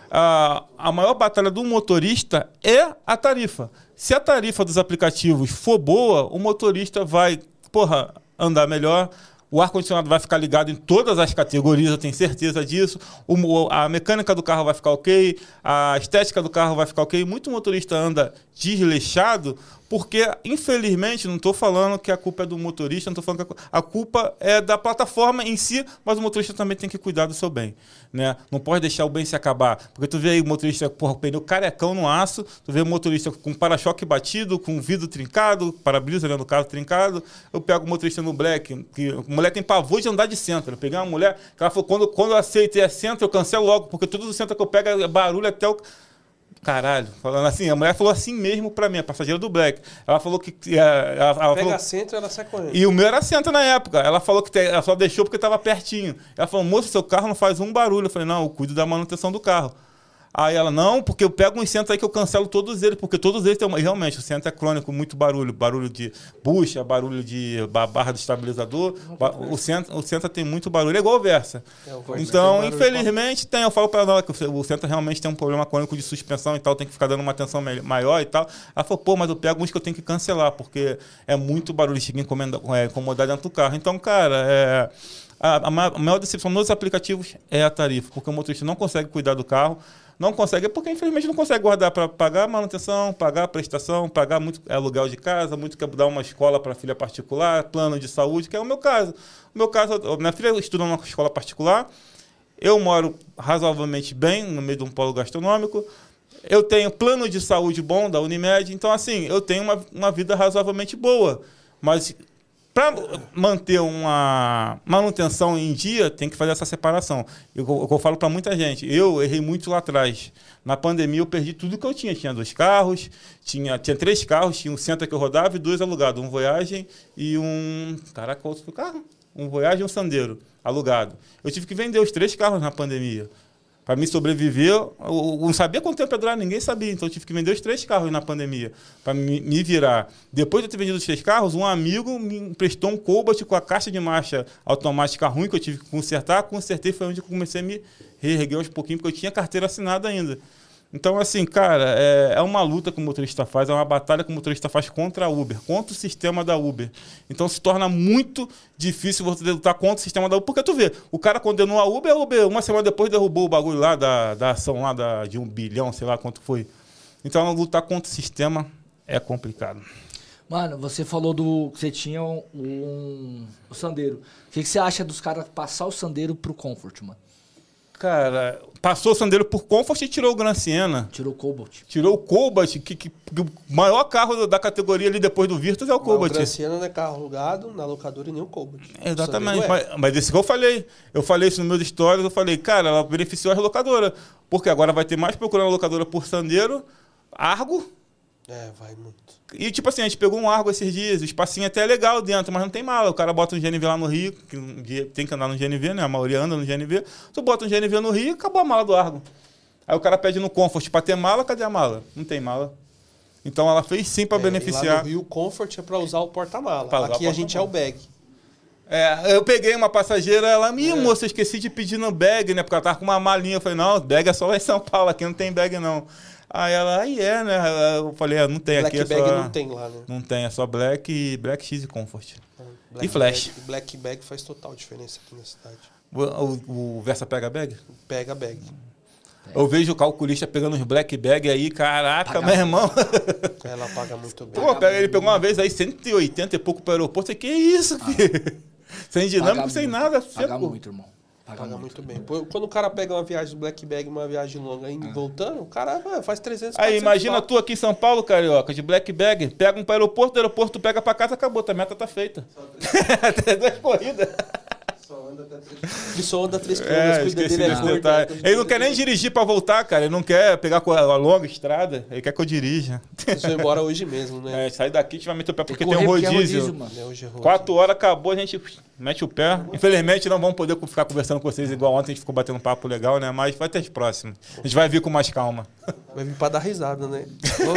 a, a maior batalha do motorista é a tarifa. Se a tarifa dos aplicativos for boa, o motorista vai, porra, andar melhor. O ar-condicionado vai ficar ligado em todas as categorias, eu tenho certeza disso. O, a mecânica do carro vai ficar ok, a estética do carro vai ficar ok. Muito motorista anda desleixado porque, infelizmente, não estou falando que a culpa é do motorista, não estou falando que a culpa é da plataforma em si, mas o motorista também tem que cuidar do seu bem, né? Não pode deixar o bem se acabar. Porque tu vê aí o motorista, porra, o pneu carecão no aço, tu vê o motorista com para-choque batido, com vidro trincado, para-brisa, né, no caso, trincado. Eu pego o motorista no black, que a mulher tem pavor de andar de centro. Eu peguei uma mulher que ela falou, quando, quando eu aceito e é centro, eu cancelo logo, porque todos os centros que eu pego é barulho até o... Caralho, falando assim, a mulher falou assim mesmo pra mim, a passageira do Black. Ela falou que... Ela, ela Pega falou, centro e ela sai correndo. e o meu era centro na época. Ela falou que te, ela só deixou porque estava pertinho. Ela falou, moço, seu carro não faz um barulho. Eu falei, não, eu cuido da manutenção do carro. Aí ela, não, porque eu pego uns centros aí que eu cancelo todos eles, porque todos eles têm uma... Realmente, o centro é crônico, muito barulho. Barulho de bucha, barulho de barra do estabilizador. Ba... O, centro, o centro tem muito barulho, é igual o Versa. É, o Versa então, tem infelizmente, tem. Eu falo para ela que o centro realmente tem um problema crônico de suspensão e tal, tem que ficar dando uma atenção maior e tal. Ela falou, pô, mas eu pego uns que eu tenho que cancelar, porque é muito barulho, chega a incomodar, é, incomodar dentro do carro. Então, cara, é... a, a maior decepção nos aplicativos é a tarifa, porque o motorista não consegue cuidar do carro. Não consegue, porque infelizmente não consegue guardar para pagar manutenção, pagar prestação, pagar muito aluguel de casa, muito quer dar uma escola para filha particular, plano de saúde, que é o meu caso. O meu caso, minha filha estuda numa escola particular, eu moro razoavelmente bem no meio de um polo gastronômico, eu tenho plano de saúde bom da Unimed, então assim, eu tenho uma, uma vida razoavelmente boa, mas... Para manter uma manutenção em dia, tem que fazer essa separação. Eu, eu, eu falo para muita gente, eu errei muito lá atrás. Na pandemia eu perdi tudo que eu tinha. Tinha dois carros, tinha, tinha três carros, tinha um Senta que eu rodava e dois alugados. Um Voyage e um... Caraca, outro carro? Um Voyage e um Sandero alugado. Eu tive que vender os três carros na pandemia. Para me sobreviver, eu não sabia quanto tempo ia durar, ninguém sabia. Então eu tive que vender os três carros na pandemia para me, me virar. Depois de eu ter vendido os três carros, um amigo me emprestou um Cobalt com a caixa de marcha automática ruim que eu tive que consertar. Consertei, foi onde eu comecei a me reerguer uns pouquinhos, porque eu tinha carteira assinada ainda. Então, assim, cara, é, é uma luta que o motorista faz, é uma batalha que o motorista faz contra a Uber, contra o sistema da Uber. Então se torna muito difícil você lutar contra o sistema da Uber, porque tu vê, o cara condenou a Uber, a Uber uma semana depois derrubou o bagulho lá da, da ação lá da, de um bilhão, sei lá quanto foi. Então lutar contra o sistema é complicado. Mano, você falou do que você tinha um, um, um Sandero. O que, que você acha dos caras passar o Sandero pro Comfort, mano? Cara, passou o Sandero por Comfort e tirou o Gran Siena. Tirou o Cobalt. Tirou o Cobalt, que, que, que o maior carro da categoria ali depois do Virtus é o Cobalt. O Gran Siena não é carro alugado, na locadora e nem o Cobalt. Exatamente, é. mas, mas esse que eu falei. Eu falei isso nos meus stories, eu falei, cara, ela beneficiou as locadoras. Porque agora vai ter mais procurando a locadora por Sandero, Argo. É, vai muito. E tipo assim, a gente pegou um Argo esses dias, o espacinho até é legal dentro, mas não tem mala. O cara bota um G N V lá no Rio, que um dia tem que andar no G N V, né? A maioria anda no G N V. Tu bota um G N V no Rio e acabou a mala do Argo. Aí o cara pede no Comfort pra ter mala, cadê a mala? Não tem mala. Então ela fez sim pra é, beneficiar. E lá no Rio, o Comfort é pra usar o porta-mala. Aqui a gente é o bag. É, eu peguei uma passageira, ela, ih, é. moça, eu esqueci de pedir no bag, né? Porque ela tava com uma malinha. Eu falei, não, bag é só lá em São Paulo, aqui não tem bag não. Aí ela, aí é, né? Eu falei, é, não tem Black aqui. Black Bag é só... não tem lá, né? Não tem, é só Black, Black X e Comfort. Black e Flash. Bag, Black Bag faz total diferença aqui na cidade. O, o, o Versa pega bag? Pega bag. É. Eu vejo o calculista pegando os Black Bag aí, caraca, paga meu irmão. Ela paga muito bem. Pô, pega, ele pegou uma vez aí cento e oitenta e pouco pro aeroporto. Eu, que isso, ah. filho? Sem dinâmico, paga sem muito, nada. Paga seco. muito, irmão. Paga, paga muito, muito bem. Quando o cara pega uma viagem do Black Bag, uma viagem longa, indo e ah. voltando, o cara ah, faz trezentos, aí, imagina tu aqui em São Paulo, carioca, de Black Bag, pega um para o aeroporto, do aeroporto tu pega pra casa, acabou, tua meta tá feita. Até duas corridas. Só anda até três quilômetros. Ele só anda três quilômetros, é, cuida dele é gordo, né? Ele não quer nem dirigir pra voltar, cara. Ele não quer pegar a longa estrada. Ele quer que eu dirija. Eles vão embora hoje mesmo, né? É, sai daqui, a gente vai meter o pé porque tem um rodízio. É rodízio, mano. É hoje é rodízio. Quatro horas acabou, a gente mete o pé. Infelizmente não vamos poder ficar conversando com vocês igual ontem. A gente ficou batendo um papo legal, né? Mas vai ter as próximas. A gente vai vir com mais calma. Vai vir pra dar risada, né?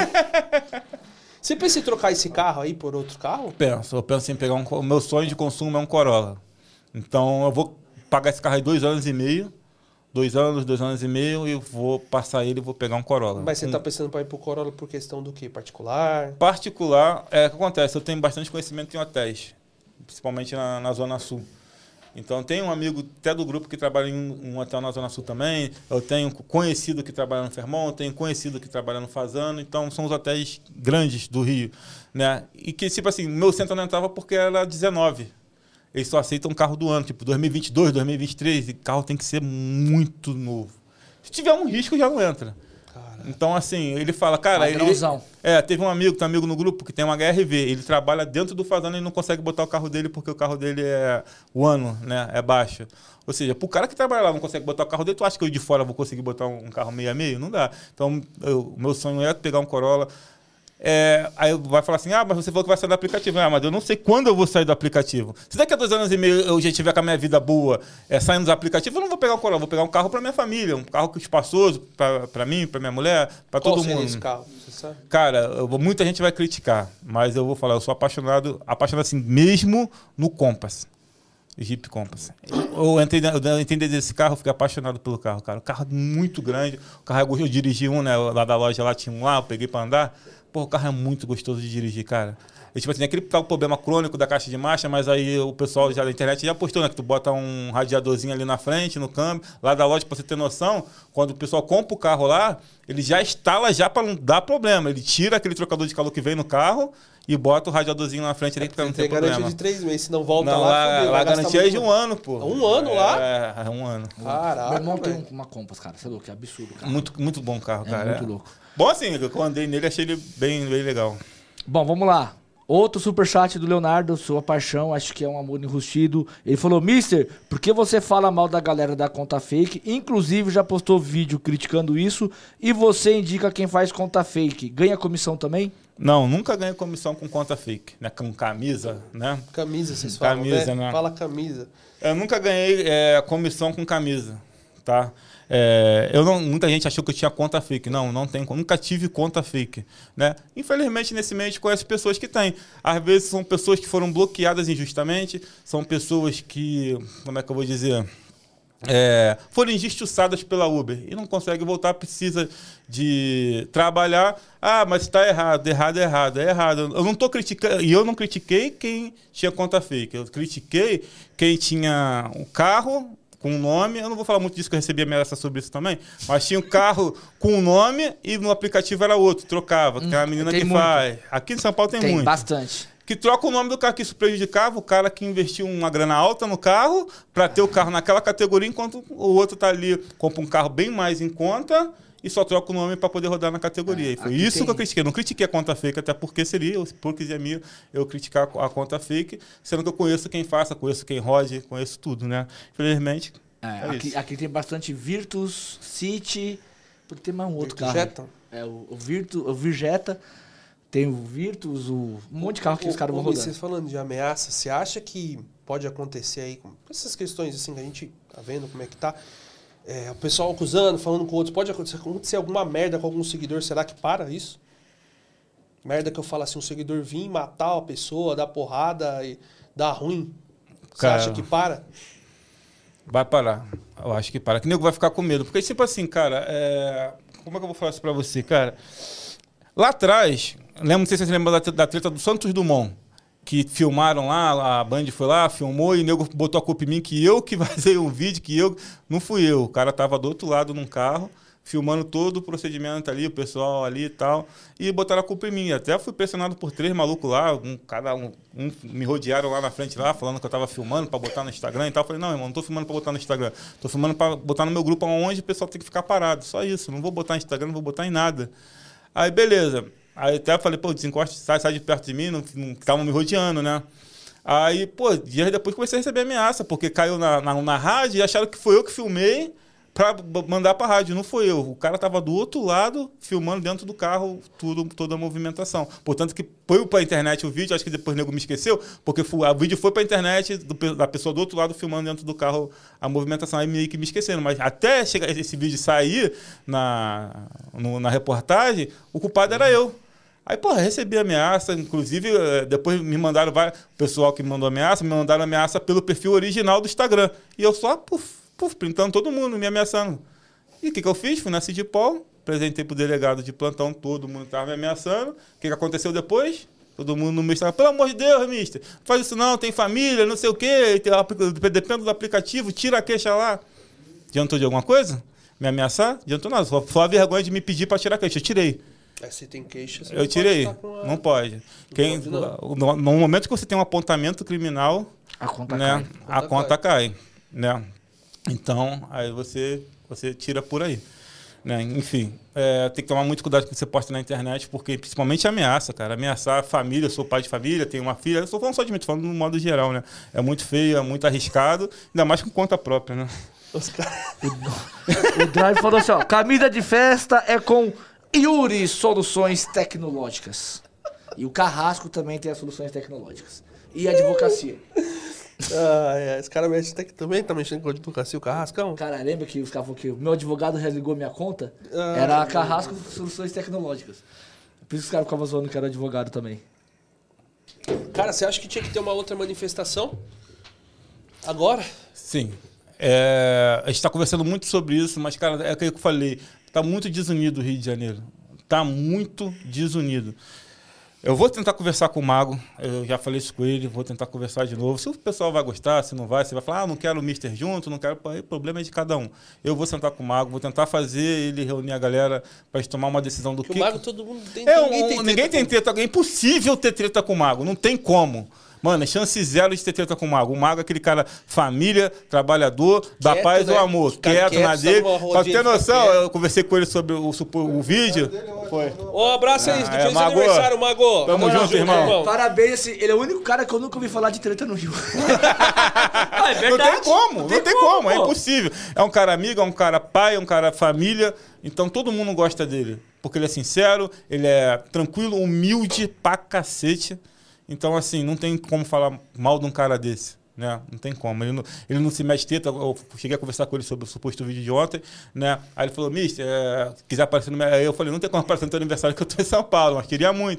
Você pensa em trocar esse carro aí por outro carro? Penso. Eu penso em pegar um... O meu sonho de consumo é um Corolla. Então eu vou pagar esse carro aí dois anos e meio. Dois anos, dois anos e meio e vou passar ele e vou pegar um Corolla. Mas você um... tá pensando para ir pro Corolla por questão do quê? Particular? Particular, é o que acontece. Eu tenho bastante conhecimento em hotéis, principalmente na, na Zona Sul. Então, tem um amigo até do grupo que trabalha em um, um hotel na Zona Sul também. Eu tenho conhecido que trabalha no Fairmont, tenho conhecido que trabalha no Fasano. Então, são os hotéis grandes do Rio, né? E que, tipo assim, meu centro não entrava porque era dezenove. Eles só aceitam carro do ano, tipo dois mil e vinte e dois, dois mil e vinte e três, e carro tem que ser muito novo. Se tiver um risco, já não entra. Caraca. Então, assim, ele fala, cara... Ele, é, teve um amigo, tem um amigo no grupo que tem uma H R V, ele trabalha dentro do Fasano e não consegue botar o carro dele porque o carro dele é o ano, né, é baixo. Ou seja, pro cara que trabalha lá não consegue botar o carro dele, tu acha que eu de fora vou conseguir botar um, um carro meio a meio? Não dá. Então, o meu sonho é pegar um Corolla... É, aí vai falar assim, ah, mas você falou que vai sair do aplicativo. Ah, mas eu não sei quando eu vou sair do aplicativo. Se daqui a dois anos e meio eu já tiver com a minha vida boa, é, saindo do aplicativo, eu não vou pegar um Corolla, vou pegar um carro para minha família, um carro espaçoso para mim, para minha mulher, para todo mundo. Qual esse carro? Você sabe? Cara, eu, muita gente vai criticar, mas eu vou falar, eu sou apaixonado, apaixonado assim, mesmo no Compass. Jeep Compass. Eu entrei, eu entrei desse carro, fiquei apaixonado pelo carro, cara. O carro é muito grande. O carro é, eu dirigi um, né? Lá da loja lá tinha um lá, eu peguei para andar. Pô, o carro é muito gostoso de dirigir, cara. E, tipo assim, aquele problema crônico da caixa de marcha, mas aí o pessoal já da internet já postou, né? Que tu bota um radiadorzinho ali na frente, no câmbio. Lá da loja, pra você ter noção, quando o pessoal compra o carro lá, ele já instala já pra não dar problema. Ele tira aquele trocador de calor que vem no carro e bota o radiadorzinho na frente ali pra não ter problema. Tem garantia de três meses, se não volta não, lá... lá, lá a garantia é de um ano, pô. Um ano lá? É, é um ano. Caraca, meu irmão tem uma Compass, cara. Você é louco, que absurdo, cara. Muito, muito bom carro, é cara. Muito é. louco. Bom assim, eu andei nele, achei ele bem, bem legal. Bom, vamos lá. Outro superchat do Leonardo, sua paixão, acho que é um amor enrustido. Ele falou, Mister, por que você fala mal da galera da conta fake? Inclusive já postou vídeo criticando isso. E você indica quem faz conta fake. Ganha comissão também? Não, nunca ganhei comissão com conta fake, né? Com camisa, né? Camisa, vocês falam, camisa, né? né? Fala camisa. Eu nunca ganhei é, comissão com camisa, tá? É, eu não, muita gente achou que eu tinha conta fake. Não, não tenho, nunca tive conta fake, né? Infelizmente, nesse meio a gente conhece pessoas que têm. Às vezes são pessoas que foram bloqueadas injustamente, são pessoas que, como é que eu vou dizer... é, foram injustiçadas pela Uber e não conseguem voltar, precisa de trabalhar. Ah, mas está errado, errado, errado, é errado. Eu não tô criticando, e eu não critiquei quem tinha conta fake, eu critiquei quem tinha um carro com um nome, eu não vou falar muito disso que eu recebi ameaça sobre isso também, mas tinha um carro com um nome e no aplicativo era outro, trocava, hum, tem uma menina que muito. faz. Aqui em São Paulo tem, tem muito. Tem bastante. Que troca o nome do carro, que isso prejudicava o cara que investiu uma grana alta no carro para ter o carro naquela categoria, enquanto o outro tá ali, compra um carro bem mais em conta e só troca o nome para poder rodar na categoria. É, e foi isso tem... que eu critiquei. Eu não critiquei a conta fake, até porque seria hipocrisia minha eu criticar a conta fake, sendo que eu conheço quem faça, conheço quem rode, conheço tudo, né? Infelizmente, é, é aqui, aqui tem bastante Virtus, City, porque tem mais um outro carro. Jetta? É, o, o, Virtus, o Virgeta. Tem o Virtus, o, um monte de carro que o, os caras vão ô, rodando. Vocês falando de ameaça, você acha que pode acontecer aí, com essas questões assim que a gente tá vendo como é que tá, é, o pessoal acusando, falando com outros, pode acontecer, acontecer alguma merda com algum seguidor, será que para isso? Merda que eu falo assim, um seguidor vir matar uma pessoa, dar porrada e dar ruim, você Cara, acha que para? Vai parar, eu acho que para, que nego vai ficar com medo, porque tipo assim, cara, é... como é que eu vou falar isso pra você, cara? Lá atrás, lembro, não sei se você lembra da, da treta do Santos Dumont, que filmaram lá, a Band foi lá, filmou e o nego botou a culpa em mim, que eu que vazei um vídeo, que eu... Não fui eu, o cara tava do outro lado num carro, filmando todo o procedimento ali, o pessoal ali e tal, e botaram a culpa em mim. Até fui pressionado por três malucos lá, um, cada um, um me rodearam lá na frente lá, falando que eu tava filmando pra botar no Instagram e tal. Eu falei, não, irmão, não tô filmando pra botar no Instagram, tô filmando pra botar no meu grupo onde o pessoal tem que ficar parado, só isso, não vou botar no Instagram, não vou botar em nada. Aí, beleza. Aí até falei, pô, desencosta, sai, sai de perto de mim, não estavam me rodeando, né? Aí, pô, dias depois comecei a receber ameaça, porque caiu na, na, na rádio e acharam que foi eu que filmei pra mandar pra rádio. Não foi eu. O cara tava do outro lado, filmando dentro do carro tudo, toda a movimentação. Portanto, que foi pra internet o vídeo, acho que depois o nego me esqueceu, porque o vídeo foi pra internet do, da pessoa do outro lado filmando dentro do carro a movimentação. Aí meio que me esqueceram. Mas até chegar esse vídeo sair na, no, na reportagem, o culpado era eu. Aí, porra, recebi ameaça, inclusive, depois me mandaram, o pessoal que me mandou ameaça, me mandaram ameaça pelo perfil original do Instagram. E eu só, puf, puf, printando todo mundo, me ameaçando. E o que, que eu fiz? Fui na Cidipol, apresentei pro delegado de plantão, todo mundo estava me ameaçando. O que, que aconteceu depois? Todo mundo no meu Instagram, pelo amor de Deus, mister, não faz isso não, tem família, não sei o quê, depende do aplicativo, tira a queixa lá. Adiantou de alguma coisa? Me ameaçar? Adiantou nada, só, só a vergonha de me pedir para tirar a queixa, eu tirei. É, se tem queixa, você eu tirei, pode a... não pode. Não Quem, pode não. No, no momento que você tem um apontamento criminal, a conta né, cai. A, a conta cai. cai né? Então, aí você, você tira por aí. Né? Enfim, é, tem que tomar muito cuidado com o que você posta na internet, porque principalmente ameaça, cara. Ameaçar a família, eu sou pai de família, tenho uma filha, eu estou falando só de mim, estou falando no modo geral, né? É muito feio, é muito arriscado, ainda mais com conta própria, né? Os cara... o, o Drive falou assim, ó, camisa de festa é com Yuri Soluções Tecnológicas. E o Carrasco também tem as soluções tecnológicas. E a advocacia. Ah, é. Esse cara mexe tec... também tá mexendo com a advocacia, o Carrascão? Cara, lembra que os caras falaram que o meu advogado resligou minha conta? Ah, era a Carrasco Soluções Tecnológicas. Por isso que os caras ficavam zoando que era advogado também. Cara, você acha que tinha que ter uma outra manifestação? Agora? Sim. É, a gente tá conversando muito sobre isso, mas, cara, é aquilo que eu falei. Tá muito desunido o Rio de Janeiro. Tá muito desunido. Eu vou tentar conversar com o Mago, eu já falei isso com ele, vou tentar conversar de novo. Se o pessoal vai gostar, se não vai, você vai falar, ah, não quero o mister junto, não quero... O problema é de cada um. Eu vou sentar com o Mago, vou tentar fazer ele reunir a galera para gente tomar uma decisão do que... que... O Mago todo mundo tem... É, ninguém um, tem treta. Ninguém tem treta. É impossível ter treta com o Mago, não tem como. Mano, é chance zero de ter treta com o Mago. O Mago é aquele cara, família, trabalhador, quieto, da paz né? ou amor. Quieto, quieto na dele. Pra ter noção, eu conversei com ele sobre o, o, o vídeo. Foi. Ô, abraço aí, ah, feliz é, aniversário, Mago. Tamo junto, irmão. irmão. Parabéns, assim, ele é o único cara que eu nunca ouvi falar de treta no Rio. Ah, é verdade. Não tem como, não tem, não tem como, como é impossível. É um cara amigo, é um cara pai, é um cara família. Então todo mundo gosta dele. Porque ele é sincero, ele é tranquilo, humilde pra cacete. Então, assim, não tem como falar mal de um cara desse, né? Não tem como. Ele não, ele não se mete teta. Eu cheguei a conversar com ele sobre o suposto vídeo de ontem, né? Aí ele falou, mister, é, quiser aparecer no meu... Aí eu falei, não tem como aparecer no teu aniversário que eu tô em São Paulo, mas queria muito.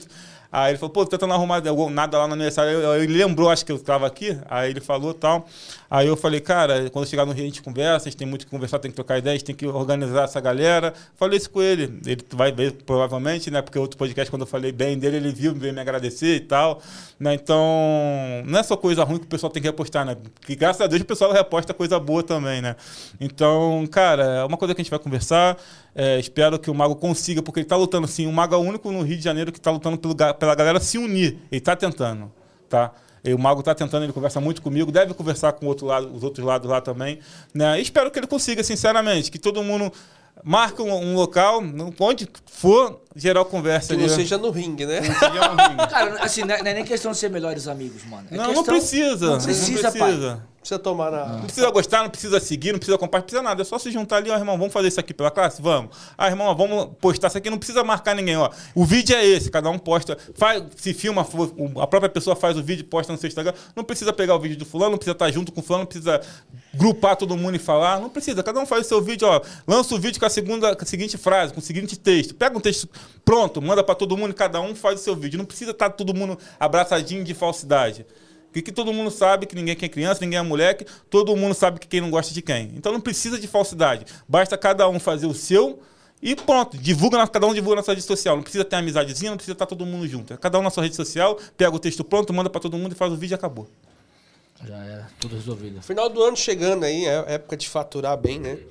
Aí ele falou, pô, tô tentando arrumar nada lá no aniversário. Ele lembrou, acho que eu estava aqui. Aí ele falou e tal. Aí eu falei, cara, quando chegar no Rio a gente conversa, a gente tem muito que conversar, tem que trocar ideias, tem que organizar essa galera. Falei isso com ele. Ele vai ver, provavelmente, né? Porque outro podcast, quando eu falei bem dele, ele viu, veio me agradecer e tal. Né? Então, não é só coisa ruim que o pessoal tem que repostar, né? Porque graças a Deus o pessoal reposta coisa boa também, né? Então, cara, é uma coisa que a gente vai conversar. É, espero que o Mago consiga, porque ele tá lutando, assim, o Mago é o único no Rio de Janeiro que tá lutando pelo, pela galera se unir. Ele tá tentando, tá? E o Mago tá tentando, ele conversa muito comigo, deve conversar com o outro lado, os outros lados lá também, né? E espero que ele consiga, sinceramente, que todo mundo marque um, um local, onde for, geral conversa. Que ali, não seja no ringue, né? não seja um ringue. Cara, assim, não é, não é nem questão de ser melhores amigos, mano. É Não, questão... não precisa. Não precisa, não pai. precisa. Precisa tomar na... Não precisa gostar, não precisa seguir, não precisa compartilhar, não precisa nada. É só se juntar ali, ó, irmão, vamos fazer isso aqui pela classe? Vamos. Ah, irmão, ó, vamos postar isso aqui, não precisa marcar ninguém, ó. O vídeo é esse, cada um posta, faz, se filma, a própria pessoa faz o vídeo e posta no seu Instagram. Não precisa pegar o vídeo do fulano, não precisa estar junto com o fulano, não precisa grupar todo mundo e falar. Não precisa, cada um faz o seu vídeo, ó. Lança o vídeo com a, segunda, com a seguinte frase, com o seguinte texto. Pega um texto pronto, manda pra todo mundo e cada um faz o seu vídeo. Não precisa estar todo mundo abraçadinho de falsidade. Que, que todo mundo sabe que ninguém é criança, ninguém é moleque, todo mundo sabe que quem não gosta de quem. Então não precisa de falsidade. Basta cada um fazer o seu e pronto. Divulga, cada um divulga na sua rede social. Não precisa ter amizadezinha, não precisa estar todo mundo junto. Cada um na sua rede social, pega o texto pronto, manda pra todo mundo e faz o vídeo e acabou. Já era, tudo resolvido. Final do ano chegando aí, é época de faturar bem, né?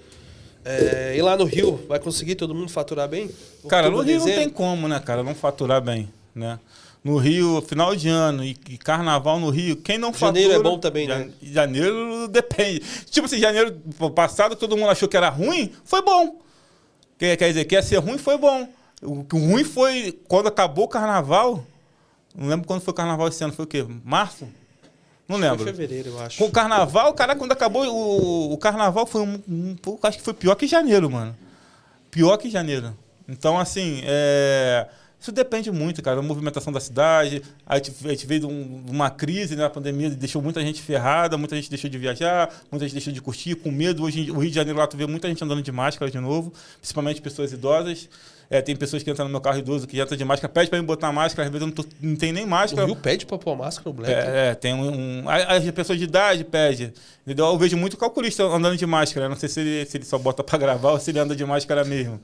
É, e lá no Rio, vai conseguir todo mundo faturar bem? Cara, no Outubro, Rio não dezembro? tem como, né, cara, não faturar bem, né? No Rio, final de ano e, e carnaval no Rio, quem não fatura... Janeiro é bom também, ja, né? Janeiro depende. Tipo assim, janeiro passado todo mundo achou que era ruim, foi bom. Quer, quer dizer, que ia ser ruim, foi bom. O, o ruim foi quando acabou o carnaval. Não lembro quando foi o carnaval esse ano, foi o quê? Março? Não lembro. Foi em fevereiro, eu acho. Com o carnaval, cara, quando acabou o, o carnaval foi um, um... Acho que foi pior que janeiro, mano. Pior que janeiro. Então, assim, é... Isso depende muito, cara, da movimentação da cidade. A gente, a gente veio de um, uma crise, né? A pandemia deixou muita gente ferrada, muita gente deixou de viajar, muita gente deixou de curtir, com medo. Hoje, o Rio de Janeiro lá, tu vê muita gente andando de máscara de novo, principalmente pessoas idosas. É, tem pessoas que entram no meu carro idoso que já tá de máscara, pede pra mim botar máscara, às vezes eu não, tô, não tenho nem máscara. O Rio pede pra pôr máscara, o Black. É, é, tem um, um... As pessoas de idade pedem. Entendeu? Eu vejo muito calculista andando de máscara. Não sei se ele, se ele só bota pra gravar ou se ele anda de máscara mesmo.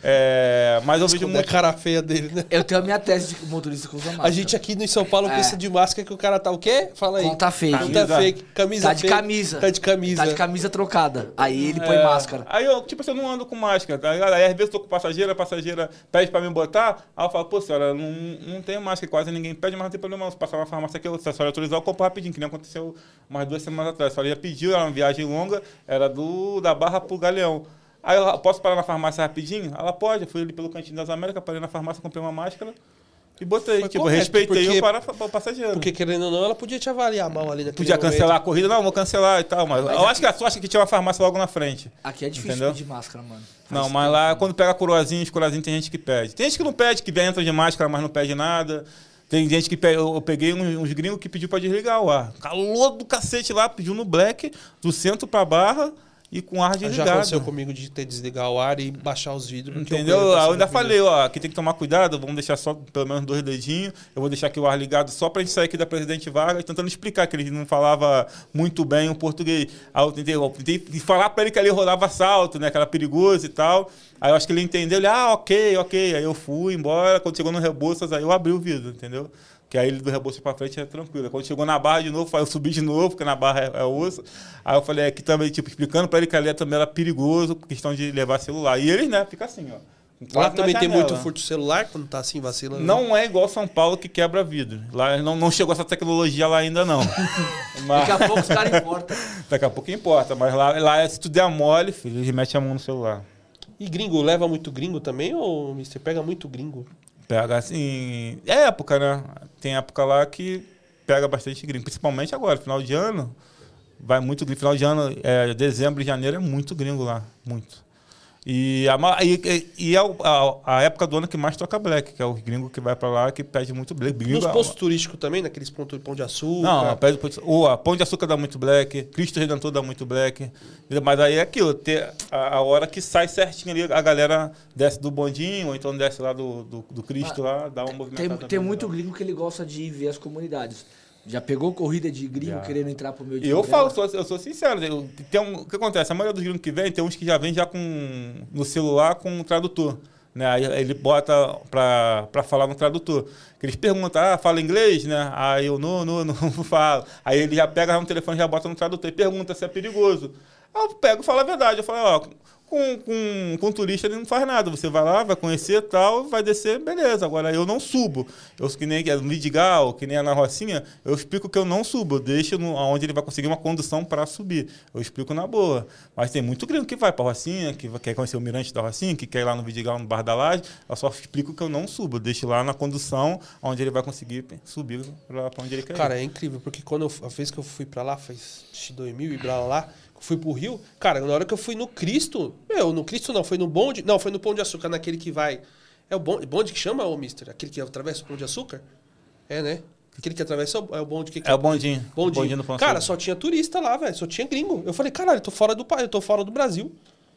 É, mas eu vejo Esconder muito... a cara feia dele, né? Eu tenho a minha tese de que o motorista que usa máscara. A gente aqui no São Paulo É. pensa de máscara que o cara tá o quê? Fala aí. Conta fake. Conta Camisa. fake. Camisa Tá de fake. camisa. Tá de camisa. Tá de camisa trocada. Aí ele põe É, máscara. Aí eu, tipo assim, eu não ando com máscara, tá ligado? Aí às vezes eu tô com passageira, a passageira pede pra mim botar, aí eu falo, pô, senhora, não, não tenho máscara, quase ninguém pede, mas não tem problema, se passar na farmácia aqui, se a senhora autorizar, eu compro rapidinho, que nem aconteceu umas duas semanas atrás. A senhora já pediu, era uma viagem longa, era do, da Barra pro Galeão. Aí eu posso parar na farmácia rapidinho? Ela pode, eu fui ali pelo Cantinho das Américas, parei na farmácia, comprei uma máscara e botei. Foi tipo, correto, respeitei porque- o para, para o passageiro. Porque querendo ou não, ela podia te avaliar mal ali naquele Podia momento. cancelar a corrida, não, vou cancelar e tal, mas, Mas eu aqui- acho que a sorte é que tinha uma farmácia logo na frente. Aqui é difícil Entendeu? pedir máscara, mano. Não, Faz mas tempo. lá, quando pega coroazinho, os coroazinhos tem gente que pede. Tem gente que não pede, que entra de máscara, mas não pede nada. Tem gente que pede, eu eu peguei uns, uns gringos que pediu pra desligar o ar. Calor do cacete lá, pediu no black, do centro pra barra e com ar Já desligado. aconteceu comigo de ter que desligar o ar e baixar os vidros. porque Entendeu? o Eu cara ainda passou falei, ó, aqui tem que tomar cuidado, vamos deixar só pelo menos dois dedinhos, eu vou deixar aqui o ar ligado só pra gente sair aqui da Presidente Vargas, tentando explicar que ele não falava muito bem o português. Aí eu tentei, eu tentei falar pra ele que ali rolava assalto, né, que era perigoso e tal. Aí eu acho que ele entendeu, ele, ah, ok, ok. Aí eu fui embora, quando chegou no Rebouças, aí eu abri o vidro, entendeu? Que aí ele do Rebouças pra frente é tranquilo. Quando chegou na barra de novo, aí eu subi de novo, porque na barra é, é osso. Aí eu falei, aqui também, tipo, explicando pra ele que ali também era perigoso, por questão de levar celular. E eles, né, fica assim, ó. Lá quase na também tem janela. muito furto celular, quando tá assim, vacila. né? Não é igual São Paulo que quebra vidro. Lá não, não chegou essa tecnologia lá ainda, não. Mas, Daqui a pouco os caras importam. daqui a pouco importa, mas lá, lá se tu der mole, filho, eles metem a mão no celular. E gringo, leva muito gringo também, ou mister pega muito gringo? Pega assim. É época, né? Tem época lá que pega bastante gringo. Principalmente agora, final de ano. Vai muito gringo. Final de ano, é, dezembro e janeiro é muito gringo lá. Muito. E, a, ma- e, e é o- a, a época do ano que mais toca black, que é o gringo que vai pra lá que pede muito black. Gringo, Nos postos turísticos também, naqueles pontos de Pão de Açúcar. Não, pede, o a Pão de Açúcar dá muito black, Cristo Redentor dá muito black. Mas aí é aquilo, ter a, a hora que sai certinho ali, a galera desce do bondinho, ou então desce lá do, do, do Cristo lá, dá uma movimentada. Tem, tem bem muito legal. gringo que ele gosta de ir ver as comunidades. Já pegou corrida de gringo Já. querendo entrar pro meu E eu falo, sou- eu sou sincero, eu, tem um, o que acontece? A maioria dos gringos que vem, tem uns que já vem já com, no celular com um tradutor. Né? Aí ele bota pra, pra falar no tradutor. Que eles perguntam, ah, fala inglês? Né? Aí eu, não, não, não falo. Aí ele já pega no telefone e já bota no tradutor e pergunta se é perigoso. Aí eu pego e falo a verdade. Eu falo, ó, com, com, com turista ele não faz nada. Você vai lá, vai conhecer tal, vai descer, beleza. Agora eu não subo. Eu, que nem no Vidigal, que nem na Rocinha, eu explico que eu não subo. Eu deixo no, onde ele vai conseguir uma condução para subir. Eu explico na boa. Mas tem muito gringo que vai para Rocinha, que quer conhecer o mirante da Rocinha, que quer ir lá no Vidigal, no Bar da Laje. Eu só explico que eu não subo. Eu deixo lá na condução onde ele vai conseguir subir para onde ele quer ir. Cara, é incrível, porque quando eu, a vez que eu fui pra lá, faz dois mil e blá blá blá, fui pro Rio, cara, na hora que eu fui no Cristo, meu, no Cristo não, foi no bonde, não, foi no Pão de Açúcar, naquele que vai, é o bonde, bonde que chama, ô mister? Aquele que atravessa o Pão de Açúcar? É, né? Aquele que atravessa é o bonde que... É o bondinho. Bondinho. Bondinho do Pão de Cara, Açúcar. só tinha turista lá, velho, só tinha gringo. Eu falei, caralho, eu tô fora do país, eu tô fora do Brasil.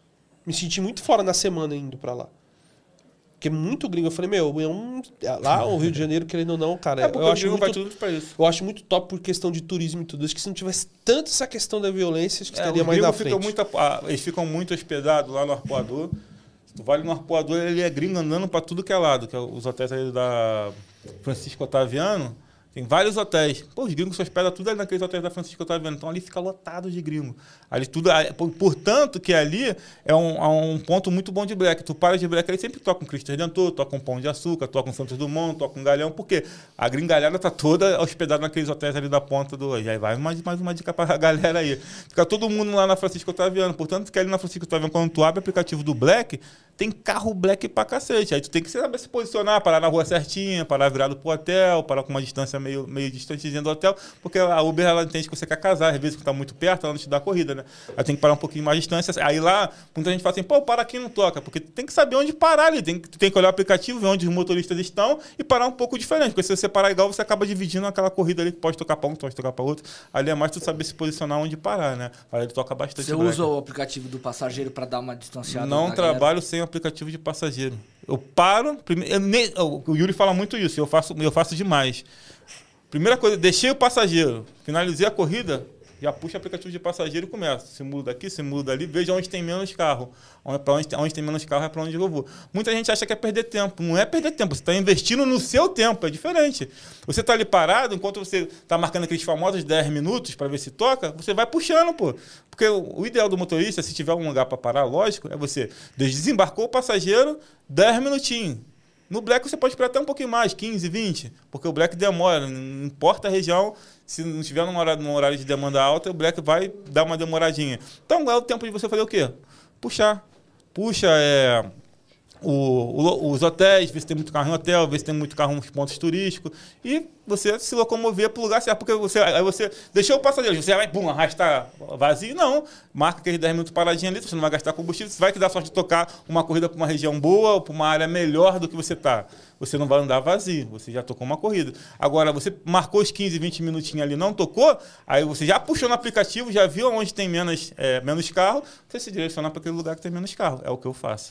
Me senti muito fora na semana indo pra lá. Porque muito gringo. Eu falei, meu, é um... lá o Rio de Janeiro, querendo ou não, cara, É porque eu o acho gringo muito... vai tudo pra isso. Eu acho muito top por questão de turismo e tudo. Acho que se não tivesse tanto essa questão da violência, acho que É, estaria os mais na gringos frente. ficam muito, ah, eles ficam muito hospedados lá no Arpoador. Se tu vai no Arpoador, ele é gringo andando pra tudo que é lado. Que é os hotéis aí da Francisco Otaviano. Tem vários hotéis. Pô, os gringos se hospedam tudo ali naqueles hotéis da Francisco Otaviano. Então ali fica lotado de gringo. Ali tudo, aí, por- portanto, que ali é um, é um ponto muito bom de black. Tu para de black, ali sempre toca um Cristo Redentor, toca um Pão de Açúcar, toca um Santos Dumont, toca um Galeão. Por quê? A gringalhada tá toda hospedada naqueles hotéis ali da ponta do... E aí vai mais, mais uma dica pra galera aí. Fica todo mundo lá na Francisco Otaviano. Portanto, que ali na Francisco Otaviano, quando tu abre o aplicativo do black, tem carro black pra cacete. Aí tu tem que saber se posicionar, parar na rua certinha, parar virado pro hotel, parar com uma distância meio, meio distantezinha do hotel, porque a Uber, ela entende que você quer casar. Às vezes, quando tá muito perto, ela não te dá corrida, né? Aí tem que parar um pouquinho mais de distância. Aí lá, muita gente fala assim, pô, para aqui, não toca. Porque tem que saber onde parar ali. Tem, tu tem que olhar o aplicativo, ver onde os motoristas estão e parar um pouco diferente. Porque se você parar igual, você acaba dividindo aquela corrida ali, que pode tocar pra um, pode tocar pra outro. Ali é mais tu saber se posicionar onde parar, né? Aí ele toca bastante Você black. usa o aplicativo do passageiro pra dar uma distanciada? Não na trabalho galera? sem aplicativo de passageiro. Eu paro, primeiro, eu nem, o Yuri fala muito isso, eu faço, eu faço demais. Primeira coisa, deixei o passageiro, finalizei a corrida, já puxa o aplicativo de passageiro e começa. Se muda aqui, se muda ali, veja onde tem menos carro. Onde, pra onde, onde tem menos carro é para onde eu vou. Muita gente acha que é perder tempo. Não é perder tempo, você está investindo no seu tempo, é diferente. Você está ali parado, enquanto você está marcando aqueles famosos dez minutos para ver se toca, você vai puxando, pô. Porque o, o ideal do motorista, se tiver um lugar para parar, lógico, é você desembarcou o passageiro, dez minutinhos. No Black você pode esperar até um pouquinho mais, quinze, vinte, porque o Black demora, não importa a região, se não estiver num horário, num horário de demanda alta, o Black vai dar uma demoradinha. Então é o tempo de você fazer o quê? Puxar. Puxa é, o, o, os hotéis, ver se tem muito carro em hotel, ver se tem muito carro nos pontos turísticos e você se locomover para o lugar certo, porque você, aí você deixou o passageiro, você vai, pum, arrastar vazio, não. Marca aqueles dez minutos paradinho ali, você não vai gastar combustível, você vai que dar sorte de tocar uma corrida para uma região boa ou para uma área melhor do que você está. Você não vai andar vazio, você já tocou uma corrida. Agora, você marcou os quinze, vinte minutinhos ali, não tocou, aí você já puxou no aplicativo, já viu onde tem menos, é, menos carro, você se direciona para aquele lugar que tem menos carro. É o que eu faço.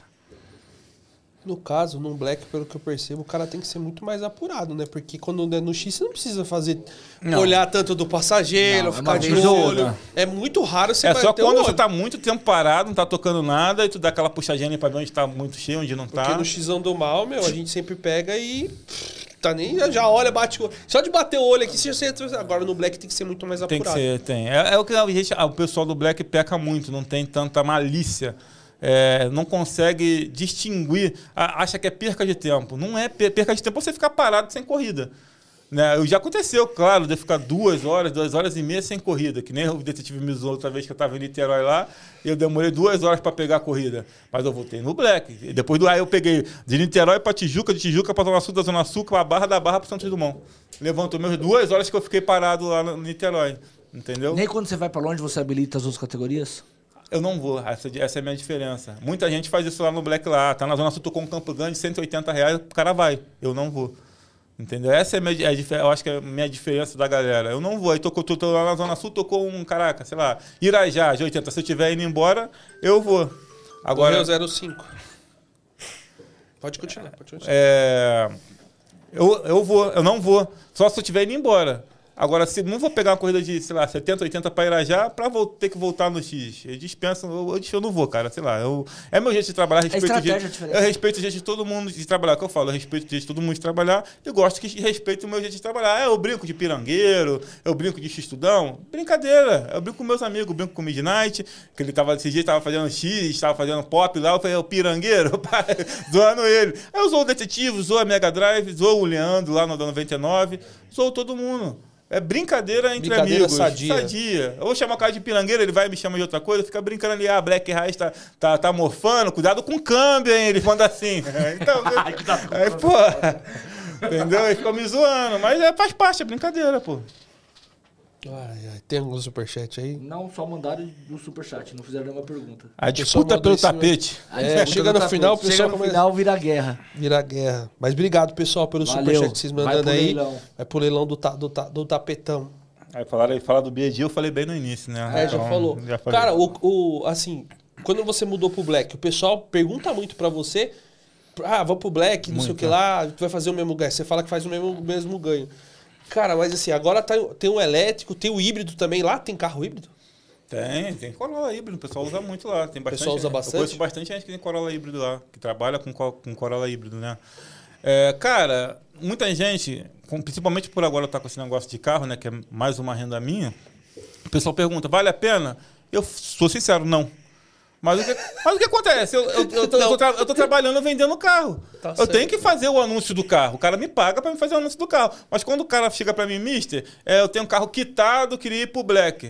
No caso, num Black, pelo que eu percebo, o cara tem que ser muito mais apurado, né? Porque quando é no X, você não precisa fazer Não. olhar tanto do passageiro, Não, é ficar uma de vez ou olho. outra. É muito raro você É vai só ter quando o você olho. tá muito tempo parado, não tá tocando nada, e tu dá aquela puxadinha ali pra ver onde tá muito cheio, onde não Porque tá. no Xão do mal, meu, a gente sempre pega e... Tá nem, já olha, bate o... Só de bater o olho aqui, você já... Agora no Black tem que ser muito mais Tem que apurado. ser, tem. É, é o que a gente, ah, o pessoal do Black peca muito, não tem tanta malícia. É, não consegue distinguir, a- acha que é perca de tempo. Não é per- perca de tempo você ficar parado sem corrida. Né? Já aconteceu, claro, de ficar duas horas, duas horas e meia sem corrida, que nem o detetive me usou outra vez que eu estava em Niterói lá, eu demorei duas horas para pegar a corrida, mas eu voltei no Black. E depois do aí eu peguei de Niterói para Tijuca, de Tijuca para Zona Sul, da Zona Sul, para a Barra da Barra para Santos Dumont. Levantou meus duas horas que eu fiquei parado lá no Niterói, entendeu? Nem quando você vai pra longe você habilita as outras categorias? Eu não vou, essa, essa é a minha diferença. Muita gente faz isso lá no Black lá, tá na Zona Sul, tocou um Campo Grande, cento e oitenta reais, o cara vai. Eu não vou. Entendeu? Essa é a minha, é, eu acho que é a minha diferença da galera. Eu não vou. Aí tocou, tô, tô lá na Zona Sul, tocou um, caraca, sei lá, Irajá, de oitenta. Se eu tiver indo embora, eu vou. Agora, zero cinco. Pode continuar, pode continuar. É, eu, eu vou, eu não vou. Só se eu tiver indo embora. Agora, se não vou pegar uma corrida de, sei lá, setenta, oitenta para Irajá para ter que voltar no X. Eu dispenso, eu, eu, eu não vou, cara, sei lá. Eu, é meu jeito de trabalhar, respeito o jeito, eu respeito o jeito de todo mundo de trabalhar. É o que eu falo, eu respeito o jeito de todo mundo de trabalhar e gosto que respeite o meu jeito de trabalhar. É, eu brinco de pirangueiro, eu brinco de xistudão. Brincadeira. Eu brinco com meus amigos, eu brinco com o Midnight, que ele tava desse jeito, tava fazendo X, tava fazendo pop lá, eu falei, é o pirangueiro, zoando ele. Aí eu sou o detetive, sou a Mega Drive, sou o Leandro lá no noventa e nove, sou todo mundo. É brincadeira entre brincadeira amigos. Sadia. sadia. Eu vou chamar o cara de pirangueiro, ele vai me chamar de outra coisa, fica brincando ali, ah, Black Raiz tá, tá, tá morfando, cuidado com o câmbio, hein? Ele manda assim. Então, aí, pô, entendeu? Ele fica me zoando, mas é, faz parte, é brincadeira, pô. Ai, ai, tem algum superchat aí? Não, só mandaram do superchat, não fizeram nenhuma pergunta. A disputa pelo tapete. É, chega no final, o pessoal chega no começa... final, vira guerra. Vira guerra. Mas obrigado, pessoal, pelo Valeu. superchat que vocês mandando Vai pro aí. leilão. Vai pro leilão do, ta, do, ta, do tapetão. Aí falaram aí, fala do B D, eu falei bem no início, né? É, já Então, falou. já falei. Cara, o, o, assim, quando você mudou pro Black, o pessoal pergunta muito pra você, ah, vou pro Black, não sei o Muito. que lá, tu vai fazer o mesmo ganho. Você fala que faz o mesmo, mesmo ganho. Cara, mas assim, agora tá, tem o elétrico, tem o híbrido também. Lá tem carro híbrido? Tem, tem Corolla híbrido, o pessoal usa muito lá. Tem bastante, pessoal usa bastante? Eu conheço bastante gente que tem Corolla híbrido lá, que trabalha com, co- com Corolla híbrido, né? É, cara, muita gente, com- principalmente por agora eu estar com esse negócio de carro, né, que é mais uma renda minha, o pessoal pergunta, vale a pena? Eu sou sincero, não. Mas o que, mas o que acontece? Eu, eu, eu, tô, eu, tô tra- eu tô trabalhando vendendo carro. Tá eu certo. tenho que fazer o anúncio do carro. O cara me paga para me fazer o anúncio do carro. Mas quando o cara chega para mim, mister, é, eu tenho um carro quitado, queria ir pro Black.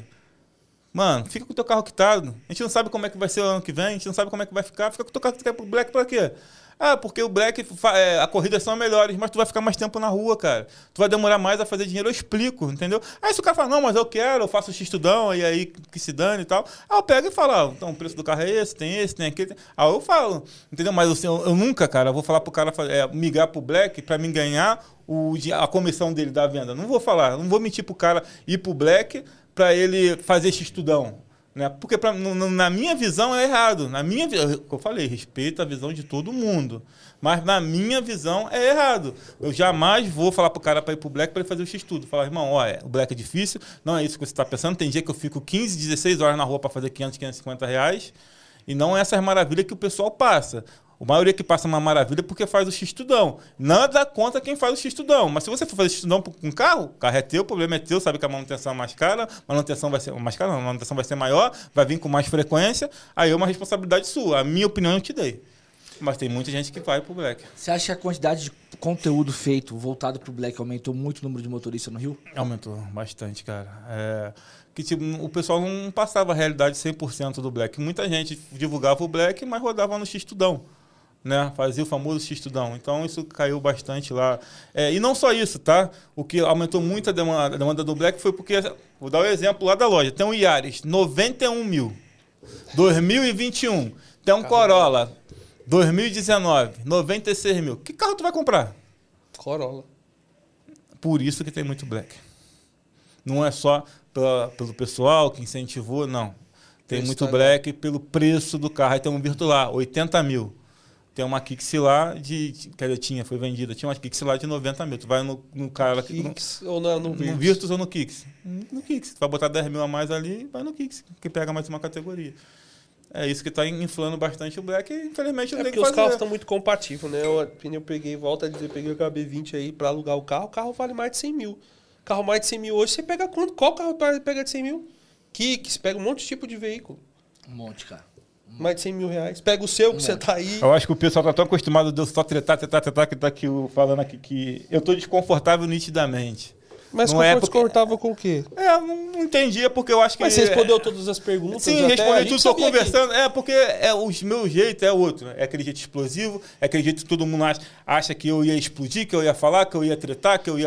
Mano, fica com o teu carro quitado. A gente não sabe como é que vai ser o ano que vem, a gente não sabe como é que vai ficar. Fica com o teu carro quitado pro Black pra quê? Ah, porque o Black, fa- é, a corridas são melhores, mas tu vai ficar mais tempo na rua, cara. Tu vai demorar mais a fazer dinheiro, eu explico, entendeu? Aí se o cara fala, não, mas eu quero, eu faço X-Tudão, e aí que se dane e tal. Aí eu pego e falo, ah, então o preço do carro é esse, tem esse, tem aquele. Aí eu falo, entendeu? Mas assim, eu, eu nunca, cara, vou falar pro cara é, migrar pro Black pra mim ganhar o, di- a comissão dele da venda. Não vou falar, não vou mentir pro cara ir pro Black pra ele fazer X-Tudão. Né? Porque pra, no, no, na minha visão é errado. Na minha vi- eu, eu falei, respeito a visão de todo mundo. Mas na minha visão é errado. Eu jamais vou falar pro cara para ir pro Black para ele fazer o X-Tudo. Falar, irmão, ó, é, o Black é difícil, não é isso que você está pensando. Tem dia que eu fico quinze, dezesseis horas na rua para fazer quinhentos, quinhentos e cinquenta reais. E não é essas maravilhas que o pessoal passa. A maioria que passa uma maravilha porque faz o X-Tudão. Nada contra quem faz o X-Tudão. Mas se você for fazer X-Tudão com carro, o carro é teu, o problema é teu, sabe que a manutenção é mais cara, a manutenção vai ser mais cara, não, a manutenção vai ser maior, vai vir com mais frequência, aí é uma responsabilidade sua. A minha opinião eu te dei. Mas tem muita gente que vai pro Black. Você acha que a quantidade de conteúdo feito voltado pro Black aumentou muito o número de motoristas no Rio? Aumentou bastante, cara. É, que tipo, o pessoal não passava a realidade cem por cento do Black. Muita gente divulgava o Black, mas rodava no X-Tudão. Né? Fazia o famoso X-Tudão. Então isso caiu bastante lá. É, e não só isso, tá? O que aumentou muito a demanda, a demanda do Black foi porque, vou dar o um exemplo lá da loja, tem um Yaris, noventa e um mil. dois mil e vinte e um. Tem um Corolla, dois mil e dezenove, noventa e seis mil. Que carro tu vai comprar? Corolla. Por isso que tem muito Black. Não é só pela, pelo pessoal que incentivou, não. Tem Isso muito tá Black pelo preço do carro. Aí tem um Virtu lá, oitenta mil. Tem uma Kicks lá de... Que ela tinha, foi vendida. Tinha uma Kicks lá de noventa mil. Tu vai no, no cara... Kicks ou não, no no, Virtus? no Virtus ou no Kicks? No Kicks. Tu vai botar dez mil a mais ali, vai no Kicks, que pega mais uma categoria. É isso que está inflando bastante o Black e, infelizmente, não É tem porque que os carros fazer. estão muito compatíveis, né? Eu, eu peguei, volta a dizer, peguei o H B vinte aí pra alugar o carro, o carro vale mais de cem mil. Carro mais de cem mil hoje, você pega quanto? Qual carro pega de cem mil? Kicks, pega um monte de tipo de veículo. Um monte, cara. Mais de cem mil reais. Pega o seu, que você tá aí. Eu acho que o pessoal tá tão acostumado de eu só tretar, tretar, tretar, que tá aqui o- falando aqui que eu tô desconfortável nitidamente. Mas não não é é porque- desconfortável com o quê? É, eu não não entendia, porque eu acho que... Mas você respondeu todas as perguntas? Sim, até, a respondi gente tudo, tô sabia que- conversando. É, porque é, o meu jeito é outro. Né? É aquele jeito explosivo, é aquele jeito que todo mundo acha, acha que eu ia explodir, que eu ia falar, que eu ia tretar, que eu ia...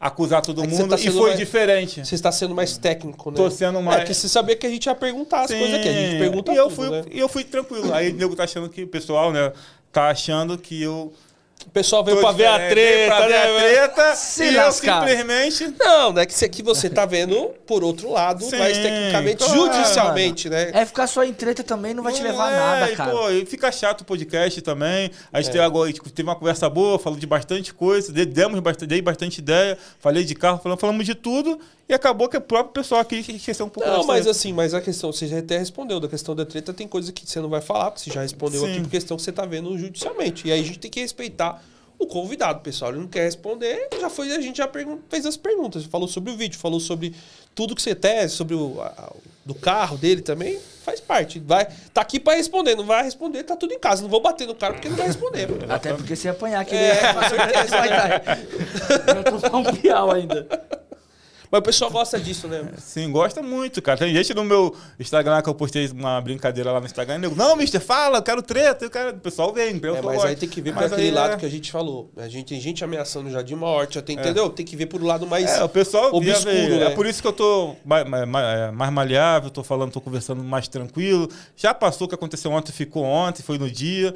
acusar todo É que você mundo tá e sendo foi mais- diferente. Você está sendo mais técnico, né? Tô sendo mais- É que você sabia que a gente ia perguntar as Sim. coisas aqui. A gente pergunta e eu tudo, fui, né? E eu fui tranquilo. Aí o nego tá achando que, o pessoal, né, tá achando que eu... O pessoal veio tô pra ver a diferente, veio treta, pra ver né? a treta, Se e lascar. eu simplesmente... Não, né? Que isso aqui você tá vendo por outro lado, Sim, mas tecnicamente, claro, judicialmente, né? É ficar só em treta também não vai te Não levar a é, nada, e, cara. Pô, e fica chato o podcast também. A gente É. teve, agora, a gente teve uma conversa boa, falou de bastante coisa, de- demos bastante, dei bastante ideia, falei de carro, falamos, falamos de tudo, e acabou que o próprio pessoal aqui esqueceu um pouco Não, das mas tretas. assim, mas a questão, você já até respondeu, da questão da treta, tem coisa que você não vai falar, porque você já respondeu Sim. aqui, por questão que você tá vendo judicialmente. E aí a gente tem que respeitar o convidado, pessoal. Ele não quer responder, já foi, a gente já pergun- fez as perguntas, falou sobre o vídeo, falou sobre tudo que você tese, sobre o a- do carro dele também, faz parte. Vai, tá aqui pra responder, não vai responder, tá tudo em casa. Não vou bater no cara porque não vai responder. Até porque se apanhar aquele É, com certeza. vai dar. Vai tomar um piau ainda. Mas o pessoal gosta disso, né? Sim, gosta muito, cara. Tem gente no meu Instagram que eu postei uma brincadeira lá no Instagram. E eu, não, mister, fala, eu quero treta. Eu quero... O pessoal vem. Eu É, tô mas gosto. aí tem que ver por Mas aquele aí lado é- que a gente falou. A gente tem gente ameaçando já de morte, já tem, entendeu? Tem que ver por o lado mais É, o pessoal via, obscuro, vê. né? É por isso que eu tô mais, mais, mais maleável, tô falando, tô conversando mais tranquilo. Já passou o que aconteceu ontem, ficou ontem, foi no dia.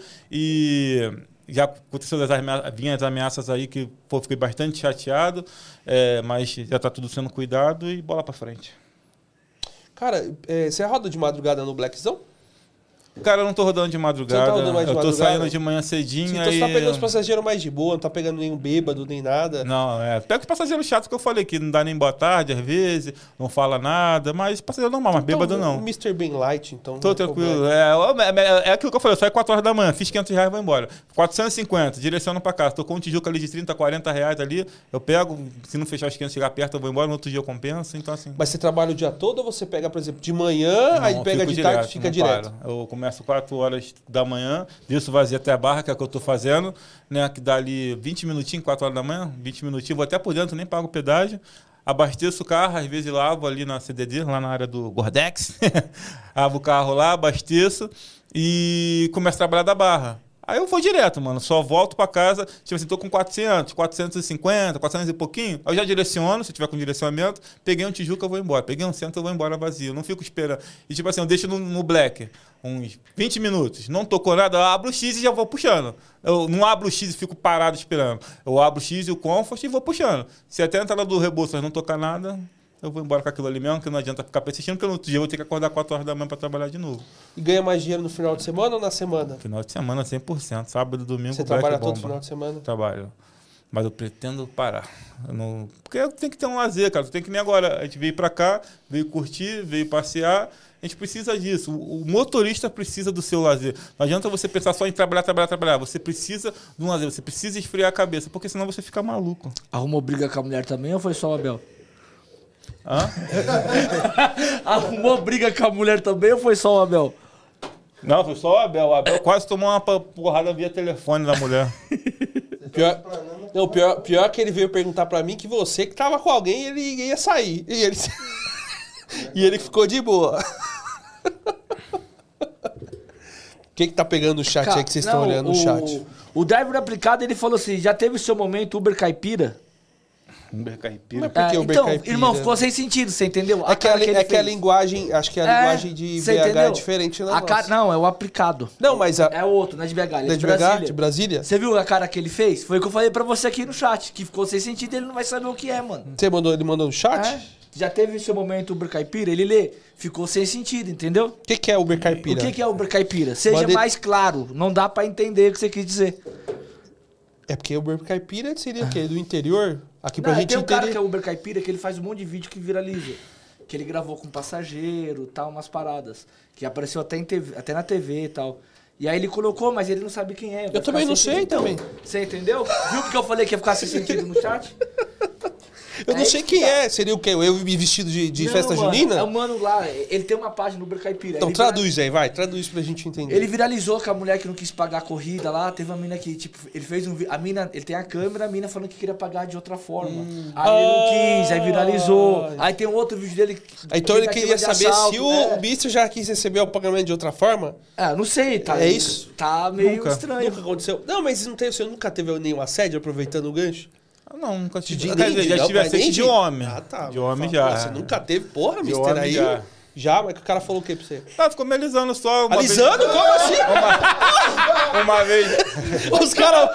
E já aconteceu as ameaças, vinha as ameaças aí que pô, fiquei bastante chateado, é, mas já tá tudo sendo cuidado e bola pra frente. Cara, é, você roda de madrugada no Blackzão? Cara, eu não tô rodando de madrugada. Você não tá rodando mais de eu tô madrugada? saindo de manhã cedinho. Então você e... tá pegando os passageiros mais de boa, não tá pegando nenhum bêbado, nem nada. Não, é. Pega os passageiros chatos que eu falei, que não dá nem boa tarde às vezes, não fala nada, mas passageiro normal, mas Então, bêbado o não. mister Ben Light, então. Tô não tranquilo. problema. É, é, é aquilo que eu falei, eu saio quatro horas da manhã, fiz quinhentos reais e vou embora. quatrocentos e cinquenta, direciono pra casa. Tô com um Tijuca ali de trinta, quarenta reais ali, eu pego, se não fechar os quinhentos, chegar perto, eu vou embora, no outro dia eu compenso, então assim... Mas você trabalha o dia todo ou você pega, por exemplo, de manhã, aí Não, pega fico de tarde e direto, fica não direto? paro. Eu começo quatro horas da manhã, desço vazio até a barra, que é o que eu tô fazendo, né? Que dá ali vinte minutinhos, quatro horas da manhã, vinte minutinhos, vou até por dentro, nem pago pedágio. Abasteço o carro, às vezes lavo ali na C D D, lá na área do Gordex. Lavo o carro lá, abasteço e começo a trabalhar da barra. Aí eu vou direto, mano. Só volto pra casa, tipo assim, tô com quatrocentos, quatrocentos e cinquenta, quatrocentos e pouquinho. Aí eu já direciono, se tiver com direcionamento. Peguei um Tijuca, eu vou embora. Peguei um centro, eu vou embora vazio. Eu não fico esperando. E tipo assim, eu deixo no, no Black uns vinte minutos. Não tocou nada, eu abro o X e já vou puxando. Eu não abro o X e fico parado esperando. Eu abro o X e o Comfort e vou puxando. Se até a entrada do Rebouças não tocar nada... eu vou embora com aquilo ali mesmo, que não adianta ficar persistindo, porque no outro dia eu vou ter que acordar quatro horas da manhã para trabalhar de novo. E ganha mais dinheiro no final de semana ou na semana? Final de semana, cem por cento. Sábado e domingo, Você Black trabalha bomba. todo final de semana? Trabalho. Mas eu pretendo parar. Eu não... Porque eu tenho que ter um lazer, cara. Tu tem que nem agora. A gente veio pra cá, veio curtir, veio passear. A gente precisa disso. O o motorista precisa do seu lazer. Não adianta você pensar só em trabalhar, trabalhar, trabalhar. Você precisa de um lazer. Você precisa esfriar a cabeça, porque senão você fica maluco. Arrumou briga com a mulher também ou foi só o Abel? Hã? Arrumou briga com a mulher também ou foi só o Abel? Não, foi só o Abel. O Abel quase tomou uma pa- porrada via telefone da mulher. Pior, não, pior, pior que ele veio perguntar pra mim que você que tava com alguém e ele ia sair. E ele, e ele ficou de boa. O que que tá pegando no chat aí que vocês estão Não, olhando no o- chat? O driver aplicado, ele falou assim, já teve o seu momento Uber caipira? Uber caipira. Mas por que Ah, Uber então, caipira? irmão, ficou sem sentido, você entendeu? É que, a, cara li- ele é que a fez. linguagem, acho que a É, linguagem de você B H é entendeu? diferente da A nossa. cara, não, é o aplicado. Não, mas a... É o outro, não é de B H, ele Não é é de de B H? Brasília. De Brasília? Você viu a cara que ele fez? Foi o que eu falei pra você aqui no chat, que ficou sem sentido e ele não vai saber o que é, mano. Você mandou, ele mandou no chat? É? Já teve o seu momento Uber caipira? Ele lê, ficou sem sentido, entendeu? O que que é Uber caipira? O que, que é Uber caipira? Seja Manda ele- mais claro, não dá pra entender o que você quis dizer. É porque Uber caipira seria o quê? Do interior? Aqui pra Não, gente tem um cara entender. que é Uber caipira que ele faz um monte de vídeo que viraliza. Que ele gravou com passageiro, tal, umas paradas. Que apareceu até, em T V, até na T V e tal. E aí ele colocou, mas ele não sabe quem é. vai Eu também ficar não sem sei sentido. também. Você entendeu? Viu porque eu falei que ia ficar sem sentido no chat? Eu não É sei isso que quem tá. é. Seria o quê? Eu vestido de, de Não, festa mano, junina? É o mano lá, ele tem uma página no Uber caipira. Então ele traduz aí, vai. Traduz pra gente entender. Ele viralizou com a mulher que não quis pagar a corrida lá. Teve uma mina que, tipo, ele fez um vídeo. A mina, ele tem a câmera, a mina falando que queria pagar de outra forma. Aí ele não quis, aí viralizou. Aí tem um outro vídeo dele. Então ele tentativa queria de saber assalto, se o, é. o Mister já quis receber o pagamento de outra forma. Ah, não sei, tá. É isso? Tá meio Nunca. estranho. Nunca aconteceu. Não, mas não tem, você nunca teve nenhum assédio aproveitando o gancho? Não, nunca tive. De, Quer dizer, já não, tive mas nem acidente de homem. Ah, tá. De homem Fala, já. pô, Você nunca teve, porra, De mister, homem aí? já. Já, mas que o cara falou o que pra você? Ah, ficou me alisando só. Uma Alisando? Vez, Como assim? uma, uma vez. Os caras...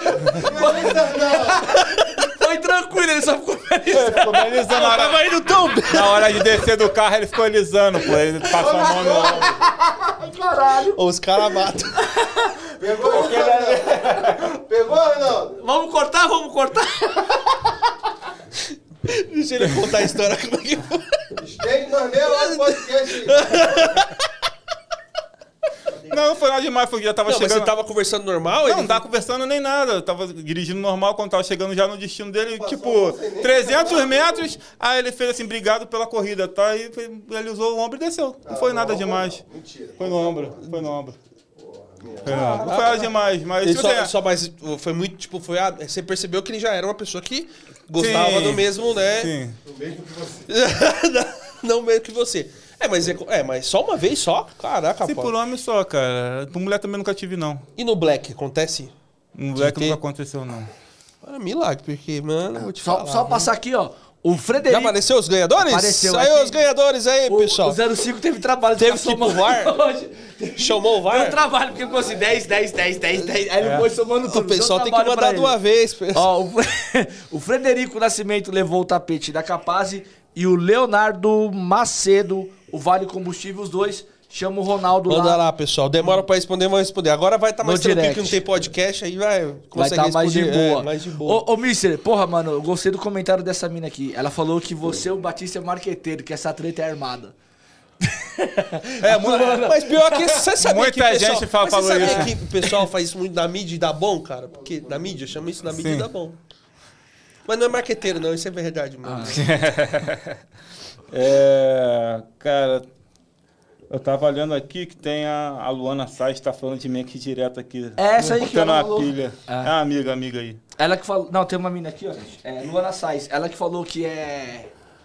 Foi tranquilo, ele só ficou feliz. Ele ficou me alisando. Na hora, Tava indo tão bem. na hora de descer do carro, ele ficou alisando, pô. Ele passou a mão no ombro. Caralho. Os caras matam. Pegou, Ronaldo? Pegou, Ronaldo? Vamos cortar, vamos cortar. Deixa ele contar a história como é que foi. Steak Marmelo lá no podcast. Não, não foi nada demais, foi que já tava Não, mas chegando. você tava conversando normal? Não, ele... não tava conversando nem nada. Eu tava dirigindo normal quando tava chegando já no destino dele, tipo, trezentos metros. Aí ele fez assim, obrigado pela corrida, tá? E foi- ele usou o ombro e desceu. Não foi nada demais. Mentira. Foi no ombro, foi no ombro. Foi no ombro. Não foi nada demais, mas Ele tipo só, assim, só mais, foi muito, tipo, foi, ah, você percebeu que ele já era uma pessoa que gostava Sim. do mesmo, né? sim. No mesmo que você. Não mesmo que você. É, mas, é, é, mas só uma vez só? Caraca, Se pô. por homem só, cara. Por mulher também nunca tive, não. E no Black, acontece? No Black ter? nunca aconteceu, não. Era milagre, porque, mano, vou te Só, falar. só viu? passar aqui, ó. O Já Frederico. apareceu os ganhadores? Apareceu Saiu aqui. os ganhadores aí, O, pessoal. o zero cinco teve trabalho. Teve ficar que ir pro somando V A R? hoje. Chamou o V A Deu R? trabalho, porque ficou assim, dez, dez, dez, dez, dez. Aí ele foi somando O tudo. Deu pessoal tem que trabalho pra mandar de uma ele. vez, pessoal. Ó, o, Fre- o Frederico Nascimento levou o tapete da Capaz e o Leonardo Macedo, o Vale Combustível, os dois. Chama o Ronaldo Manda lá. lá, pessoal. Demora pra responder, vamos responder. Agora vai estar tá mais No tranquilo direct. que não tem podcast, aí vai, Vai consegue estar mais de responder, boa. é, mais de boa. Ô, ô, mister, porra, mano, eu gostei do comentário dessa mina aqui. Ela falou que você, o Batista, é marqueteiro, que essa treta é armada. É, mano. Mas pior que você sabia Muita que o pessoal, gente fala- mas você falou sabia isso. que o pessoal faz isso muito na mídia e dá bom, cara? Porque na mídia, chama isso na mídia Sim. e dá bom. Mas não é marqueteiro, não, isso é verdade, mano. É, cara, eu tava olhando aqui que tem a, a Luana Sais, tá falando de mim aqui direto aqui. É essa aí que botando ela uma falou. pilha. É uma amiga, amiga aí. Ela que falou. Não, tem uma mina aqui, ó. É Luana Sais. Ela que falou que é.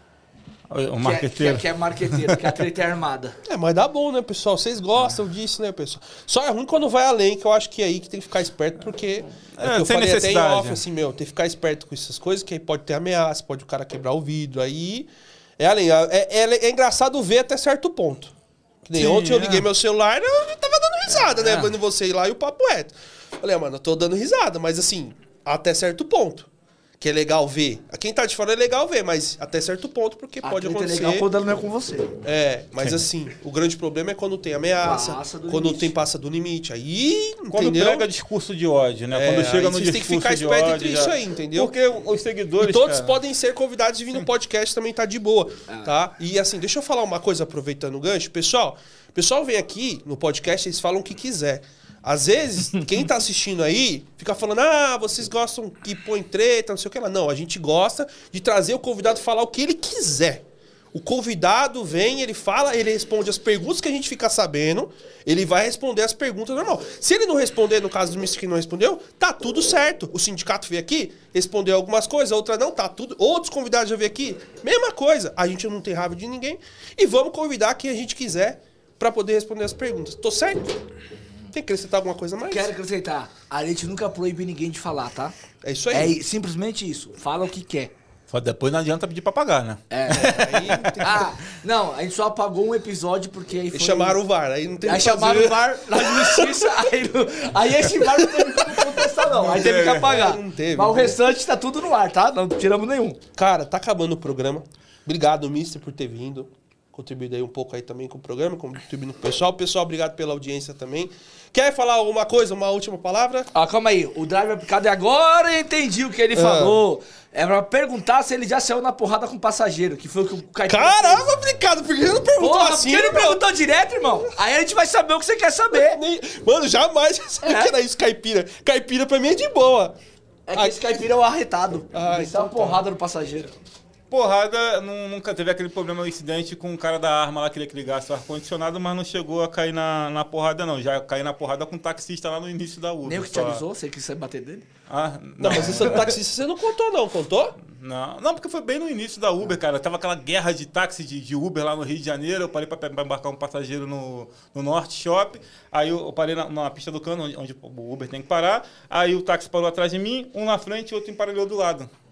O que é- Que é, marqueteiro. que é marqueteiro, que a treta é armada. É, mas dá bom, né, pessoal? Vocês gostam disso, né, pessoal? Só é ruim quando vai além, que eu acho que é aí que tem que ficar esperto, porque... É, o que eu sem falei até em necessidade. off, assim, meu, tem que ficar esperto com essas coisas, que aí pode ter ameaça, pode o cara quebrar o vidro, aí... É além, é, é, é engraçado ver até certo ponto. Que nem Sim, ontem eu é. liguei meu celular e eu tava dando risada, né? Vendo você ir lá e o papo reto. Falei, ah, mano, eu tô dando risada, mas assim, até certo ponto. Que é legal ver. A quem tá de fora é legal ver, mas até certo ponto, porque A pode treta acontecer. é legal quando ela não é com você. É, mas assim, o grande problema é quando tem ameaça, Passa do quando limite. tem passa do limite. Aí, Quando entendeu? prega discurso de ódio, né? É, Quando chega aí no vocês têm que discurso ficar de esperto ódio. entre já- isso aí, entendeu? Porque os seguidores, E todos cara, podem ser convidados de vir no podcast, também tá de boa, tá? E assim, deixa eu falar uma coisa aproveitando o gancho. Pessoal, o pessoal vem aqui no podcast, eles falam o que quiser. Às vezes, quem tá assistindo aí fica falando, ah, vocês gostam que põe treta, não sei o que lá. Não, a gente gosta de trazer o convidado falar o que ele quiser. O convidado vem, ele fala, ele responde as perguntas que a gente fica sabendo, ele vai responder as perguntas normal. Se ele não responder, no caso do mister que não respondeu, tá tudo certo. O sindicato veio aqui, respondeu algumas coisas, outra não, tá tudo. Outros convidados já veio aqui, mesma coisa. A gente não tem raiva de ninguém e vamos convidar quem a gente quiser pra poder responder as perguntas. Tô certo? Tem que acrescentar alguma coisa mais? Quero acrescentar, a gente nunca proíbe ninguém de falar, tá? É isso aí. É i- simplesmente isso. Fala o que quer. Só depois não adianta pedir pra pagar, né? É. Aí tem que... Ah, não, a gente só apagou um episódio porque aí foi... Eles chamaram o V A R, aí não tem Aí o que chamaram fazer. o V A R na justiça, aí, não- aí esse V A R não teve como contestar, não. Aí teve que apagar. Não teve, Mas o não teve. restante tá tudo no ar, tá? Não tiramos nenhum. Cara, tá acabando o programa. Obrigado, mister, por ter vindo. Contribuído aí um pouco aí também com o programa, contribuindo com o pessoal. Pessoal, obrigado pela audiência também. Quer falar alguma coisa, uma última palavra? Ah, calma aí. O drive aplicado é agora eu entendi o que ele falou. É pra perguntar se ele já saiu na porrada com o passageiro, que foi o que o Caipira Caramba, aplicado, por que você não perguntou Porra, assim? por que ele meu? perguntou direto, irmão? Aí a gente vai saber o que você quer saber. Nem- Mano, jamais eu sabia É. que era isso, caipira. Caipira pra mim é de boa. É que esse caipira é o arretado. Ah, Ele então dá uma tá. porrada no passageiro. Porrada, nu- nunca teve aquele problema, um incidente com o cara da arma lá, queria que ligasse o ar-condicionado, mas não chegou a cair na, na porrada, não. Já caí na porrada com um taxista lá no início da Uber. Nem o que te só. avisou, você quis bater dele? Ah, Não, mas esse taxista você não contou, não. Contou? Não, não, porque foi bem no início da Uber, cara. Tava aquela guerra de táxi de, de Uber lá no Rio de Janeiro. Eu parei pra, pra embarcar um passageiro no, no Norte Shop. Aí eu, eu parei na, na pista do cano, onde, onde o Uber tem que parar. Aí o táxi parou atrás de mim, um na frente e outro emparelhou do lado.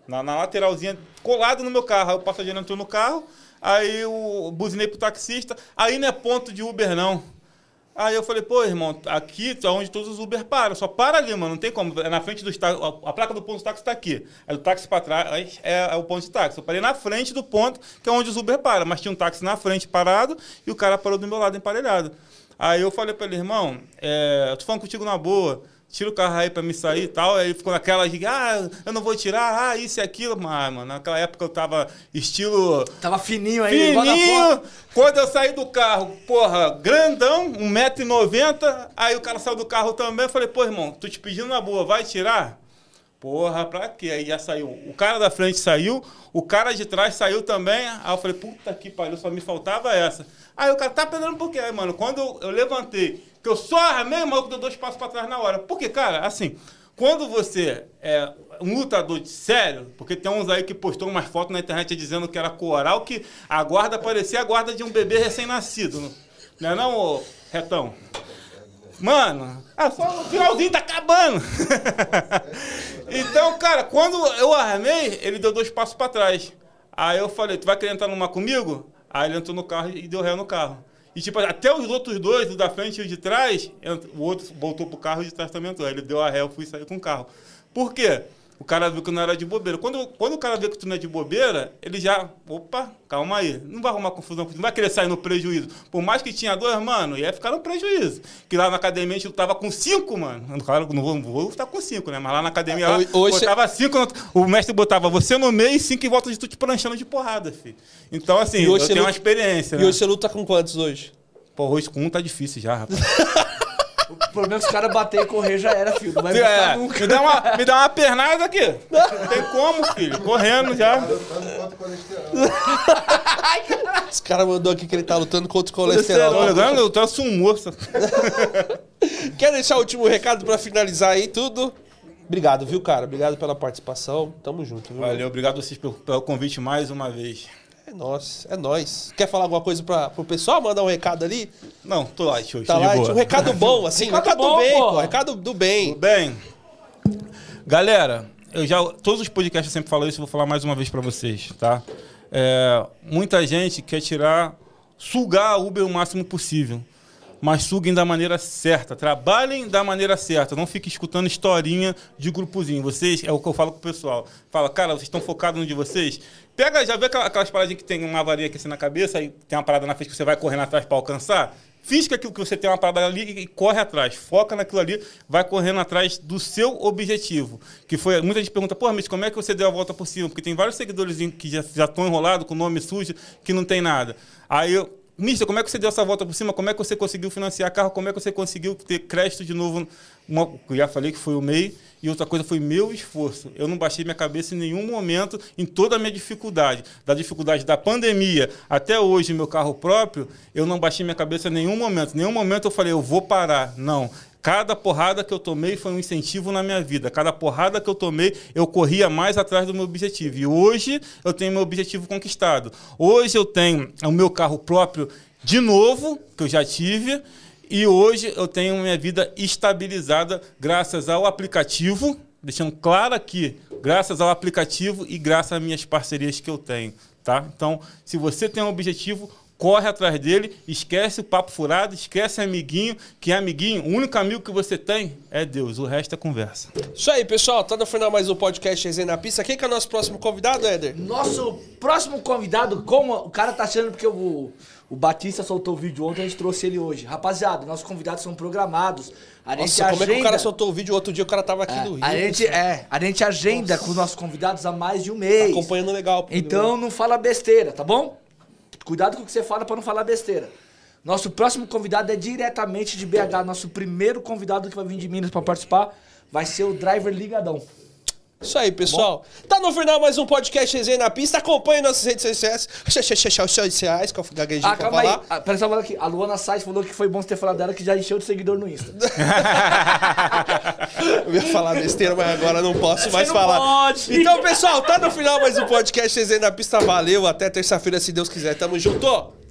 Na, na lateralzinha, colado no meu carro. Aí o passageiro entrou no carro, aí eu buzinei pro taxista. Aí não é ponto de Uber, não. Aí eu falei, pô, irmão, aqui é onde todos os Uber param. Só para ali, mano, não tem como. É na frente do táxi. A placa do ponto de táxi tá aqui. Aí do táxi pra trás é, é o ponto de táxi. Eu parei na frente do ponto, que é onde os Uber param. Mas tinha um táxi na frente parado e o cara parou do meu lado emparelhado. Aí eu falei pra ele, irmão, é, eu tô falando contigo na boa. Tira o carro aí pra me sair e tal. Aí ele ficou naquela de, ah, eu não vou tirar, ah, isso e aquilo. Mas, mano, naquela época eu tava estilo... Tava fininho aí, Fininho. Quando eu saí do carro, porra, grandão, um metro e noventa. Aí o cara saiu do carro também. Eu falei, pô, irmão, tô te pedindo na boa, vai tirar? Porra, pra quê? Aí já saiu. O cara da frente saiu, o cara de trás saiu também. Aí eu falei, puta que pariu, só me faltava essa. Aí o cara tá pegando por quê, aí, mano? Quando eu, eu levantei, que eu só armei, o maluco deu dois passos pra trás na hora. Porque, cara, assim, quando você é um lutador de sério, porque tem uns aí que postou umas fotos na internet dizendo que era coral, que a guarda parecia a guarda de um bebê recém-nascido. Não é não, ô, Retão? Mano, ah, só o finalzinho tá acabando. Então, cara, quando eu armei, ele deu dois passos pra trás. Aí eu falei, tu vai querer entrar numa comigo? Aí ele entrou no carro e deu ré no carro. E, tipo, até os outros dois, o da frente e o de trás, o outro voltou pro carro e o de trás também entrou. Aí ele deu a ré, eu fui sair com o carro. Por quê? O cara viu que não era de bobeira. Quando, quando o cara vê que tu não é de bobeira, ele já... Opa, calma aí. Não vai arrumar confusão. Não vai querer sair no prejuízo. Por mais que tinha dois, mano, ia ficar no prejuízo. Que lá na academia a gente lutava com cinco, mano. Claro, não vou, não vou lutar com cinco, né? Mas lá na academia, lá, Hoje botava cinco... O mestre botava você no meio e cinco em volta de tu te pranchando de porrada, filho. Então, assim, eu tenho luta... uma experiência, E né? hoje você luta com quantos hoje? Pô, hoje com um tá difícil já, rapaz. O problema é que os caras bater e correr já era, filho. Não vai É, buscar nunca. me, dá uma, me dá uma pernada aqui. Não tem como, filho. Correndo já. Lutando contra o colesterol. Os caras mandou aqui que ele tá lutando contra o colesterol. Tô ligando, eu trouxe um moço. Quer deixar o último recado pra finalizar aí tudo? Obrigado, viu, cara? Obrigado pela participação. Tamo junto, viu? Valeu, obrigado a vocês pelo, pelo convite mais uma vez. É nóis, é nóis. Quer falar alguma coisa pra, pro pessoal? Mandar um recado ali? Não, tô lá, show, Tá show de lá, boa. um recado bom, assim. Recado recado, bom, bem, porra. pô. Recado do bem. Tudo bem? Galera, eu já, todos os podcasts eu sempre falo isso, eu vou falar mais uma vez pra vocês, tá? É, muita gente quer tirar, sugar a Uber o máximo possível. Mas suguem da maneira certa, trabalhem da maneira certa, não fiquem escutando historinha de grupozinho. Vocês, é o que eu falo pro pessoal. Fala, cara, vocês estão focados no de vocês? Pega, já vê aquelas paradinhas que tem uma varinha aqui assim na cabeça, aí tem uma parada na frente que você vai correndo atrás para alcançar? Finge que aquilo que você tem uma parada ali e corre atrás. Foca naquilo ali, vai correndo atrás do seu objetivo. Que foi, muita gente pergunta, pô, mas como é que você deu a volta por cima? Porque tem vários seguidores que já estão enrolados com o nome sujo, que não tem nada. Aí eu... Mister, como é que você deu essa volta por cima? Como é que você conseguiu financiar carro? Como é que você conseguiu ter crédito de novo? Uma, eu já falei que foi o M E I. E outra coisa foi meu esforço. Eu não baixei minha cabeça em nenhum momento, em toda a minha dificuldade. Da dificuldade da pandemia até hoje, meu carro próprio, eu não baixei minha cabeça em nenhum momento. Em nenhum momento eu falei, eu vou parar. Não. Cada porrada que eu tomei foi um incentivo na minha vida. Cada porrada que eu tomei, eu corria mais atrás do meu objetivo. E hoje eu tenho meu objetivo conquistado. Hoje eu tenho o meu carro próprio de novo, que eu já tive. E hoje eu tenho minha vida estabilizada graças ao aplicativo. Deixando claro aqui, graças ao aplicativo e graças às minhas parcerias que eu tenho. Tá? Então, se você tem um objetivo... Corre atrás dele, esquece o papo furado, esquece amiguinho, que é amiguinho, o único amigo que você tem é Deus, o resto é conversa. Isso aí, pessoal, tá no final mais um podcast Resenha na Pista. Quem que é o nosso próximo convidado, Éder? Nosso próximo convidado, como o cara tá achando porque o, o Batista soltou o vídeo ontem, a gente trouxe ele hoje. Rapaziada, nossos convidados são programados. A gente Nossa, agenda... como é que o cara soltou o vídeo outro dia, o cara tava aqui é, no Rio. A gente, é, a gente agenda Nossa. com os nossos convidados há mais de um mês. Tá acompanhando legal. Então não fala besteira, tá bom? Cuidado com o que você fala pra não falar besteira. Nosso próximo convidado é diretamente de B H. Nosso primeiro convidado que vai vir de Minas pra participar vai ser o Driver Ligadão. Isso aí, pessoal. Tá, tá no final mais um podcast Resenha na Pista. Acompanhe nossas redes sociais. sociais, que eu gaguejei ah, pra calma falar. aí. Ah, pera só falar aqui. A Luana Sais falou que foi bom você ter falado dela, que já encheu de seguidor no Insta. Eu ia falar besteira, mas agora não posso mais não falar. Pode. Então, pessoal, tá no final mais um podcast Resenha na Pista. Valeu, até terça-feira, se Deus quiser. Tamo junto.